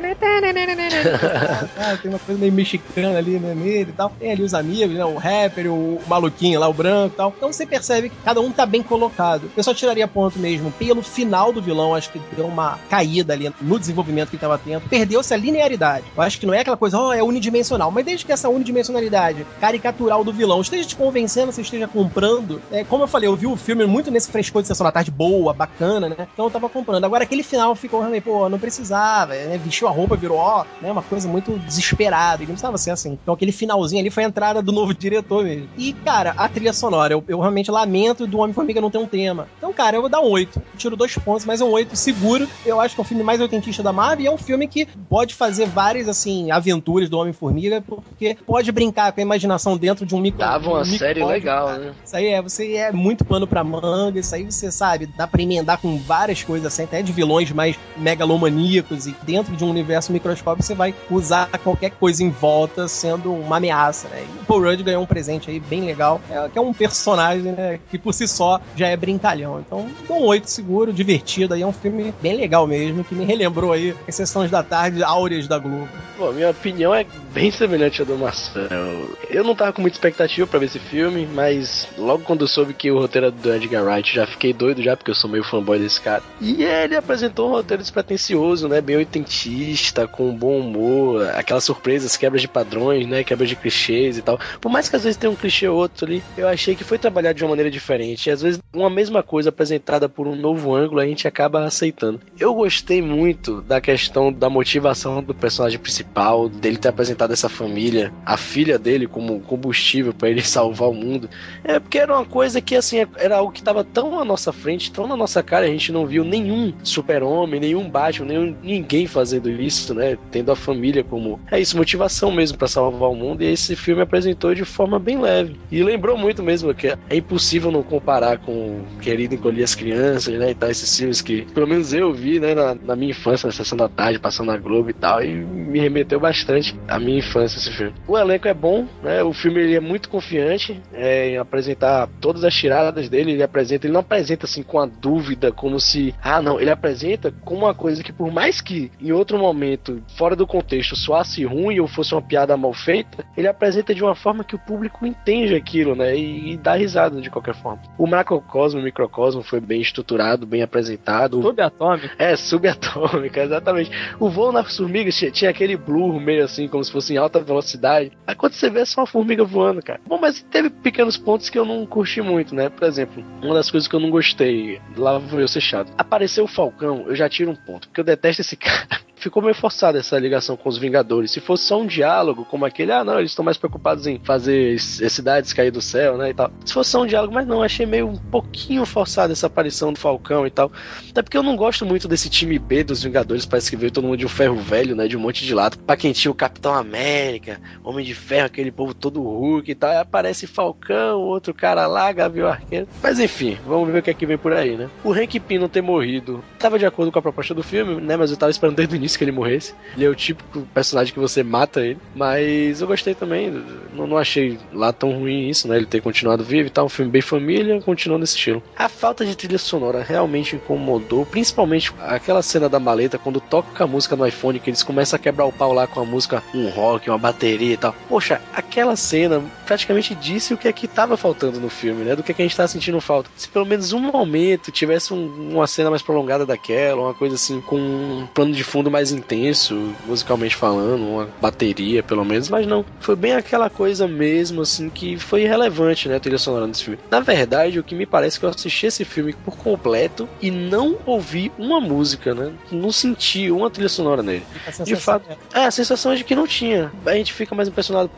Ah, tem uma coisa meio mexicana ali, né, nele e tal. Tem ali os amigos, né? O rapper, o maluquinho lá, o branco e tal. Então você percebe que cada um tá bem colocado. Eu só tiraria ponto mesmo pelo final do vilão, acho que deu uma caída ali no desenvolvimento que ele tava tendo. Perdeu-se a linearidade. Eu acho que não é aquela coisa, ó, oh, é unidimensional. Mas desde que essa unidimensionalidade caricatural do vilão esteja te convencendo, você esteja comprando. É, como eu falei, eu vi o filme muito nesse frescor de Sessão da Tarde boa, bacana, né? Então eu tava comprando. Agora aquele final ficou realmente, pô, não precisava, né? Vestiu a roupa, virou, ó, né? Uma coisa muito desesperada. E não precisava ser assim. Então aquele finalzinho ali foi a entrada do novo diretor mesmo. E, cara, a trilha sonora, eu, eu realmente lamento do Homem-Formiga não ter um tema. Então, cara, eu vou dar um oito. Eu tiro dois pontos, mas é um oito seguro. Eu acho que é o filme mais oitentista da Marvel e é um filme que pode fazer várias, assim, aventuras do Homem-Formiga, porque pode brincar com a imaginação dentro de um micro... Dava uma um série micro legal, cara. né? Isso aí é, você é muito pano pra manga, isso aí você sabe, dá pra emendar com várias coisas, assim, até de vilões mais megalomaníacos e dentro de um universo microscópico você vai usar qualquer coisa em volta sendo uma ameaça, né? E o Paul Rudd ganhou um presente aí bem legal, é, que é um personagem, né, que por si só já é brincalhão. Então, dou um oito seguro, divertido, aí é um filme bem legal mesmo, que me relembrou aí as sessões da tarde áureas da Globo. Bom, minha opinião é bem semelhante à do Marcelo. Eu não tava com muita expectativa pra ver esse filme, mas logo quando eu soube que o roteiro era do Edgar Wright, já fiquei doido já, porque eu sou meio fanboy desse cara. E ele apresentou um roteiro despretensioso, né, bem oitentista, com bom humor, aquelas surpresas, quebras de padrões, né, quebras de clichês e tal. Por mais que às vezes tenha um clichê ou outro ali, eu achei que foi trabalhado de uma maneira diferente. E às vezes uma mesma coisa apresentada por um novo ângulo a gente acaba aceitando. Eu gostei muito da questão da motivação do personagem principal, dele ter apresentado essa família, a filha dele como combustível pra ele salvar o mundo. É porque era uma coisa que assim, era algo que tava tão à nossa frente, tão na nossa cara, a gente não viu nenhum super-homem, nenhum Batman, nenhum, ninguém fazendo isso, né? Tendo a família como, é isso, motivação mesmo pra salvar o mundo. E esse filme apresentou de forma bem leve. E lembrou muito mesmo que é impossível não comparar com Querido Encolher as Crianças, né? E tal, esses filmes que, pelo menos eu vi, né? Na, na minha infância, na Sessão da Tarde, passando na Globo e tal. E me remeteu bastante à minha infância esse filme. O elenco é bom, né? O filme ele é muito confiante é, em apresentar todas as tiradas dele. Ele apresenta, ele não apresenta assim com a dúvida, como se, ah, não, ele apresenta como uma coisa que, por mais que em outro momento, fora do contexto, soasse ruim ou fosse uma piada mal feita, ele apresenta de uma forma que o público entende aquilo, né? E, e dá risada de qualquer forma. O macrocosmo, o microcosmo foi bem estruturado, bem apresentado. Subatômica. É, subatômica, exatamente. O voo nas formigas tinha, tinha aquele blur meio assim, como se fosse em alta velocidade. Aí quando você vê é só uma formiga voando, cara. Bom, mas teve pequenos pontos que eu não curti muito, né? Por exemplo, uma das coisas que eu não gostei, lá vou eu ser chato. Apareceu o Falcão, eu já tiro um ponto, porque eu detesto esse cara. Ficou meio forçada essa ligação com os Vingadores. Se fosse só um diálogo, como aquele, ah não, eles estão mais preocupados em fazer as cidades cair do céu, né, e tal. Se fosse só um diálogo, mas não, achei meio um pouquinho forçada essa aparição do Falcão e tal. Até porque eu não gosto muito desse time B dos Vingadores, parece que veio todo mundo de um ferro velho, né, de um monte de lado. Pra quem tinha o Capitão América, Homem de Ferro, aquele povo todo Hulk e tal, aí aparece Falcão, outro cara lá, Gavião Arqueiro. Mas enfim, vamos ver o que é que vem por aí, né. O Hank Pym não ter morrido, tava de acordo com a proposta do filme, né, mas eu tava esperando desde o início que ele morresse. Ele é o típico personagem que você mata ele. Mas eu gostei também. Não, não achei lá tão ruim isso, né? Ele ter continuado vivo e tal. Um filme bem família, continuou nesse estilo. A falta de trilha sonora realmente incomodou. Principalmente aquela cena da maleta, quando toca a música no iPhone, que eles começam a quebrar o pau lá com a música, um rock, uma bateria e tal. Poxa, aquela cena praticamente disse o que é que tava faltando no filme, né? Do que, é que a gente tá sentindo falta. Se pelo menos um momento tivesse um, uma cena mais prolongada daquela, uma coisa assim, com um plano de fundo mais intenso, musicalmente falando, uma bateria pelo menos, mas não, foi bem aquela coisa mesmo, assim, que foi irrelevante, né, a trilha sonora desse filme. Na verdade, o que me parece é que eu assisti esse filme por completo e não ouvi uma música, né, não senti uma trilha sonora nele. De fato, é, a sensação é de que não tinha. A gente fica mais impressionado por conta das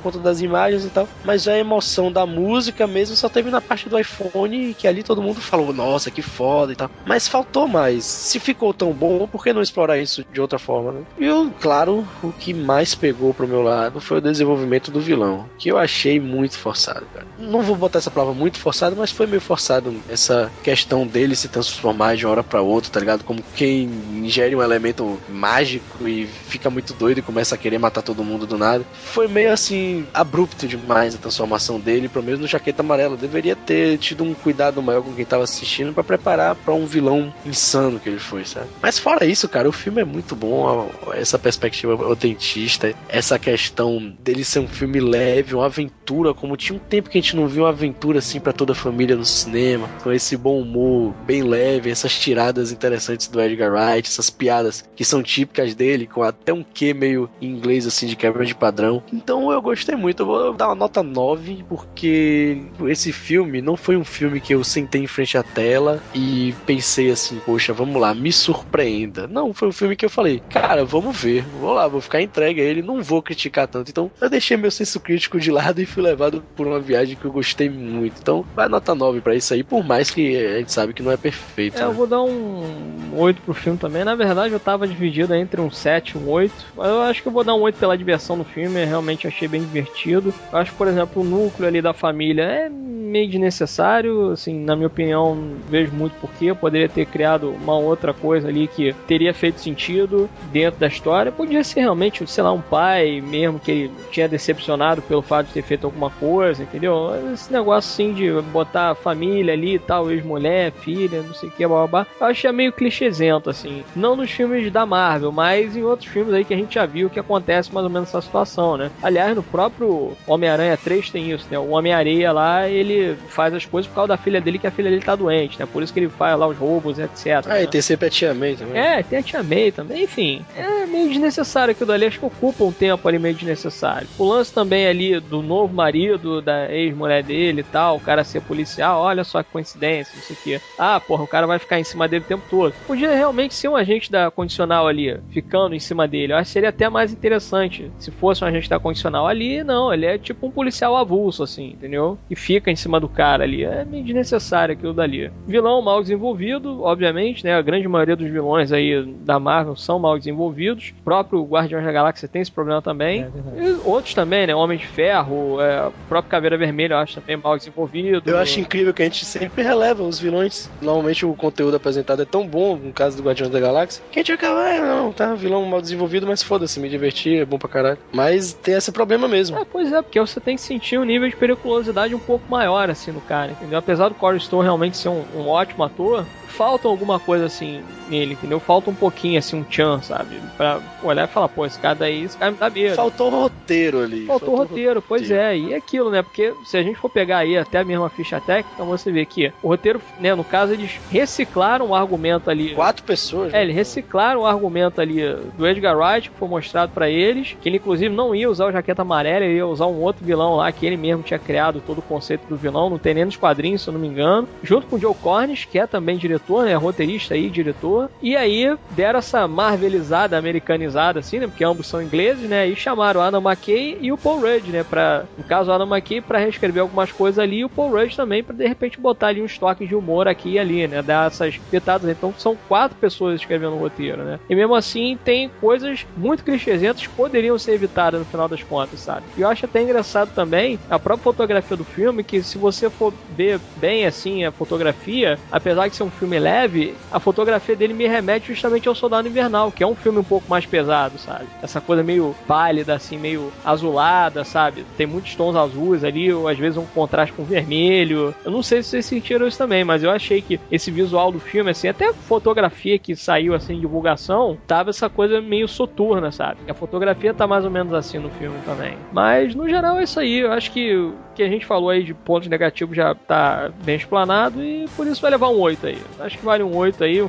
imagens e tal, mas a emoção da música mesmo só teve na parte do iPhone, que ali todo mundo falou, nossa, que foda e tal. Mas faltou mais. Se ficou tão bom, por que não explorar isso de outra forma, né? E eu, claro, o que mais pegou pro meu lado foi o desenvolvimento do vilão, que eu achei muito forçado, cara. Não vou botar essa palavra muito forçado, mas foi meio forçado essa questão dele se transformar de uma hora pra outra, tá ligado? Como quem ingere um elemento mágico e fica muito doido e começa a querer matar todo mundo do nada. Foi meio assim, abrupto demais a transformação dele, pelo menos no Jaqueta Amarela. Deveria ter tido um cuidado maior com quem tava assistindo pra preparar pra um vilão insano que ele foi, sabe? Mas fora isso, cara, o filme é muito bom, essa perspectiva autentista, essa questão dele ser um filme leve, uma aventura, como tinha um tempo que a gente não viu uma aventura assim pra toda a família no cinema, com esse bom humor bem leve, essas tiradas interessantes do Edgar Wright, essas piadas que são típicas dele, com até um quê meio em inglês assim de quebra de padrão. Então eu gostei muito, eu vou dar uma nota nove, porque esse filme não foi um filme que eu sentei em frente à tela e pensei assim, poxa, vamos lá, me surpreenda. Não, foi um filme que eu falei, cara, vamos ver, vou lá, vou ficar entregue a ele, não vou criticar tanto. Então eu deixei meu senso crítico de lado e fui levado por uma viagem que eu gostei muito. Então vai nota nove pra isso aí, por mais que a gente sabe que não é perfeito. É, né? eu vou dar um oito pro filme também. Na verdade eu tava dividido entre um sete e um oito, mas eu acho que eu vou dar um oito pela diversão do filme, eu realmente achei bem divertido. Eu acho que, por exemplo, o núcleo ali da família é meio desnecessário, assim, na minha opinião, vejo muito porquê. Eu poderia ter criado uma outra coisa ali que teria feito sentido dentro da história. Podia ser realmente, sei lá, um pai mesmo que ele tinha decepcionado pelo fato de ter feito alguma coisa, entendeu? Esse negócio assim de botar a família ali e tal, ex-mulher, filha, não sei o que, babá, eu achei meio clichêzento, assim. Não nos filmes da Marvel, mas em outros filmes aí que a gente já viu que acontece mais ou menos essa situação, né? Aliás, no próprio Homem-Aranha três tem isso, né? O Homem-Areia lá, ele faz as coisas por causa da filha dele, que a filha dele tá doente, né? Por isso que ele faz lá os roubos, etcétera. Ah, né? e tem sempre a Tia May também. É, tem a Tia May também, enfim. É meio desnecessário aquilo ali, acho que ocupa um tempo ali meio desnecessário. O lance também ali do novo marido, da ex-mulher dele e tal, o cara ser policial, olha só que coincidência, não sei o que. Ah, porra, o cara vai ficar em cima dele o tempo todo. Podia realmente ser um agente da condicional ali, ficando em cima dele. Eu acho que seria até mais interessante se fosse um agente da condicional ali. Não, ele é tipo um policial avulso, assim, entendeu? E fica em cima do cara ali. É meio desnecessário aquilo dali. Vilão mal desenvolvido, obviamente, né? A grande maioria dos vilões aí da Marvel são mal desenvolvidos. O próprio Guardiões da Galáxia tem esse problema também. É e outros também, né? Homem de Ferro, é, o próprio Caveira Vermelha, eu acho também mal desenvolvido. Eu acho incrível que a gente sempre releva os vilões. Normalmente o conteúdo apresentado é tão bom, no caso do Guardiões da Galáxia, que a gente acaba, ah, não, tá, vilão mal desenvolvido, mas foda-se, me divertir, é bom pra caralho. Mas tem esse problema mesmo. É, pois é, porque você tem que sentir um nível de periculosidade um pouco maior, assim, no cara, entendeu? Apesar do Corey Stoll realmente ser um, um ótimo ator, falta alguma coisa assim nele, entendeu? Falta um pouquinho, assim, um tchan, sabe? Pra olhar e falar, pô, esse cara daí, esse cara me dá medo. Faltou roteiro ali. Faltou, Faltou roteiro, roteiro, pois é. E é aquilo, né? Porque se a gente for pegar aí até a mesma ficha técnica, você vê que o roteiro, né, no caso, eles reciclaram o argumento ali. Quatro pessoas. É, né? Eles reciclaram o argumento ali do Edgar Wright, que foi mostrado pra eles, que ele, inclusive, não ia usar o Jaqueta Amarela, ele ia usar um outro vilão lá, que ele mesmo tinha criado todo o conceito do vilão, não tem nem nos quadrinhos, se eu não me engano. Junto com o Joe Cornish, que é também diretor, né? Roteirista aí, diretor. E aí, deram essa marvelizada, americanizada, assim, né? Porque ambos são ingleses, né? E chamaram o Adam McKay e o Paul Rudd, né? Pra, no caso, o Adam McKay pra reescrever algumas coisas ali e o Paul Rudd também pra, de repente, botar ali uns toques de humor aqui e ali, né? Dar essas pitadas. Então, são quatro pessoas escrevendo o roteiro, né? E mesmo assim, tem coisas muito clichêsentas que poderiam ser evitadas no final das contas, sabe? E eu acho até engraçado também a própria fotografia do filme, que se você for ver bem, assim, a fotografia, apesar de ser um filme leve, a fotografia dele me remete justamente ao Soldado Invernal, que é um filme um pouco mais pesado, sabe? Essa coisa meio pálida, assim, meio azulada, sabe? Tem muitos tons azuis ali, ou às vezes um contraste com vermelho. Eu não sei se vocês sentiram isso também, mas eu achei que esse visual do filme, assim, até a fotografia que saiu, assim, em divulgação, tava essa coisa meio soturna, sabe? A fotografia tá mais ou menos assim no filme também. Mas, no geral, é isso aí. Eu acho que o que a gente falou aí de pontos negativos já tá bem explanado e por isso vai levar um oito aí. Acho que vale um oito aí, um filme divertido.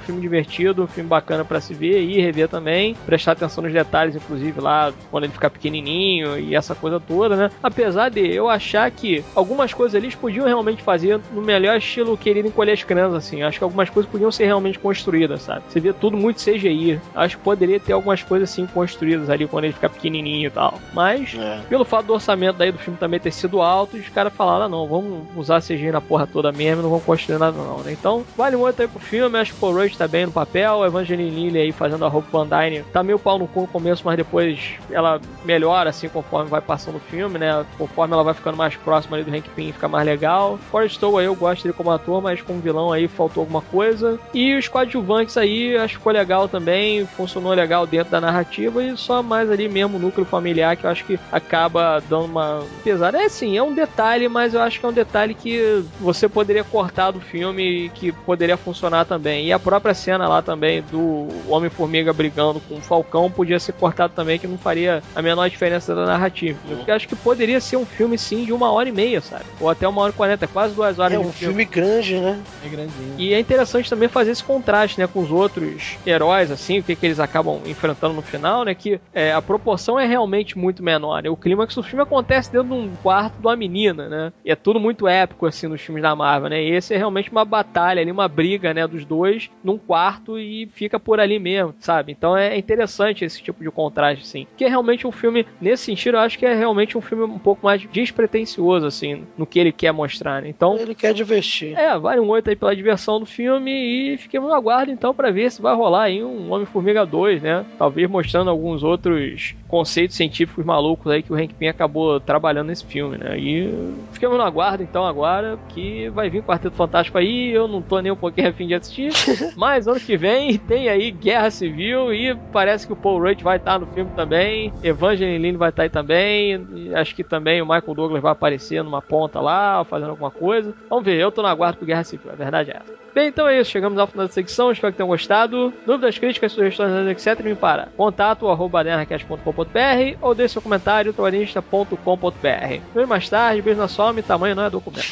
divertido, um filme bacana pra se ver e rever também, prestar atenção nos detalhes, inclusive lá quando ele ficar pequenininho e essa coisa toda, né? Apesar de eu achar que algumas coisas ali eles podiam realmente fazer no melhor estilo Querido Encolher as Crianças, assim. Acho que algumas coisas podiam ser realmente construídas, sabe? Você vê tudo muito C G I. Acho que poderia ter algumas coisas assim construídas ali quando ele ficar pequenininho e tal. Mas, é. pelo fato do orçamento daí do filme também ter sido alto, os caras falaram, ah, não, vamos usar C G I na porra toda mesmo, não vamos construir nada não, né? Então, vale muito aí pro filme, acho que o Paul Rudd tá bem no papel, a Evangeline Lilly aí fazendo a Hope Van Dyne tá meio pau no cu no começo, mas depois ela melhora, assim, conforme vai passando o filme, né? Conforme ela vai ficando mais próxima ali do Hank Pym, fica mais legal. Forrest Stowe aí, eu gosto dele como ator, mas como vilão aí faltou alguma coisa. E os coadjuvantes aí, acho que ficou legal também, funcionou legal dentro da narrativa e só mais ali mesmo o núcleo familiar que eu acho que acaba dando uma pesada. É assim, é um detalhe, mas eu acho que é um detalhe que você poderia cortar do filme e que poderia funcionar também. E a própria cena lá também do Homem-Formiga brigando com o Falcão podia ser cortado também, que não faria a menor diferença da narrativa. Porque eu acho que poderia ser um filme sim de uma hora e meia, sabe? Ou até uma hora e quarenta, quase duas horas é de um filme. filme grande, né? É grandinho. E é interessante também fazer esse contraste, né, com os outros heróis, assim, o que, que eles acabam enfrentando no final, né, que é, a proporção é realmente muito menor, né? O clímax do filme acontece dentro de um quarto de uma menina, né? E é tudo muito épico, assim, nos filmes da Marvel, né? E esse é realmente uma batalha ali, uma briga, né, dos dois num quarto e fica por ali mesmo, sabe? Então é interessante esse tipo de contraste, assim. Que é realmente um filme, nesse sentido, eu acho que é realmente um filme um pouco mais despretensioso, assim, no que ele quer mostrar, né? Então... ele quer divertir. É, vale um oito aí pela diversão do filme e fiquemos no aguardo, então, pra ver se vai rolar aí um Homem-Formiga dois, né? Talvez mostrando alguns outros conceitos científicos malucos aí que o Hank Pym acabou trabalhando nesse filme, né? E fiquemos no aguardo, então, agora, que vai vir Quarteto Fantástico aí, eu não tô nem um pouquinho a fim de assistir, mas ano que vem tem aí Guerra Civil e parece que o Paul Rudd vai estar no filme também, Evangeline Lilly vai estar aí também, acho que também o Michael Douglas vai aparecer numa ponta lá, fazendo alguma coisa. Vamos ver, eu tô no aguardo pro Guerra Civil, a verdade é essa. Bem, então é isso, chegamos ao final da secção, espero que tenham gostado. Dúvidas, críticas, sugestões, etcétera, me para contato arroba nerracast ponto com ponto b r ou deixe seu comentário trovarista ponto com ponto b r. Vem mais tarde, beijo na some, tamanho não é documento.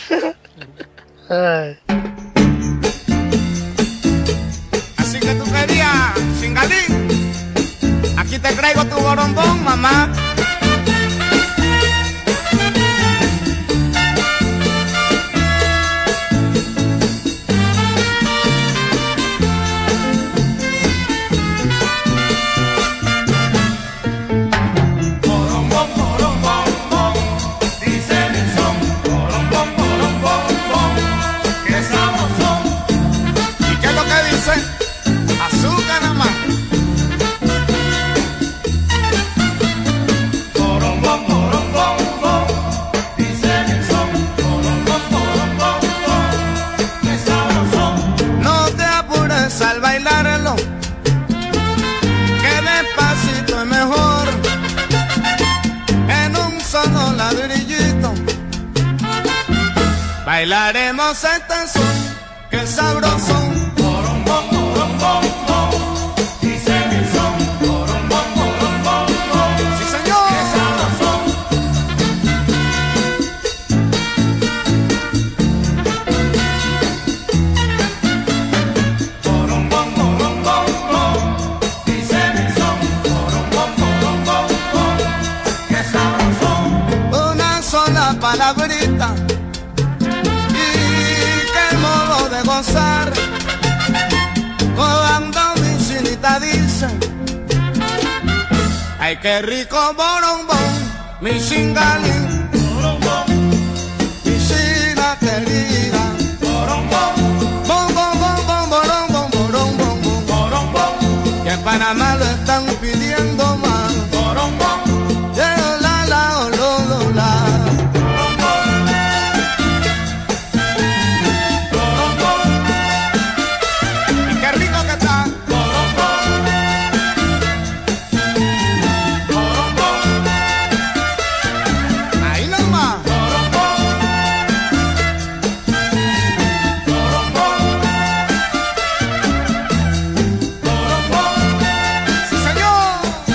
Así que tu querías, chingadín. Aquí te traigo tu borombón, mamá. Azúcar nada más. No te apures al bailarlo, que despacito es mejor. En un solo ladrillito bailaremos este son, que es sabroso. Palabrita y qué modo de gozar cuando mi chinita dice ay qué rico borombón, mi chingalín, mi china querida, borombón, bom bom bom bom borombón, borombón, borombón, que en Panamá lo están pidiendo más, borombón, yeah, la la oh, lo, lo, la. Sí, señor.